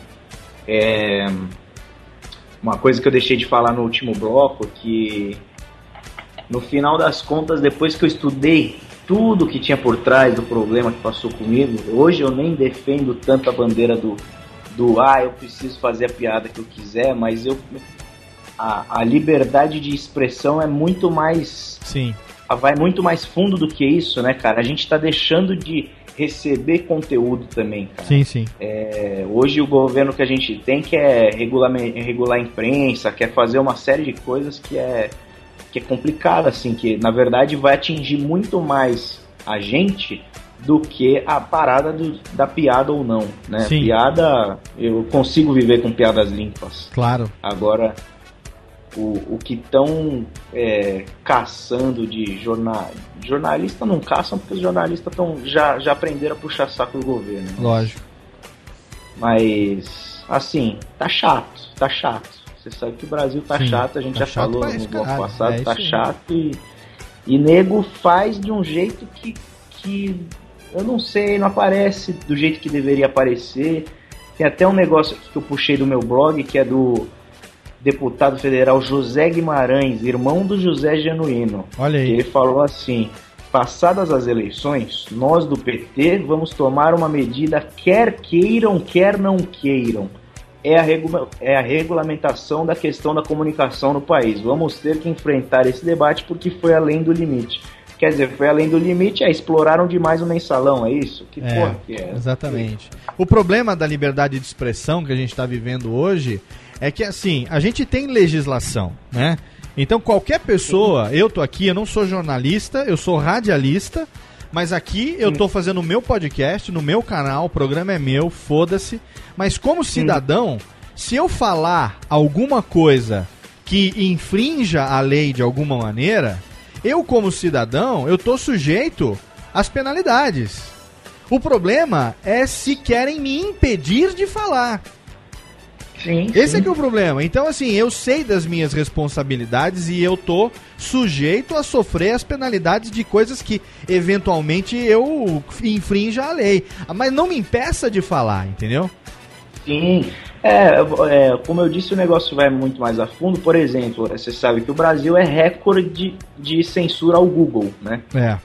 Speaker 10: Uma coisa que eu deixei de falar no último bloco, que no final das contas, depois que eu estudei tudo que tinha por trás do problema que passou comigo, hoje eu nem defendo tanto a bandeira do eu preciso fazer a piada que eu quiser, mas a liberdade de expressão é muito mais...
Speaker 5: Sim.
Speaker 10: Vai muito mais fundo do que isso, né, cara? A gente tá deixando de receber conteúdo também, cara.
Speaker 5: Sim, sim.
Speaker 10: Hoje o governo que a gente tem quer regular a imprensa, quer fazer uma série de coisas que é complicado, assim, que na verdade vai atingir muito mais a gente do que a parada da piada ou não, né?
Speaker 5: Sim.
Speaker 10: Piada, eu consigo viver com piadas limpas.
Speaker 5: Claro.
Speaker 10: Agora, o que estão caçando de jornalista não caçam porque os jornalistas já aprenderam a puxar saco do governo. Né?
Speaker 5: Lógico.
Speaker 10: Mas, assim, tá chato. Você sabe que o Brasil tá chato, a gente já falou no bloco passado, tá chato e nego faz de um jeito que eu não sei, não aparece do jeito que deveria aparecer. Tem até um negócio aqui que eu puxei do meu blog, que é do deputado federal José Guimarães, irmão do José Genuíno.
Speaker 5: Olha aí.
Speaker 10: Que ele falou assim: passadas as eleições, nós do PT vamos tomar uma medida, quer queiram, quer não queiram. É a regulamentação da questão da comunicação no país. Vamos ter que enfrentar esse debate porque foi além do limite. Quer dizer, foi além do limite, exploraram demais o mensalão, é isso? Que porra que é?
Speaker 5: Exatamente. O problema da liberdade de expressão que a gente está vivendo hoje é que, assim, a gente tem legislação, né? Então qualquer pessoa, eu tô aqui, eu não sou jornalista, eu sou radialista, mas aqui eu tô fazendo o meu podcast, no meu canal, o programa é meu, foda-se. Mas como cidadão, se eu falar alguma coisa que infrinja a lei de alguma maneira, eu como cidadão, eu tô sujeito às penalidades. O problema é se querem me impedir de falar. Esse é que é o problema. Então, assim, eu sei das minhas responsabilidades e eu tô sujeito a sofrer as penalidades de coisas que, eventualmente, eu infrinja a lei. Mas não me impeça de falar, entendeu?
Speaker 10: Sim. Como eu disse, o negócio vai muito mais a fundo. Por exemplo, você sabe que o Brasil é recorde de censura ao Google, né?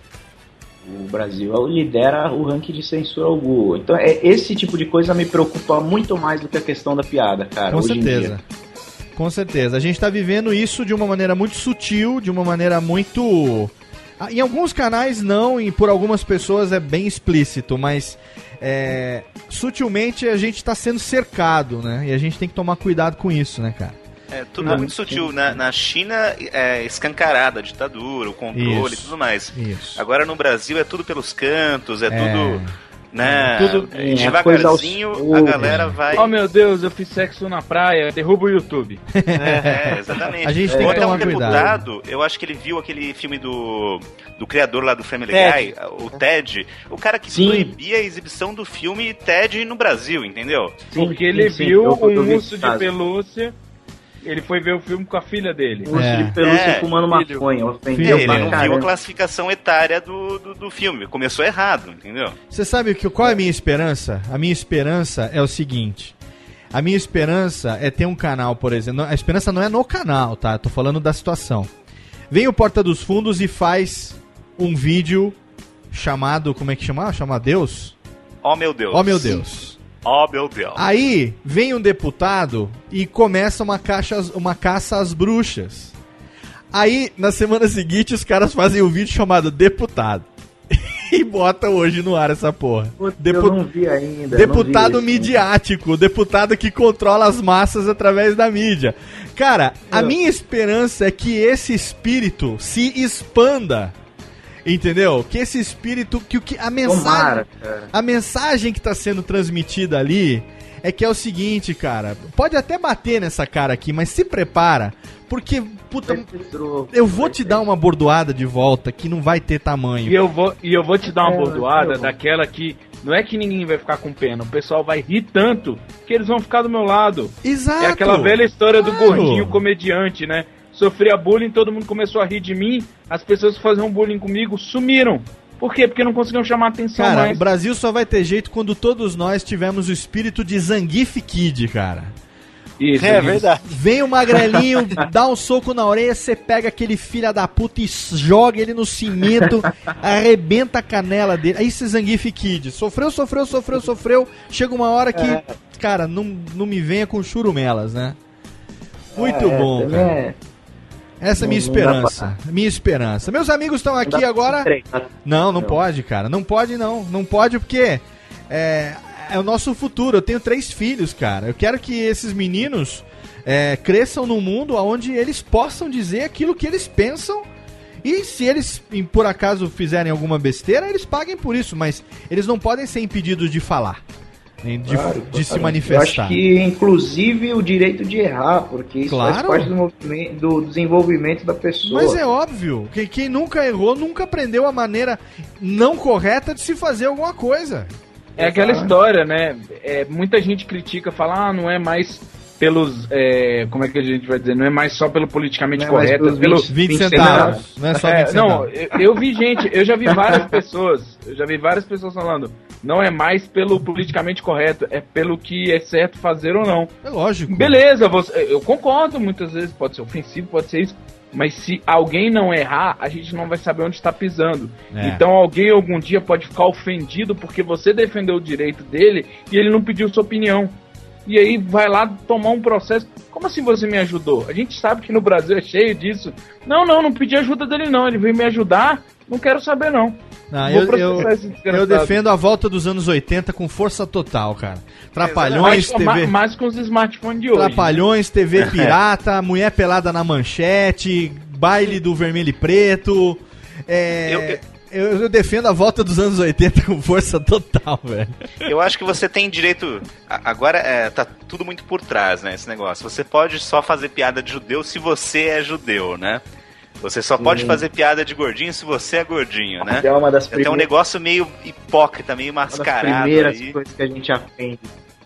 Speaker 10: O Brasil lidera o ranking de censura ao Google. Então, esse tipo de coisa me preocupa muito mais do que a questão da piada, cara.
Speaker 5: Com
Speaker 10: hoje
Speaker 5: certeza.
Speaker 10: Em dia.
Speaker 5: Com certeza. A gente tá vivendo isso de uma maneira muito sutil, de uma maneira muito... Em alguns canais não, e por algumas pessoas é bem explícito, mas sutilmente a gente tá sendo cercado, né? E a gente tem que tomar cuidado com isso, né, cara?
Speaker 8: Tudo muito sutil. Na China é escancarada a ditadura, o controle e tudo mais.
Speaker 5: Isso.
Speaker 8: Agora no Brasil é tudo pelos cantos, tudo... Né?
Speaker 10: Tudo
Speaker 8: devagarzinho a galera vai...
Speaker 6: Oh meu Deus, eu fiz sexo na praia, derruba o YouTube.
Speaker 8: Exatamente.
Speaker 5: A gente tem que tomar
Speaker 8: cuidado. Eu acho que ele viu aquele filme do criador lá do Family Guy, o Ted, o cara que proibia a exibição do filme Ted no Brasil, entendeu?
Speaker 6: Porque ele viu um urso de pelúcia. Ele foi ver o filme com a filha dele.
Speaker 10: O urso de pelúcia fumando maconha.
Speaker 8: Ele não viu a classificação etária do filme. Começou errado, entendeu?
Speaker 5: Você sabe qual é a minha esperança? A minha esperança é o seguinte. A minha esperança é ter um canal, por exemplo. A esperança não é no canal, tá? Eu tô falando da situação. Vem o Porta dos Fundos e faz um vídeo chamado... Como é que chama? Chama Deus?
Speaker 8: Oh, meu Deus.
Speaker 5: Oh, meu Deus.
Speaker 8: Oh, meu Deus.
Speaker 5: Aí vem um deputado e começa uma caça às bruxas. Aí, na semana seguinte, os caras fazem um vídeo chamado Deputado. E bota hoje no ar essa porra.
Speaker 10: Eu não vi ainda.
Speaker 5: Deputado midiático, deputado que controla as massas através da mídia. Cara, a minha esperança é que esse espírito se expanda. Entendeu? Que esse espírito, a mensagem que tá sendo transmitida ali é que é o seguinte, cara. Pode até bater nessa cara aqui, mas se prepara. Porque, puta, eu vou te dar uma bordoada de volta que não vai ter tamanho.
Speaker 6: E eu vou te dar uma bordoada daquela que não é que ninguém vai ficar com pena. O pessoal vai rir tanto que eles vão ficar do meu lado.
Speaker 5: Exato.
Speaker 6: É aquela velha história do gordinho comediante, né? Sofria bullying, todo mundo começou a rir de mim. As pessoas que faziam bullying comigo sumiram. Por quê? Porque não conseguiam chamar atenção mais.
Speaker 5: Cara, o Brasil só vai ter jeito quando todos nós tivermos o espírito de Zangief Kid, cara.
Speaker 6: Isso,
Speaker 7: É verdade.
Speaker 5: Vem o magrelinho, dá um soco na orelha, você pega aquele filho da puta e joga ele no cimento, arrebenta a canela dele. Aí esse Zangief Kid sofreu. Chega uma hora que, cara, não me venha com churumelas, né? Muito bom, cara. Essa é a minha esperança. Minha esperança. Meus amigos estão aqui agora. Não pode, cara. Não pode, não. Não pode porque é o nosso futuro. Eu tenho 3 filhos, cara. Eu quero que esses meninos cresçam num mundo onde eles possam dizer aquilo que eles pensam. E se eles, por acaso, fizerem alguma besteira, eles paguem por isso. Mas eles não podem ser impedidos de falar. De se manifestar.
Speaker 10: Eu acho que, inclusive, o direito de errar, porque isso faz parte do desenvolvimento da pessoa.
Speaker 5: Mas é óbvio que quem nunca errou, nunca aprendeu a maneira não correta de se fazer alguma coisa.
Speaker 6: É aquela história, né? Muita gente critica, fala, não é mais pelos... como é que a gente vai dizer? Não é mais só pelo politicamente correto, é pelo
Speaker 5: 20 centavos. Não é só 20 centavos.
Speaker 6: Não, eu vi gente, eu já vi várias pessoas falando, não é mais pelo politicamente correto, é pelo que é certo fazer ou não.
Speaker 5: É lógico.
Speaker 6: Beleza, eu concordo, muitas vezes pode ser ofensivo, pode ser isso, mas se alguém não errar, a gente não vai saber onde está pisando. Então alguém algum dia pode ficar ofendido porque você defendeu o direito dele e ele não pediu sua opinião. E aí vai lá tomar um processo. Como assim você me ajudou? A gente sabe que no Brasil é cheio disso. Não pedi ajuda dele não. Ele veio me ajudar, não quero saber não.
Speaker 5: Eu defendo a volta dos anos 80 com força total, cara. Trapalhões, TV...
Speaker 6: Mais com os smartphones de hoje.
Speaker 5: Trapalhões, TV pirata, mulher pelada na manchete, baile do vermelho e preto... Eu defendo a volta dos anos 80 com força total, velho.
Speaker 8: Eu acho que você tem direito... Agora tá tudo muito por trás, né, esse negócio. Você pode só fazer piada de judeu se você é judeu, né? Você só pode fazer piada de gordinho se você é gordinho, né?
Speaker 10: É uma das
Speaker 8: Tem um negócio meio hipócrita, meio mascarado.
Speaker 10: Uma das primeiras coisas que a gente aprende.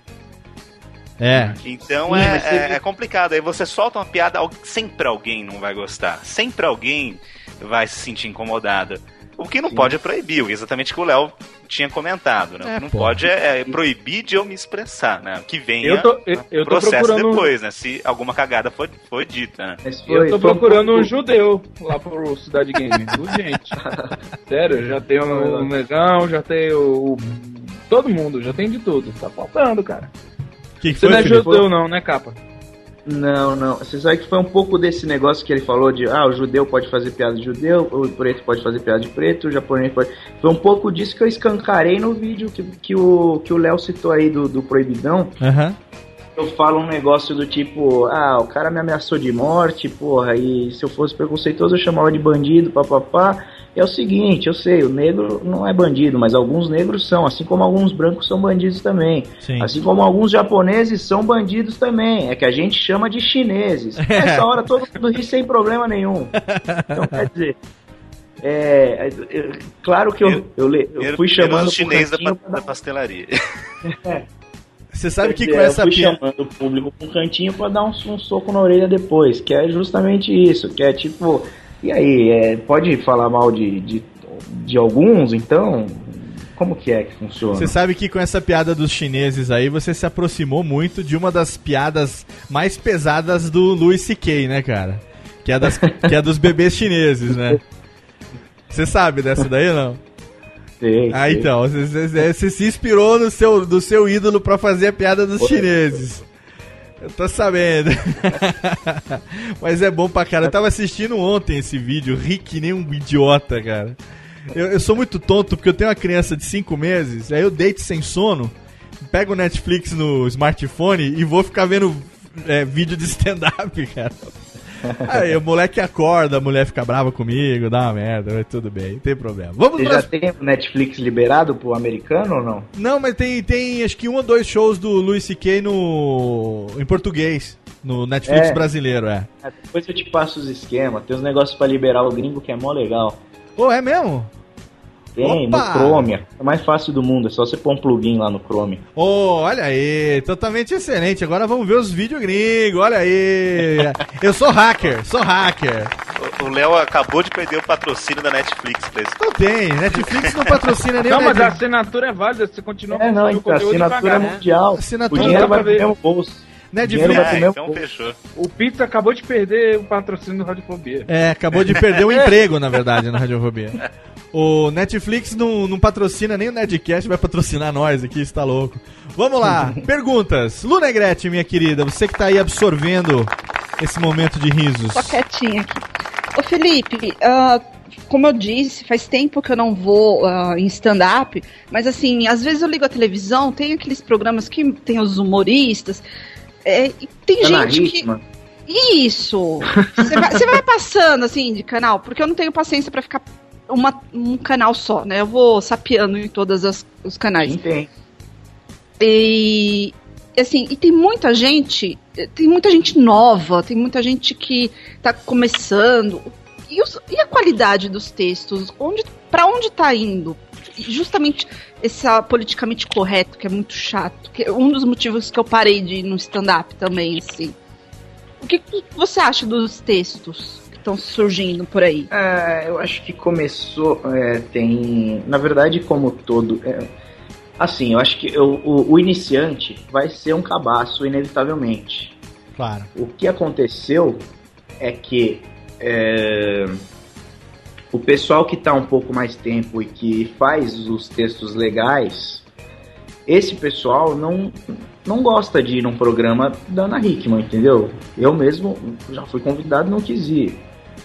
Speaker 8: Então é complicado. Aí você solta uma piada, sempre alguém não vai gostar. Sempre alguém vai se sentir incomodado. O que não pode é proibir, exatamente o que o Léo tinha comentado, né? O que não pode é proibir de eu me expressar, né? Que venha
Speaker 6: eu tô
Speaker 8: processo
Speaker 6: procurando...
Speaker 8: depois, né? Se alguma cagada foi dita, né?
Speaker 6: Eu tô procurando um judeu lá pro Cidade Game, urgente. Sério, já tem o Negão, já tem o... Todo mundo, já tem de tudo. Tá faltando, cara. Você não é judeu não, né, Capa?
Speaker 10: Não. Você sabe que foi um pouco desse negócio que ele falou de o judeu pode fazer piada de judeu, o preto pode fazer piada de preto, o japonês pode... Foi um pouco disso que eu escancarei no vídeo que o Léo citou aí do Proibidão. Eu falo um negócio do tipo, o cara me ameaçou de morte, porra, e se eu fosse preconceituoso eu chamava de bandido, papapá. É o seguinte, eu sei, o negro não é bandido, mas alguns negros são, assim como alguns brancos são bandidos também.
Speaker 5: Sim.
Speaker 10: Assim como alguns japoneses são bandidos também, é que a gente chama de chineses. Nessa hora todo mundo ri sem problema nenhum. Então, quer dizer, claro que eu fui chamando
Speaker 8: o chinês da pastelaria.
Speaker 5: Você sabe que com essa
Speaker 10: piada... chamando o público pra um cantinho pra dar um soco na orelha depois, que é justamente isso, que é tipo... E aí, pode falar mal de alguns, então? Como que funciona?
Speaker 5: Você sabe que com essa piada dos chineses aí, você se aproximou muito de uma das piadas mais pesadas do Louis C.K., né, cara? Que é dos bebês chineses, né? Você sabe dessa daí ou não?
Speaker 10: Sei.
Speaker 5: Então, você se inspirou do seu ídolo pra fazer a piada dos chineses. Eu tô sabendo. Mas é bom pra cara. Eu tava assistindo ontem esse vídeo, ri que nem um idiota, cara. Eu sou muito tonto porque eu tenho uma criança de 5 meses, aí eu deito sem sono, pego o Netflix no smartphone e vou ficar vendo vídeo de stand-up, cara. Aí o moleque acorda, a mulher fica brava comigo, dá uma merda, mas tudo bem, não tem problema.
Speaker 10: Você já tem o Netflix liberado pro americano ou não?
Speaker 5: Não, mas tem acho que 1 ou 2 shows do Louis C.K. em português, no Netflix brasileiro,
Speaker 10: Depois eu te passo os esquemas, tem uns negócios pra liberar o gringo que é mó legal.
Speaker 5: É mesmo?
Speaker 10: Tem, no Chrome. É o mais fácil do mundo, é só você pôr um plugin lá no Chrome.
Speaker 5: Olha aí, totalmente excelente. Agora vamos ver os vídeos gringos, olha aí. Eu sou hacker.
Speaker 8: O Léo acabou de perder o patrocínio da Netflix pra isso.
Speaker 5: Não tem, Netflix não patrocina nem
Speaker 6: Não, mas a assinatura é válida, você continua
Speaker 10: com o conteúdo. A assinatura é mundial.
Speaker 5: Assinatura
Speaker 10: o dinheiro vai pro mesmo bolso.
Speaker 5: Netflix...
Speaker 8: então fechou.
Speaker 6: O Pizza acabou de perder o patrocínio do Radiofobia.
Speaker 5: Acabou de perder o emprego, na verdade, na Radiofobia. O Netflix não patrocina nem o Nerdcast, vai patrocinar nós aqui, você tá louco. Vamos lá, perguntas. Lu Negrete, minha querida, você que tá aí absorvendo esse momento de risos.
Speaker 9: Tô quietinha aqui. Ô Felipe, como eu disse, faz tempo que eu não vou em stand-up, mas assim, às vezes eu ligo a televisão, tem aqueles programas que tem os humoristas, e tem gente que... Isso! Você vai passando assim de canal, porque eu não tenho paciência pra ficar um canal só, né? Eu vou sapeando em todos os canais.
Speaker 10: Tem.
Speaker 9: E assim, e tem muita gente nova, tem muita gente que tá começando. E a qualidade dos textos? Pra onde tá indo? Justamente esse politicamente correto, que é muito chato, que é um dos motivos que eu parei de ir no stand-up também, assim. O que você acha dos textos que estão surgindo por aí?
Speaker 10: Eu acho que começou, tem... Na verdade, como todo... assim, eu acho que o iniciante vai ser um cabaço, inevitavelmente.
Speaker 5: Claro.
Speaker 10: O que aconteceu é que o pessoal que está um pouco mais tempo e que faz os textos legais, esse pessoal não gosta de ir num programa da Ana Hickman, entendeu? Eu mesmo já fui convidado e não quis ir.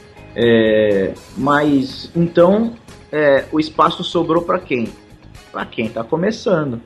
Speaker 10: Mas, então, o espaço sobrou para quem? Para quem está começando.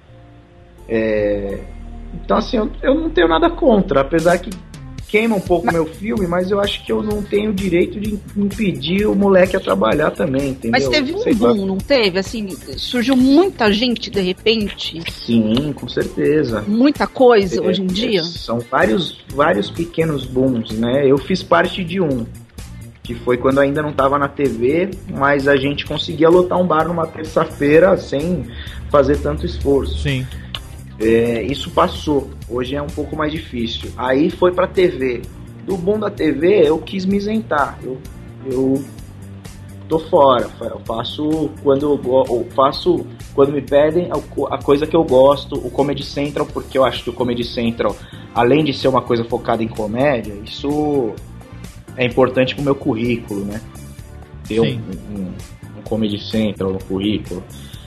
Speaker 10: Então, assim, eu não tenho nada contra, apesar que queima um pouco meu filme, mas eu acho que eu não tenho o direito de impedir o moleque a trabalhar também, entendeu?
Speaker 9: Mas teve um boom, não teve? Assim, surgiu muita gente de repente?
Speaker 10: Sim, com certeza.
Speaker 9: Muita coisa hoje em dia?
Speaker 10: São vários pequenos booms, né? Eu fiz parte de um, que foi quando ainda não estava na TV, mas a gente conseguia lotar um bar numa terça-feira sem fazer tanto esforço.
Speaker 5: Sim.
Speaker 10: Isso passou, hoje é um pouco mais difícil. Aí foi pra TV. Do boom da TV eu quis me isentar. Eu tô fora. Eu faço quando me pedem a coisa que eu gosto, o Comedy Central, porque eu acho que o Comedy Central, além de ser uma coisa focada em comédia, isso é importante pro meu currículo, né? Ter um Comedy Central no currículo.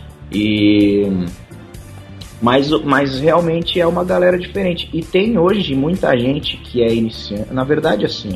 Speaker 10: Mas realmente é uma galera diferente. E tem hoje muita gente que é iniciante. Na verdade, assim,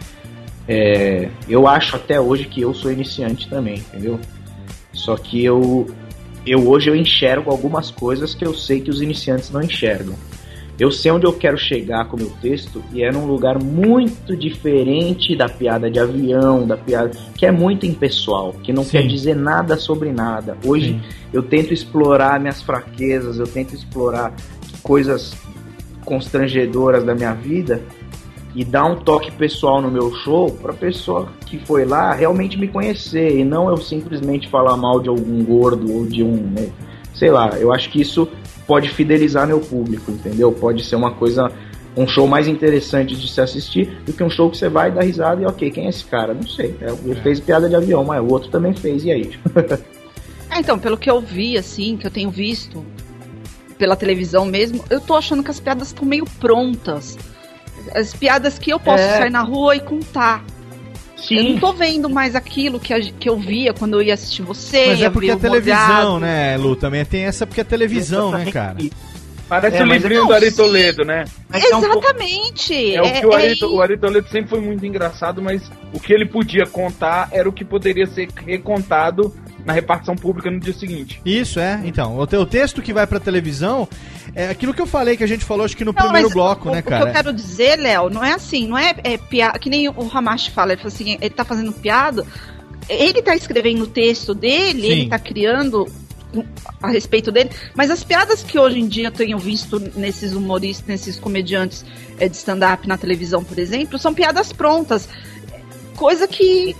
Speaker 10: eu acho até hoje que eu sou iniciante também, entendeu? Só que eu hoje eu enxergo algumas coisas que eu sei que os iniciantes não enxergam. Eu sei onde eu quero chegar com o meu texto, e é num lugar muito diferente da piada de avião, da piada que é muito impessoal, que não quer dizer nada sobre nada. Hoje eu tento explorar minhas fraquezas, eu tento explorar coisas constrangedoras da minha vida e dar um toque pessoal no meu show pra pessoa que foi lá realmente me conhecer, e não eu simplesmente falar mal de algum gordo ou de sei lá. Eu acho que isso pode fidelizar meu público, entendeu? Pode ser um show mais interessante de se assistir do que um show que você vai dar risada e ok, quem é esse cara? Não sei, ele fez piada de avião, mas o outro também fez, e aí?
Speaker 9: Então, pelo que eu vi, assim, que eu tenho visto pela televisão mesmo, eu tô achando que as piadas estão meio prontas. As piadas que eu posso sair na rua e contar.
Speaker 10: Sim.
Speaker 9: Eu não tô vendo mais aquilo que eu via quando eu ia assistir você.
Speaker 5: Mas é porque a televisão, né, Lu? Também tem essa porque é televisão, né, cara?
Speaker 6: Parece o livrinho do Ari Toledo, né?
Speaker 9: Exatamente.
Speaker 6: O Ari Toledo sempre foi muito engraçado, mas o que ele podia contar era o que poderia ser recontado na repartição pública no dia seguinte.
Speaker 5: Isso, então. O texto que vai pra televisão é aquilo que eu falei, que a gente falou, acho que no primeiro bloco, né, cara?
Speaker 9: O que eu quero dizer, Léo, não é assim, não é piada, que nem o Hamashi fala, ele fala assim, ele tá fazendo piada, ele tá escrevendo o texto dele, ele tá criando a respeito dele, mas as piadas que hoje em dia eu tenho visto nesses humoristas, nesses comediantes de stand-up na televisão, por exemplo, são piadas prontas, coisa que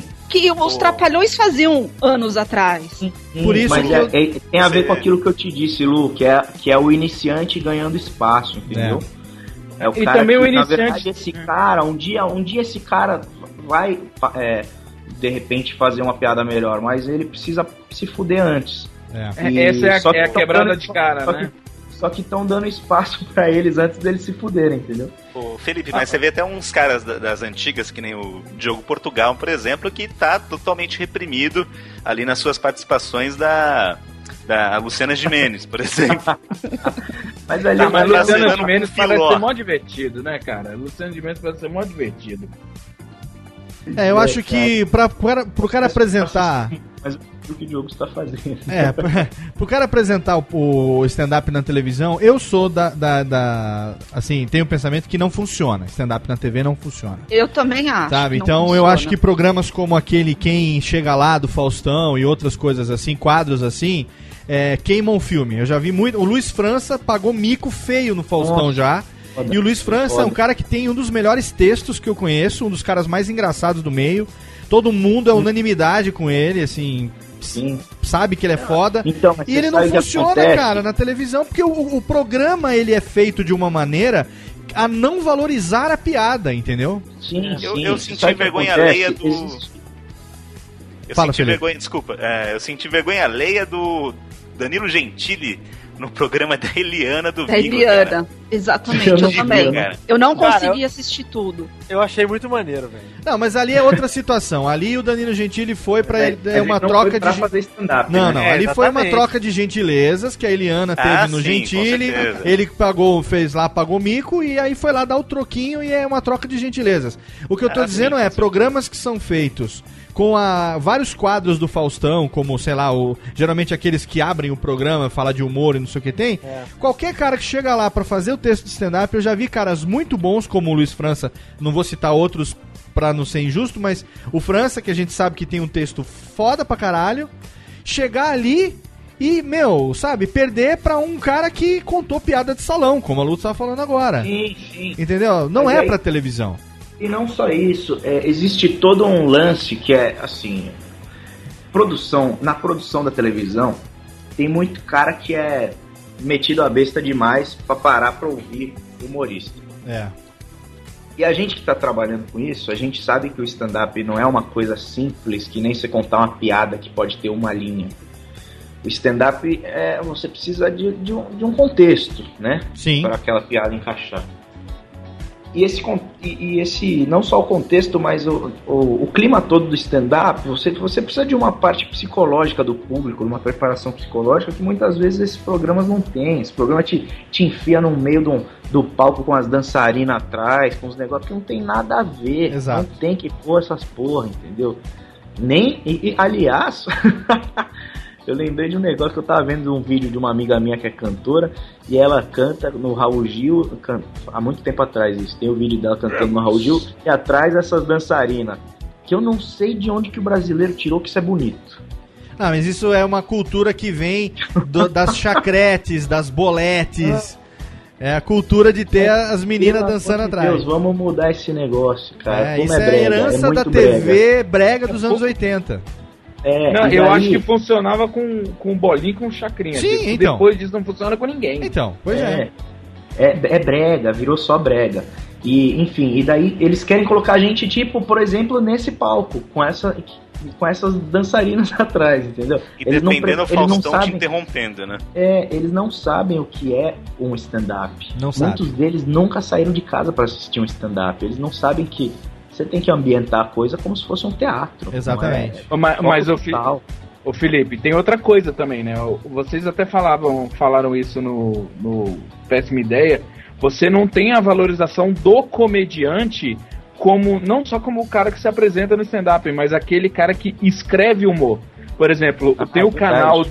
Speaker 9: os Trapalhões faziam anos atrás.
Speaker 5: Por isso
Speaker 10: mas tem a ver com aquilo que eu te disse, Lu, que é o iniciante ganhando espaço, entendeu? É o cara
Speaker 6: também
Speaker 10: que,
Speaker 6: o iniciante...
Speaker 10: na verdade, esse cara, um dia esse cara vai de repente fazer uma piada melhor, mas ele precisa se fuder antes.
Speaker 6: Essa é a quebrada de cara, né?
Speaker 10: Só que estão dando espaço pra eles antes deles se fuderem, entendeu?
Speaker 8: Ô, Felipe, mas você vê até uns caras das antigas, que nem o Diogo Portugal, por exemplo, que tá totalmente reprimido ali nas suas participações da Luciana Gimenez, por exemplo.
Speaker 10: Mas ali
Speaker 6: mas
Speaker 8: tá
Speaker 6: Luciana
Speaker 8: sendo
Speaker 6: Gimenez
Speaker 8: um
Speaker 6: parece
Speaker 8: filó.
Speaker 6: ser mó divertido, né, cara? Luciana Gimenez parece ser mó divertido.
Speaker 5: Eu acho que pro cara apresentar...
Speaker 10: Mas o que o Diogo está fazendo?
Speaker 5: Pro cara apresentar o stand-up na televisão, eu sou assim, tenho o pensamento que não funciona. Stand-up na TV não funciona.
Speaker 9: Eu também acho.
Speaker 5: Sabe?
Speaker 9: Não
Speaker 5: Então
Speaker 9: funciona.
Speaker 5: eu acho que programas como aquele Quem Chega Lá, do Faustão e outras coisas assim, quadros assim, queimam o filme. Eu já vi muito. O Luiz França pagou mico feio no Faustão já. E o Luiz França é um cara que tem um dos melhores textos que eu conheço, um dos caras mais engraçados do meio. Todo mundo é unanimidade com ele, assim, sabe que ele é foda.
Speaker 10: Então,
Speaker 5: e ele não funciona, cara, na televisão, porque o programa ele é feito de uma maneira a não valorizar a piada, entendeu?
Speaker 10: Sim,
Speaker 8: Eu senti vergonha alheia do...
Speaker 5: Fala, Felipe.
Speaker 8: Eu senti vergonha alheia do Danilo Gentili no programa da Eliana do
Speaker 9: Da
Speaker 8: Vigo.
Speaker 9: Eliana,
Speaker 8: Cara.
Speaker 9: exatamente, eu também.
Speaker 8: Cara.
Speaker 9: Eu não
Speaker 7: Cara,
Speaker 9: consegui assistir tudo.
Speaker 7: Eu achei muito maneiro, velho.
Speaker 5: Não, mas ali é outra situação. Ali o Danilo Gentili foi pra uma
Speaker 10: não
Speaker 5: troca
Speaker 10: foi pra
Speaker 5: de...
Speaker 10: fazer stand-up,
Speaker 5: Não,
Speaker 10: né?
Speaker 5: ali foi uma
Speaker 7: exatamente.
Speaker 5: troca de gentilezas que a Eliana teve no
Speaker 8: sim,
Speaker 5: Gentili.
Speaker 8: com certeza.
Speaker 5: Ele pagou mico e aí foi lá dar o troquinho e é uma troca de gentilezas. O que eu tô dizendo
Speaker 8: sim,
Speaker 5: é, programas que são feitos com vários quadros do Faustão, como, sei lá, geralmente aqueles que abrem o programa, falar de humor e não sei o que tem. Qualquer cara que chega lá pra fazer o texto de stand-up, eu já vi caras muito bons, como o Luiz França, não vou citar outros pra não ser injusto, mas o França, que a gente sabe que tem um texto foda pra caralho, chegar ali e, sabe, perder pra um cara que contou piada de salão, como a Lu tava falando agora.
Speaker 10: Sim.
Speaker 5: Entendeu? Não
Speaker 10: Mas
Speaker 5: é
Speaker 10: aí-
Speaker 5: pra televisão.
Speaker 10: E não só isso, existe todo um lance que é assim, na produção da televisão, tem muito cara que é metido a besta demais pra parar pra ouvir humorista. E a gente que tá trabalhando com isso, a gente sabe que o stand-up não é uma coisa simples, que nem você contar uma piada que pode ter uma linha. O stand-up, você precisa de um contexto, né?
Speaker 5: Sim.
Speaker 10: Para aquela piada encaixar. E esse não só o contexto, mas o clima todo do stand-up, você precisa de uma parte psicológica do público, uma preparação psicológica que muitas vezes esses programas não têm. Esse programa te enfia no meio do palco com as dançarinas atrás, com os negócios que não tem nada a ver.
Speaker 5: Exato.
Speaker 10: Não tem que pôr essas porra, entendeu? Aliás, eu lembrei de um negócio que eu tava vendo um vídeo de uma amiga minha que é cantora, e ela canta no Raul Gil, há muito tempo atrás isso, tem o vídeo dela cantando no Raul Gil, e atrás essas dançarinas, que eu não sei de onde que o brasileiro tirou que isso é bonito.
Speaker 5: Não, mas isso é uma cultura que vem das chacretes, das boletes. É a cultura de ter as meninas dançando atrás.
Speaker 10: Deus, vamos mudar esse negócio, cara. Como
Speaker 5: isso é a
Speaker 10: brega,
Speaker 5: herança
Speaker 10: muito
Speaker 5: da TV brega dos anos 80.
Speaker 6: Não,
Speaker 10: e
Speaker 6: eu
Speaker 10: daí-
Speaker 6: acho que funcionava com bolinho e com chacrinha.
Speaker 5: Sim, então.
Speaker 6: Depois disso não funciona com ninguém.
Speaker 5: Então, pois
Speaker 10: É brega, virou só brega. E, enfim, e daí eles querem colocar a gente, tipo, por exemplo, nesse palco, com essas dançarinas atrás, entendeu?
Speaker 8: E
Speaker 10: Eles não,
Speaker 8: dependendo do
Speaker 10: eles não
Speaker 8: Faustão te
Speaker 10: sabem,
Speaker 8: interrompendo, né?
Speaker 10: eles não sabem o que é um stand-up.
Speaker 5: Não
Speaker 10: Muitos
Speaker 5: sabem.
Speaker 10: deles nunca saíram de casa para assistir um stand-up. Eles não sabem que você tem que ambientar a coisa como se fosse um teatro.
Speaker 5: Exatamente.
Speaker 6: Mas
Speaker 10: o
Speaker 6: Felipe, tem outra coisa também, né? Vocês até falaram isso no Péssima Ideia. Você não tem a valorização do comediante não só como o cara que se apresenta no stand-up, mas aquele cara que escreve humor. Por exemplo, tem o canal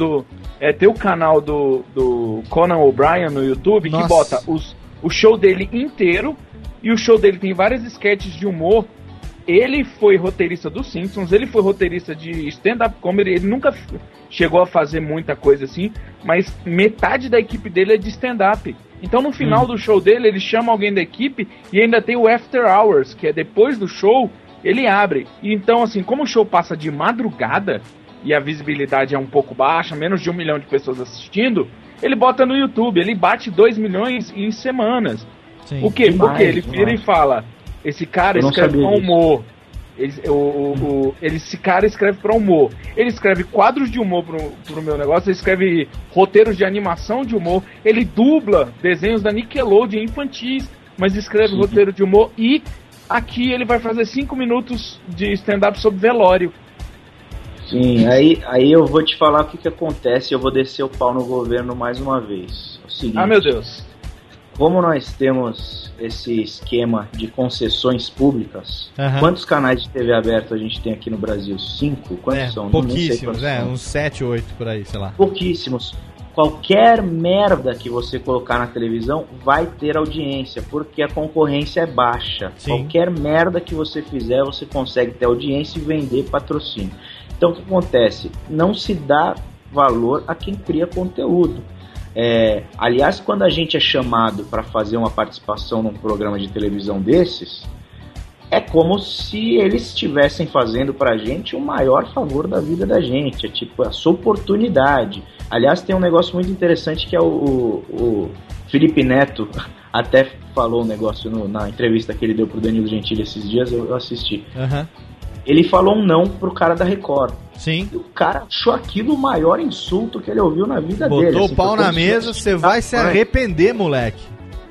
Speaker 6: do Conan O'Brien no YouTube,
Speaker 5: Nossa.
Speaker 6: que bota o show dele inteiro, e o show dele tem várias sketches de humor. Ele foi roteirista dos Simpsons, ele foi roteirista de stand-up comedy, ele nunca chegou a fazer muita coisa assim, mas metade da equipe dele é de stand-up. Então no final do show dele, ele chama alguém da equipe e ainda tem o After Hours, que é depois do show, ele abre. E então assim, como o show passa de madrugada e a visibilidade é um pouco baixa, menos de 1 milhão de pessoas assistindo, ele bota no YouTube, ele bate 2 milhões em semanas.
Speaker 5: Sim.
Speaker 6: O quê?
Speaker 10: Demais,
Speaker 6: Porque ele vira
Speaker 10: demais.
Speaker 6: e fala, esse cara
Speaker 10: Eu não
Speaker 6: escreve
Speaker 10: sabia
Speaker 6: com
Speaker 10: disso.
Speaker 6: humor, Esse cara escreve pra humor. Ele escreve quadros de humor pro meu negócio, ele escreve roteiros de animação de humor, ele dubla desenhos da Nickelodeon infantis, mas escreve roteiro de humor, e aqui ele vai fazer 5 minutos de stand-up sobre velório.
Speaker 10: Sim, aí eu vou te falar o que acontece, eu vou descer o pau no governo mais uma vez. É o seguinte,
Speaker 6: meu Deus.
Speaker 10: Como nós temos esse esquema de concessões públicas, quantos canais de TV aberto a gente tem aqui no Brasil? 5? Quantos são?
Speaker 5: Pouquíssimos, uns 7, 8 por aí, sei lá.
Speaker 10: Pouquíssimos. Qualquer merda que você colocar na televisão vai ter audiência, porque a concorrência é baixa. Sim. Qualquer merda que você fizer, você consegue ter audiência e vender patrocínio. Então o que acontece? Não se dá valor a quem cria conteúdo. Aliás, quando a gente é chamado para fazer uma participação num programa de televisão desses, é como se eles estivessem fazendo pra gente o maior favor da vida da gente. É tipo a sua oportunidade. Aliás, tem um negócio muito interessante que é o Felipe Neto até falou um negócio na entrevista que ele deu pro Danilo Gentili esses dias, eu assisti. Ele falou um não pro cara da Record.
Speaker 5: Sim.
Speaker 10: E o cara achou aquilo o maior insulto que ele ouviu na vida
Speaker 5: dele.
Speaker 10: Botou
Speaker 5: o pau na mesa, você vai se arrepender, moleque.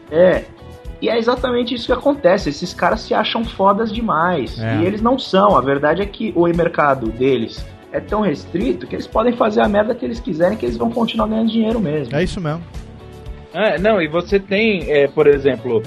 Speaker 10: E é exatamente isso que acontece. Esses caras se acham fodas demais. E eles não são. A verdade é que o mercado deles é tão restrito que eles podem fazer a merda que eles quiserem, que eles vão continuar ganhando dinheiro mesmo.
Speaker 5: É isso mesmo.
Speaker 6: Não, e você tem, por exemplo,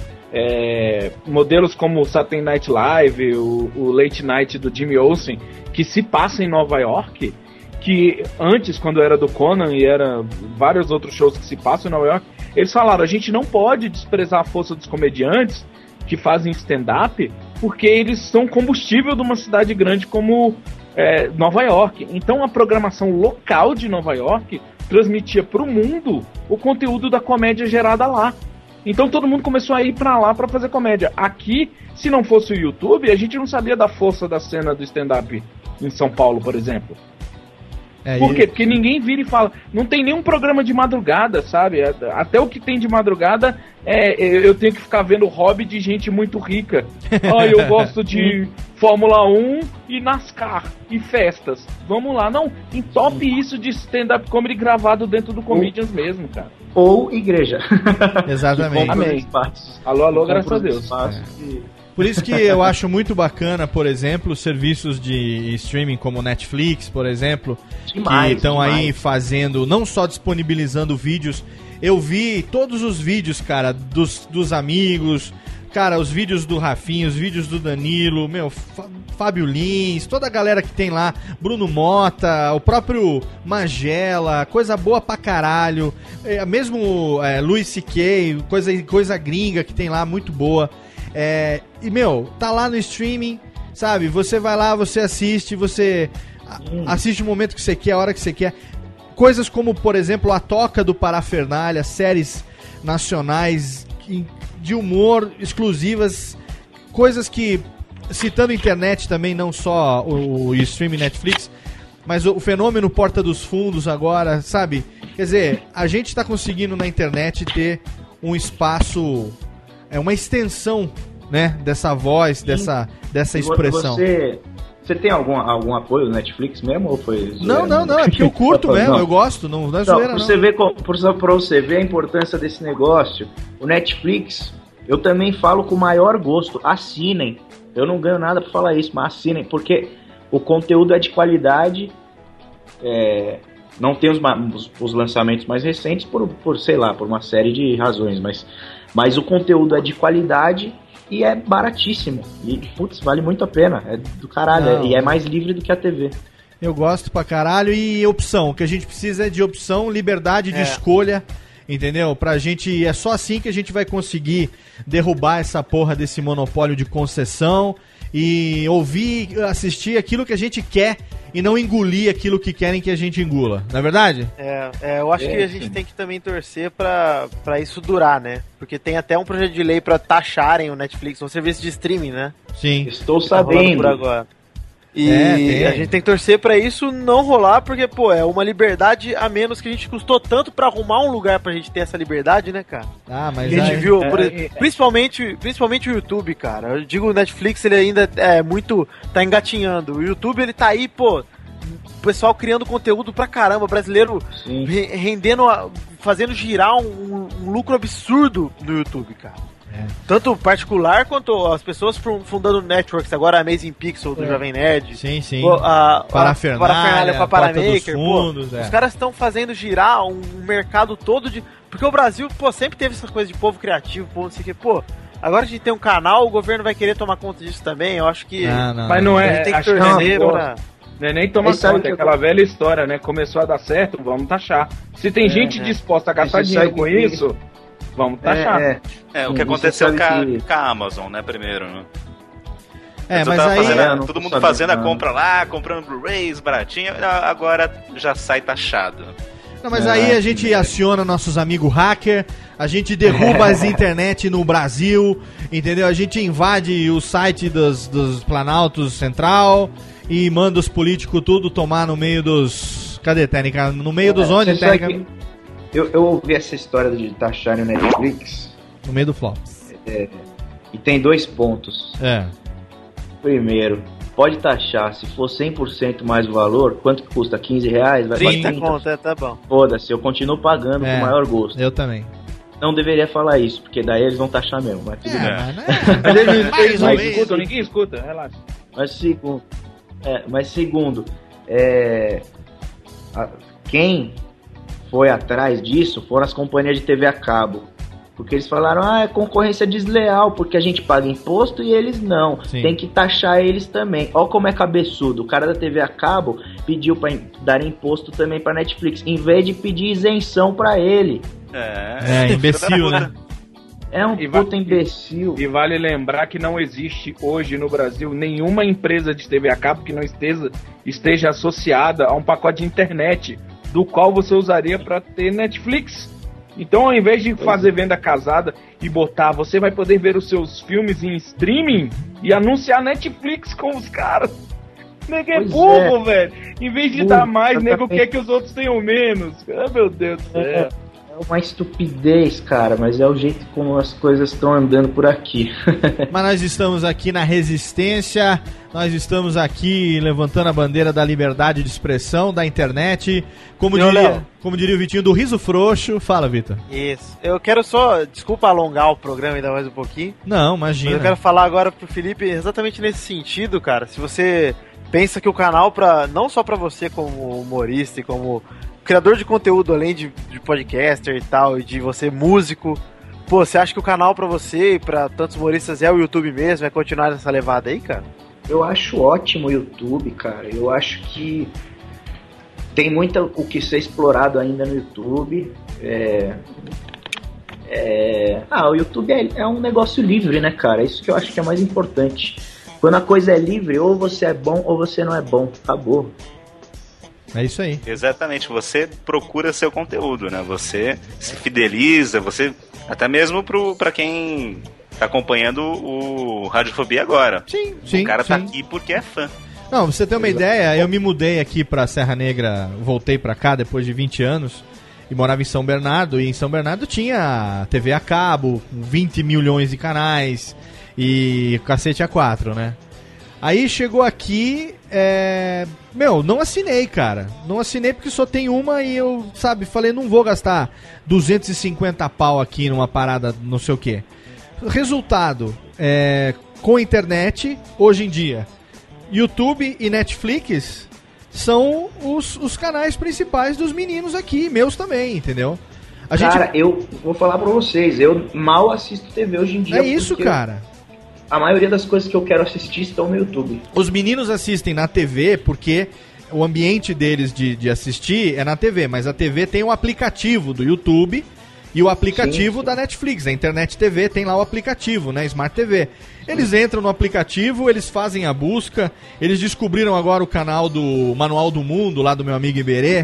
Speaker 6: modelos como o Saturday Night Live, o Late Night do Jimmy Olsen, que se passa em Nova York, que antes, quando era do Conan e era vários outros shows que se passam em Nova York, eles falaram, a gente não pode desprezar a força dos comediantes que fazem stand-up, porque eles são combustível de uma cidade grande como Nova York. Então a programação local de Nova York transmitia para o mundo o conteúdo da comédia gerada lá. Então todo mundo começou a ir pra lá pra fazer comédia. Aqui, se não fosse o YouTube, a gente não sabia da força da cena do stand-up em São Paulo, por exemplo. Por quê? Porque ninguém vira e fala. Não tem nenhum programa de madrugada, sabe? Até o que tem de madrugada, eu tenho que ficar vendo hobby de gente muito rica. Eu gosto de Fórmula 1 e NASCAR e festas. Vamos lá. Não, entope isso de stand-up comedy gravado dentro do Comedians mesmo, cara.
Speaker 10: Ou igreja.
Speaker 5: Exatamente.
Speaker 6: Amém. Alô, graças a Deus.
Speaker 5: Por isso que eu acho muito bacana, por exemplo, serviços de streaming como Netflix, por exemplo, que estão aí fazendo, não só disponibilizando vídeos. Eu vi todos os vídeos, cara, dos amigos, cara, os vídeos do Rafinha, os vídeos do Danilo, Fábio Lins, toda a galera que tem lá, Bruno Mota, o próprio Magela, coisa boa pra caralho, mesmo Louis C.K., coisa gringa que tem lá, muito boa. Tá lá no streaming, sabe? Você vai lá, você assiste, assiste o momento que você quer, a hora que você quer. Coisas como, por exemplo, a Toca do Parafernália, séries nacionais de humor exclusivas, coisas que, citando a internet também, não só o streaming Netflix, mas o fenômeno Porta dos Fundos agora, sabe? Quer dizer, a gente tá conseguindo na internet ter um espaço, uma extensão, né, dessa voz, dessa expressão.
Speaker 10: Você tem algum apoio do Netflix mesmo? Ou foi
Speaker 5: zoeira? Não, é porque eu curto mesmo, eu gosto, não é zoeira, não.
Speaker 10: Pra você ver a importância desse negócio, o Netflix, eu também falo com o maior gosto, assinem. Eu não ganho nada pra falar isso, mas assinem, porque o conteúdo é de qualidade, não tem os lançamentos mais recentes por sei lá, por uma série de razões, mas o conteúdo é de qualidade e é baratíssimo. E, putz, vale muito a pena. É do caralho. E é mais livre do que a TV.
Speaker 5: Eu gosto pra caralho. E opção. O que a gente precisa é de opção, liberdade de escolha. Entendeu? Pra gente. É só assim que a gente vai conseguir derrubar essa porra desse monopólio de concessão. E ouvir, assistir aquilo que a gente quer. E não engolir aquilo que querem que a gente engula, não é verdade?
Speaker 7: Eu acho que a gente tem que também torcer pra isso durar, né? Porque tem até um projeto de lei pra taxarem o Netflix, um serviço de streaming, né?
Speaker 5: Sim.
Speaker 10: Estou sabendo.
Speaker 7: Por agora. E a gente tem que torcer pra isso não rolar, porque, pô, é uma liberdade a menos que a gente custou tanto pra arrumar um lugar pra gente ter essa liberdade, né, cara?
Speaker 5: Ah, mas
Speaker 7: a gente viu, principalmente o YouTube, cara. Eu digo, o Netflix, ele ainda tá engatinhando. O YouTube, ele tá aí, pô, o pessoal criando conteúdo pra caramba, brasileiro rendendo, fazendo girar um lucro absurdo no YouTube, cara. Tanto particular quanto as pessoas fundando networks, agora a Amazing Pixel do Jovem Nerd.
Speaker 5: Sim.
Speaker 7: Parafernália pra Paramaker.
Speaker 5: Fundos,
Speaker 7: Os caras estão fazendo girar um mercado todo de... Porque o Brasil, pô, sempre teve essa coisa de povo criativo, povo não sei o que, pô... Agora a gente tem um canal, o governo vai querer tomar conta disso também, eu acho que...
Speaker 14: Mas não é...
Speaker 7: A gente tem que torcer pra...
Speaker 14: Não é nem tomar conta, é aquela velha história, né? Começou a dar certo, vamos taxar. Se tem gente disposta a gastar dinheiro com isso... Vamos taxar.
Speaker 8: O que aconteceu com a Amazon, né, primeiro, né?
Speaker 5: Mas aí...
Speaker 8: todo mundo fazendo a compra lá, comprando Blu-rays baratinho, agora já sai taxado.
Speaker 5: Não, mas aí a gente aciona nossos amigos hacker, a gente derruba as internet no Brasil, entendeu? A gente invade o site dos Planaltos Central e manda os políticos tudo tomar no meio dos... Cadê, Técnica? No meio dos onde, Técnica?
Speaker 10: Eu ouvi essa história de taxarem o Netflix.
Speaker 5: No meio do flop.
Speaker 10: E tem 2 pontos. Primeiro, pode taxar, se for 100% mais o valor, quanto que custa? 15 reais? Vai
Speaker 7: 30 conto, tá bom.
Speaker 10: Foda-se, eu continuo pagando com o maior gosto.
Speaker 5: Eu também.
Speaker 10: Não deveria falar isso, porque daí eles vão taxar mesmo, mas tudo bem.
Speaker 14: Mas ninguém escuta, relaxa.
Speaker 10: Mas segundo, quem foi atrás disso foram as companhias de TV a cabo. Porque eles falaram, é concorrência desleal, porque a gente paga imposto e eles não.
Speaker 5: Sim.
Speaker 10: Tem que taxar eles também. Olha como é cabeçudo. O cara da TV a cabo pediu pra dar imposto também pra Netflix, em vez de pedir isenção pra ele.
Speaker 5: Imbecil, né?
Speaker 10: É um puta imbecil.
Speaker 14: E vale lembrar que não existe hoje no Brasil nenhuma empresa de TV a cabo que não esteja associada a um pacote de internet, do qual você usaria para ter Netflix. Então, ao invés de fazer venda casada e botar, você vai poder ver os seus filmes em streaming e anunciar Netflix com os caras. Nego é burro, velho. Em vez de dar mais, nego quer que os outros tenham menos. Ah, meu Deus do céu.
Speaker 10: É uma estupidez, cara, mas é o jeito como as coisas estão andando por aqui.
Speaker 5: Mas nós estamos aqui na resistência, nós estamos aqui levantando a bandeira da liberdade de expressão, da internet, como diria o Vitinho, do riso frouxo. Fala, Vitor.
Speaker 7: Isso. Eu quero só, desculpa alongar o programa ainda mais um pouquinho.
Speaker 5: Não, imagina.
Speaker 7: Mas eu quero falar agora pro Felipe exatamente nesse sentido, cara. Se você pensa que o canal, não só pra você como humorista e como criador de conteúdo, além de podcaster e tal, e de você músico, pô, você acha que o canal pra você e pra tantos humoristas é o YouTube mesmo? Vai continuar nessa levada aí, cara?
Speaker 10: Eu acho ótimo o YouTube, cara. Eu acho que tem muito o que ser explorado ainda no YouTube. O YouTube é um negócio livre, né, cara? Isso que eu acho que é mais importante. Quando a coisa é livre, ou você é bom ou você não é bom. Acabou.
Speaker 5: É isso aí.
Speaker 8: Exatamente, você procura seu conteúdo, né? Você se fideliza, você... Até mesmo pra quem tá acompanhando o Radiofobia agora.
Speaker 5: Sim.
Speaker 8: O cara tá aqui porque é fã.
Speaker 5: Não, pra você ter uma ideia, eu me mudei aqui pra Serra Negra, voltei pra cá depois de 20 anos e morava em São Bernardo, e em São Bernardo tinha TV a cabo, 20 milhões de canais e cacete A4, né? Aí chegou aqui, não assinei, cara. Não assinei porque só tem uma e eu, falei, não vou gastar 250 pau aqui numa parada não sei o quê. Resultado, com internet, hoje em dia, YouTube e Netflix são os canais principais dos meninos aqui, meus também, entendeu?
Speaker 10: Eu vou falar pra vocês, eu mal assisto TV hoje em dia.
Speaker 5: É isso, cara.
Speaker 10: A maioria das coisas que eu quero assistir estão no YouTube.
Speaker 5: Os meninos assistem na TV porque o ambiente deles de assistir é na TV, mas a TV tem o aplicativo do YouTube e o aplicativo da Netflix. A Internet TV tem lá o aplicativo, né? Smart TV. Eles entram no aplicativo, eles fazem a busca, eles descobriram agora o canal do Manual do Mundo, lá do meu amigo Iberê,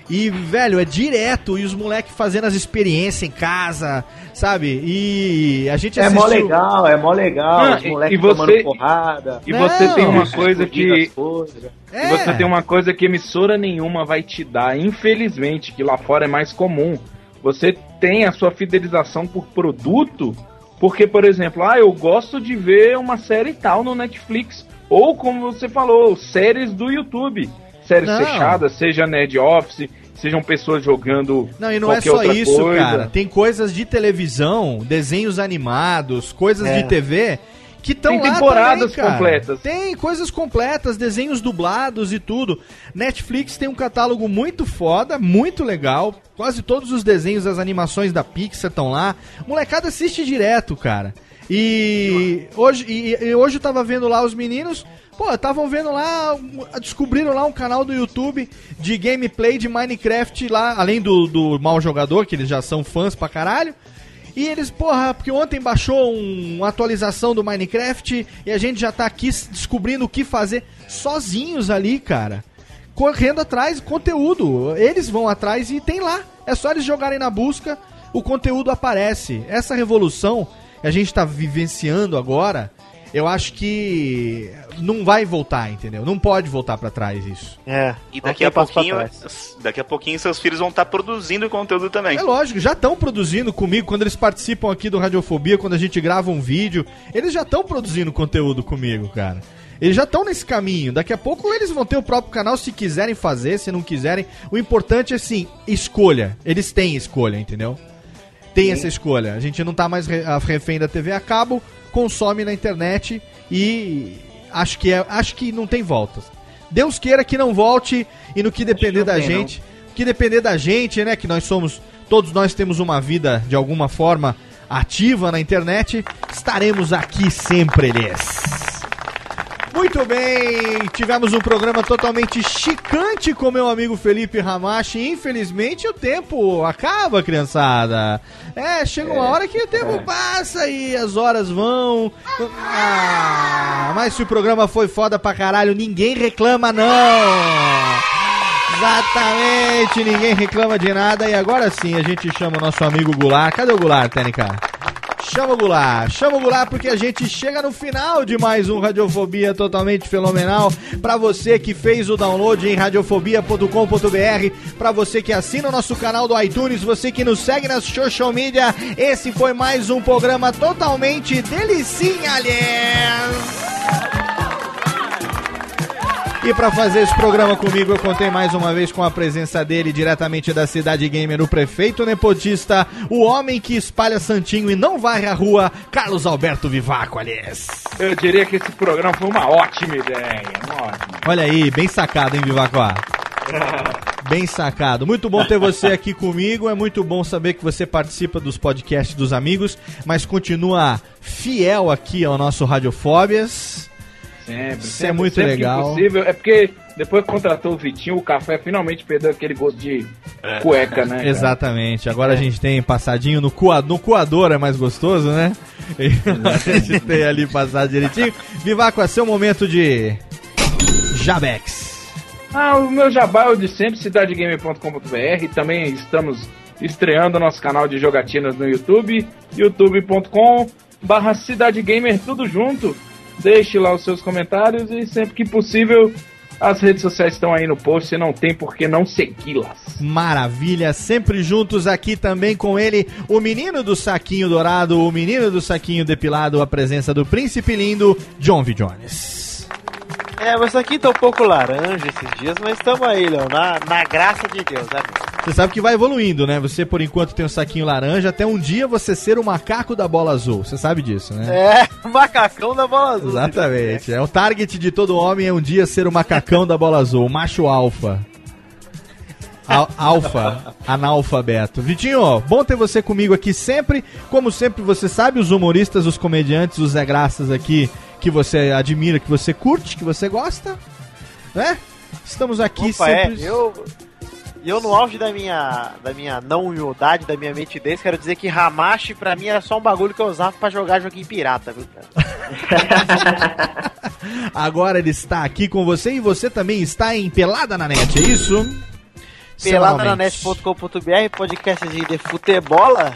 Speaker 5: E, velho, é direto. E os moleques fazendo as experiências em casa, sabe? E a gente assistiu...
Speaker 10: É mó legal. Os moleques tomando porrada.
Speaker 14: E você tem uma coisa que... E você tem uma coisa que emissora nenhuma vai te dar, infelizmente, que lá fora é mais comum. Você tem a sua fidelização por produto, porque, por exemplo, eu gosto de ver uma série tal no Netflix. Ou, como você falou, séries do YouTube. Séries fechadas, seja Nerd Office, sejam pessoas jogando.
Speaker 5: Não, e não é só isso, coisa. Cara. Tem coisas de televisão, desenhos animados, coisas de TV que estão lá. Tem
Speaker 14: temporadas
Speaker 5: também,
Speaker 14: completas.
Speaker 5: Tem coisas completas, desenhos dublados e tudo. Netflix tem um catálogo muito foda, muito legal. Quase todos os desenhos, as animações da Pixar estão lá. Molecada assiste direto, cara. E hoje eu tava vendo lá os meninos. Pô, estavam vendo lá, descobriram lá um canal do YouTube de gameplay de Minecraft lá, além do Mal Jogador, que eles já são fãs pra caralho. E eles, porque ontem baixou uma atualização do Minecraft e a gente já tá aqui descobrindo o que fazer sozinhos ali, cara. Correndo atrás, conteúdo. Eles vão atrás e tem lá. É só eles jogarem na busca, o conteúdo aparece. Essa revolução que a gente tá vivenciando agora... Eu acho que não vai voltar, entendeu? Não pode voltar pra trás isso.
Speaker 8: E daqui a pouquinho seus filhos vão estar produzindo conteúdo também.
Speaker 5: É lógico, já estão produzindo comigo. Quando eles participam aqui do Radiofobia, quando a gente grava um vídeo, eles já estão produzindo conteúdo comigo, cara. Eles já estão nesse caminho. Daqui a pouco eles vão ter o próprio canal se quiserem fazer, se não quiserem. O importante é, assim, escolha. Eles têm escolha, entendeu? Tem essa escolha. A gente não tá mais refém da TV a cabo, consome na internet e acho que não tem volta. Deus queira que não volte e no que depender da gente, né, que todos nós temos uma vida de alguma forma ativa na internet, estaremos aqui sempre, Muito bem, tivemos um programa totalmente chicante com meu amigo Felipe Ramache. Infelizmente o tempo acaba, criançada. Chega uma hora que o tempo passa e as horas vão. Mas se o programa foi foda pra caralho, ninguém reclama não. Exatamente, ninguém reclama de nada. E agora sim a gente chama o nosso amigo Goulart. Cadê o Goulart, Tênica? Chama o Goulart porque a gente chega no final de mais um Radiofobia totalmente fenomenal. Pra você que fez o download em radiofobia.com.br, pra você que assina o nosso canal do iTunes, você que nos segue nas social media, esse foi mais um programa totalmente delicinha, E pra fazer esse programa comigo, eu contei mais uma vez com a presença dele, diretamente da Cidade Gamer, o prefeito nepotista, o homem que espalha santinho e não varre a rua, Carlos Alberto Vivaco,
Speaker 14: Eu diria que esse programa foi uma ótima ideia,
Speaker 5: Olha aí, bem sacado, hein, Vivaco? Bem sacado. Muito bom ter você aqui comigo, é muito bom saber que você participa dos podcasts dos amigos, mas continua fiel aqui ao nosso Radiofóbias. Sempre, é muito legal.
Speaker 14: Possível. É porque depois que contratou o Vitinho, o café finalmente perdeu aquele gosto de cueca, né?
Speaker 5: Exatamente. Agora a gente tem passadinho no coador, é mais gostoso, né? A gente tem ali passado direitinho. Vivaco, é seu momento de Jabex.
Speaker 14: O meu jabá é o de sempre, cidadegamer.com.br. Também estamos estreando nosso canal de jogatinas no YouTube, youtube.com/cidadegamer, tudo junto. Deixe lá os seus comentários e sempre que possível as redes sociais estão aí no post, você não tem por que não segui-las.
Speaker 5: Maravilha, sempre juntos aqui também com ele, o menino do saquinho dourado, o menino do saquinho depilado, a presença do príncipe lindo, John V. Jones.
Speaker 7: Mas isso aqui tá um pouco laranja esses dias, mas estamos aí, Léo, na graça de Deus, né?
Speaker 5: Você sabe que vai evoluindo, né? Você, por enquanto, tem um saquinho laranja, até um dia você ser o macaco da bola azul. Você sabe disso, né?
Speaker 7: O macacão da bola azul.
Speaker 5: Exatamente. O target de todo homem é um dia ser o macacão da bola azul, o macho alfa. Analfabeto. Vitinho, bom ter você comigo aqui sempre. Como sempre, você sabe, os humoristas, os comediantes, os Zé Graças aqui, que você admira, que você curte, que você gosta, né? Estamos aqui sempre...
Speaker 7: Eu no auge da minha não humildade, da minha mentidez, quero dizer que Hamashi pra mim era só um bagulho que eu usava pra jogar joguinho pirata, viu, cara?
Speaker 5: Agora ele está aqui com você e você também está em Pelada na Net, é isso?
Speaker 7: peladananet.com.br, podcast de futebola.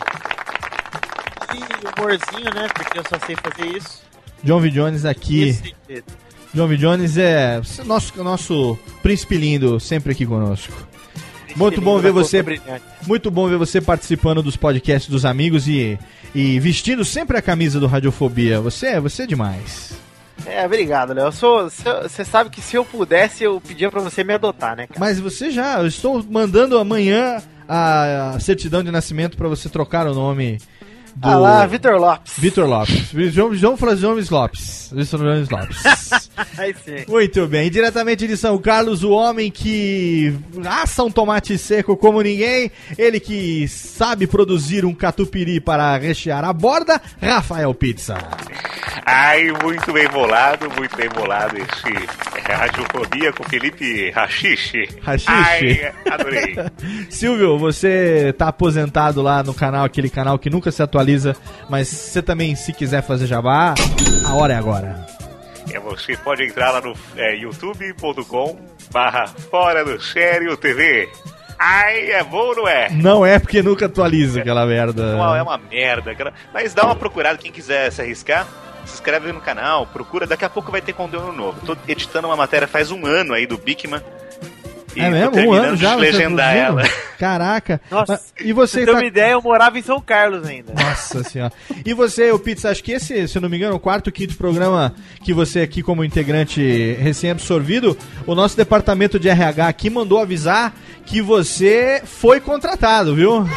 Speaker 7: E humorzinho, né? Porque eu só sei fazer isso.
Speaker 5: John V. Jones aqui. John V. Jones é nosso príncipe lindo, sempre aqui conosco. Muito bom ver você. Muito bom ver você participando dos podcasts dos amigos e vestindo sempre a camisa do Radiofobia. Você é demais.
Speaker 7: Obrigado, Léo. Você sabe que se eu pudesse, eu pedia pra você me adotar, né, cara?
Speaker 5: Mas eu estou mandando amanhã a certidão de nascimento pra você trocar o nome do...
Speaker 7: Vitor Lopes.
Speaker 5: Vitor Lopes. João Jones Lopes. Vitor Jones Lopes.
Speaker 7: Aí sim.
Speaker 5: Muito bem. Diretamente de São Carlos, o homem que assa um tomate seco como ninguém, ele que sabe produzir um catupiry para rechear a borda, Rafael Pizza.
Speaker 8: Ai, muito bem bolado esse Radiofobia com Felipe Rachixe. Ai, adorei.
Speaker 5: Silvio, você tá aposentado lá no canal, aquele canal que nunca se atualiza, mas você também, se quiser fazer jabá, a hora é agora.
Speaker 8: Você pode entrar lá no youtube.com/Fora do Sério TV. Ai, é bom, não é?
Speaker 5: Não é porque nunca atualiza aquela merda.
Speaker 8: Não, é uma merda. Mas dá uma procurada, quem quiser se arriscar, se inscreve no canal, procura, daqui a pouco vai ter conteúdo novo. Tô editando uma matéria faz um ano aí do Bigman.
Speaker 5: É mesmo? Um ano já?
Speaker 8: De legendar ela.
Speaker 5: Caraca.
Speaker 7: Nossa,
Speaker 5: e você
Speaker 7: pra ter uma ideia, eu morava em São Carlos ainda.
Speaker 5: Nossa senhora. E você, o Pizza, acho que esse, se eu não me engano, o quarto, quinto programa que você aqui como integrante recém-absorvido, o nosso departamento de RH aqui mandou avisar que você foi contratado, viu?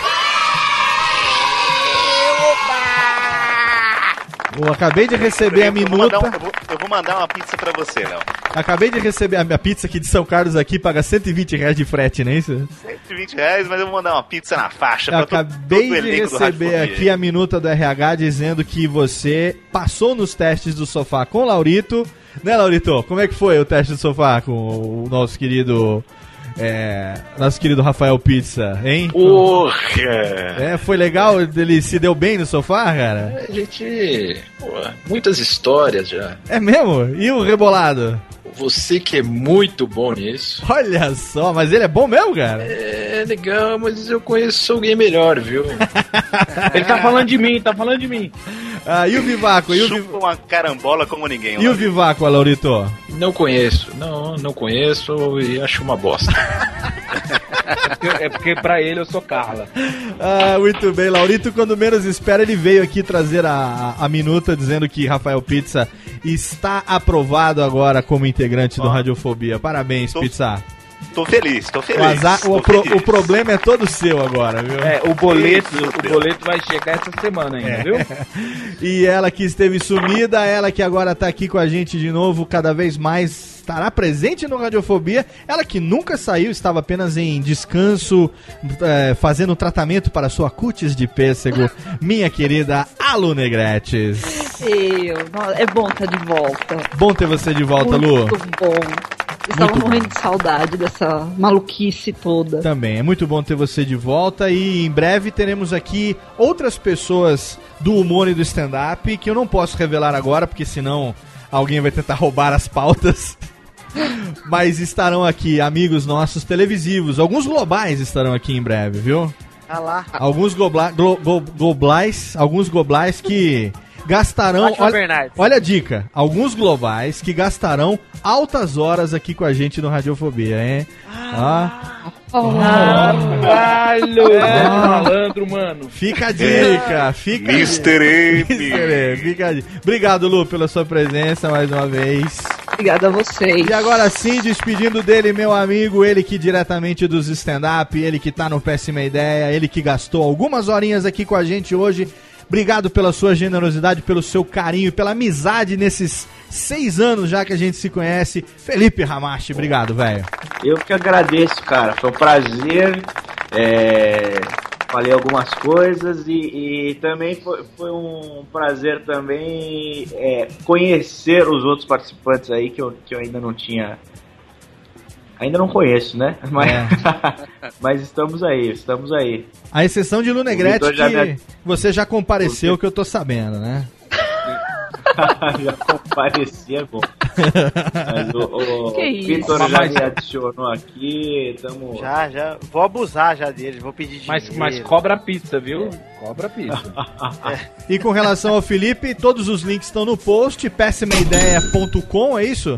Speaker 5: Eu acabei de receber a minuta.
Speaker 8: Eu vou mandar uma pizza pra você, Léo.
Speaker 5: Acabei de receber a minha pizza aqui de São Carlos aqui, paga R$120 de frete, não é isso?
Speaker 8: R$120, mas eu vou mandar uma pizza na faixa pra
Speaker 5: acabei de receber aqui a minuta do RH dizendo que você passou nos testes do sofá com o Laurito. Né, Laurito? Como é que foi o teste do sofá com o nosso querido Rafael Pizza, hein?
Speaker 15: Porra!
Speaker 5: Foi legal? Ele se deu bem no sofá, cara?
Speaker 15: A gente... muitas histórias já.
Speaker 5: É mesmo? E o rebolado?
Speaker 15: Você que é muito bom nisso.
Speaker 5: Olha só, mas ele é bom mesmo, cara?
Speaker 15: É legal, mas eu conheço alguém melhor, viu?
Speaker 14: Ele tá falando de mim.
Speaker 5: E o Vivaco?
Speaker 8: Chupa uma carambola como ninguém.
Speaker 5: E o Vivaco, Laurito?
Speaker 15: Não conheço. Não conheço e acho uma bosta.
Speaker 14: É porque pra ele eu sou Carla.
Speaker 5: Muito bem, Laurito, quando menos espera, ele veio aqui trazer a minuta dizendo que Rafael Pizza está aprovado agora como integrante do Radiofobia. Parabéns, Pizza.
Speaker 8: Tô feliz.
Speaker 5: O problema é todo seu agora, viu?
Speaker 14: O boleto vai chegar essa semana ainda, viu?
Speaker 5: E ela que esteve sumida, ela que agora tá aqui com a gente de novo, cada vez mais estará presente no Radiofobia. Ela que nunca saiu, estava apenas em descanso, fazendo tratamento para sua cutis de pêssego, minha querida Alu Negretes.
Speaker 9: É bom estar de volta.
Speaker 5: Bom ter você de volta, Lu.
Speaker 9: Muito bom. Estava morrendo de saudade dessa maluquice toda.
Speaker 5: Também, é muito bom ter você de volta e em breve teremos aqui outras pessoas do humor e do stand-up que eu não posso revelar agora, porque senão alguém vai tentar roubar as pautas. Mas estarão aqui amigos nossos televisivos, alguns globais estarão aqui em breve, viu?
Speaker 7: Lá.
Speaker 5: Alguns globais que gastarão, olha a dica, alguns globais que gastarão altas horas aqui com a gente no Radiofobia, hein?
Speaker 14: Caralho! Malandro, mano.
Speaker 5: Fica a dica,
Speaker 8: Mr. M.
Speaker 5: Fica a dica. Obrigado, Lu, pela sua presença mais uma vez.
Speaker 9: Obrigada a vocês.
Speaker 5: E agora sim, despedindo dele, meu amigo, ele que diretamente dos stand-up, ele que tá no Péssima Ideia, ele que gastou algumas horinhas aqui com a gente hoje. Obrigado pela sua generosidade, pelo seu carinho, pela amizade nesses 6 anos já que a gente se conhece. Felipe Ramache, obrigado, velho.
Speaker 10: Eu que agradeço, cara. Foi um prazer. Falei algumas coisas e também foi um prazer também conhecer os outros participantes aí que eu ainda não tinha... Ainda não conheço, né? Mas estamos aí.
Speaker 5: A exceção de Lu Negrete, que você já compareceu, que eu tô sabendo, né?
Speaker 10: Já comparecia, bom. Mas o Vitor já me adicionou aqui, tamo...
Speaker 7: Já. Vou abusar já dele, vou pedir dinheiro.
Speaker 14: Mas cobra a pizza, viu? Cobra a pizza.
Speaker 5: E com relação ao Felipe, todos os links estão no post, pessimideia.com, é isso?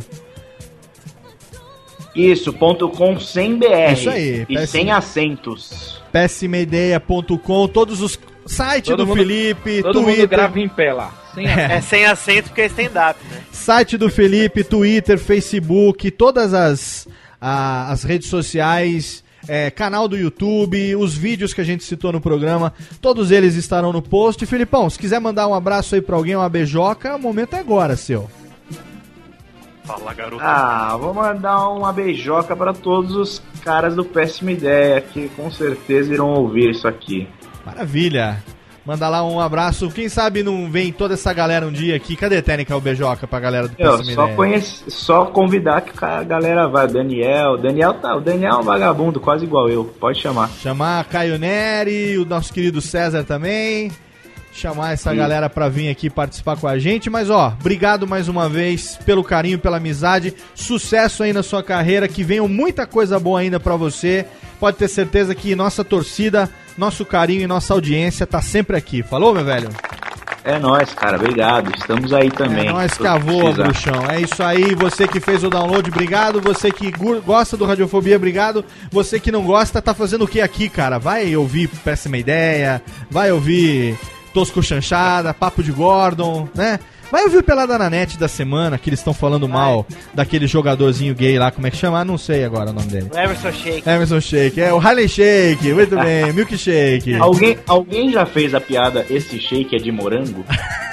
Speaker 10: Isso, .com sem BR.
Speaker 5: Isso aí.
Speaker 10: E sem acentos.
Speaker 5: Pessimideia.com, todos os sites do Felipe,
Speaker 14: todo
Speaker 5: Twitter.
Speaker 14: Mundo grava em pé lá.
Speaker 7: É sem acento porque é stand-up, né?
Speaker 5: Site do Felipe, Twitter, Facebook, todas as redes sociais, canal do YouTube, os vídeos que a gente citou no programa, todos eles estarão no post. Filipão, se quiser mandar um abraço aí pra alguém, uma beijoca, o momento é agora, seu.
Speaker 8: Fala, garoto.
Speaker 10: Vou mandar uma beijoca pra todos os caras do Péssima Ideia, que com certeza irão ouvir isso aqui.
Speaker 5: Maravilha. Manda lá um abraço. Quem sabe não vem toda essa galera um dia aqui. Cadê Técnica, o beijoca pra galera do Péssima Ideia?
Speaker 10: Só convidar que a galera vai. O Daniel é um vagabundo, quase igual eu. Pode chamar.
Speaker 5: Chamar Caio Neri, o nosso querido César também. Chamar essa galera pra vir aqui participar com a gente. Mas obrigado mais uma vez pelo carinho, pela amizade. Sucesso aí na sua carreira, que venham muita coisa boa ainda pra você. Pode ter certeza que nossa torcida, nosso carinho e nossa audiência tá sempre aqui. Falou, meu velho?
Speaker 10: É nóis, cara. Obrigado. Estamos aí também.
Speaker 5: É nóis que a voa, bruxão. É isso aí. Você que fez o download, obrigado. Você que gosta do Radiofobia, obrigado. Você que não gosta, tá fazendo o que aqui, cara? Vai ouvir Péssima Ideia, vai ouvir Tosco Chanchada, Papo de Gordon, né? Vai ouvir o Pelada na Net da semana, que eles estão falando mal daquele jogadorzinho gay lá, como é que chama? Não sei agora o nome dele. Emerson Shake, o Harley Shake, muito bem, Milkshake.
Speaker 10: Alguém já fez a piada, esse shake é de morango?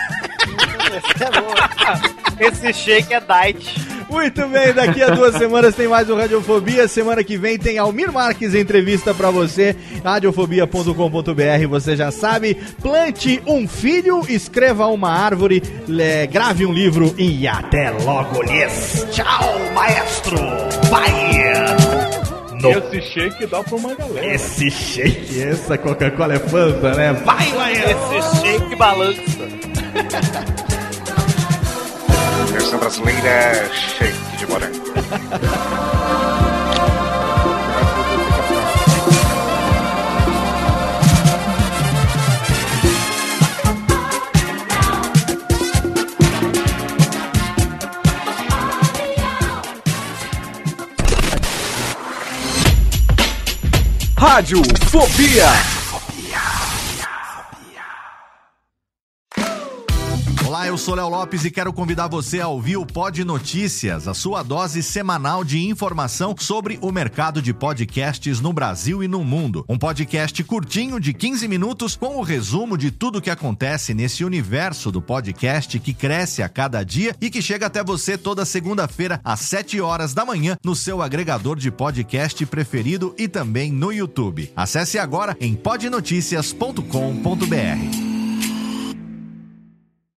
Speaker 7: Esse shake é diet.
Speaker 5: Muito bem, daqui a 2 semanas tem mais o Radiofobia. Semana que vem tem Almir Marques entrevista pra você. Radiofobia.com.br, você já sabe. Plante um filho, escreva uma árvore, grave um livro e até logo lhes. Tchau, maestro. Bye.
Speaker 14: Esse shake dá pra uma galera.
Speaker 5: Esse shake, essa Coca-Cola é Fanta, né? Vai, maestro.
Speaker 7: Esse shake balança.
Speaker 8: Versão brasileira, shake de morango.
Speaker 16: Radiofobia.
Speaker 17: Olá, eu sou Léo Lopes e quero convidar você a ouvir o Pod Notícias, a sua dose semanal de informação sobre o mercado de podcasts no Brasil e no mundo. Um podcast curtinho de 15 minutos com o resumo de tudo que acontece nesse universo do podcast que cresce a cada dia e que chega até você toda segunda-feira às 7 horas da manhã no seu agregador de podcast preferido e também no YouTube. Acesse agora em podnoticias.com.br.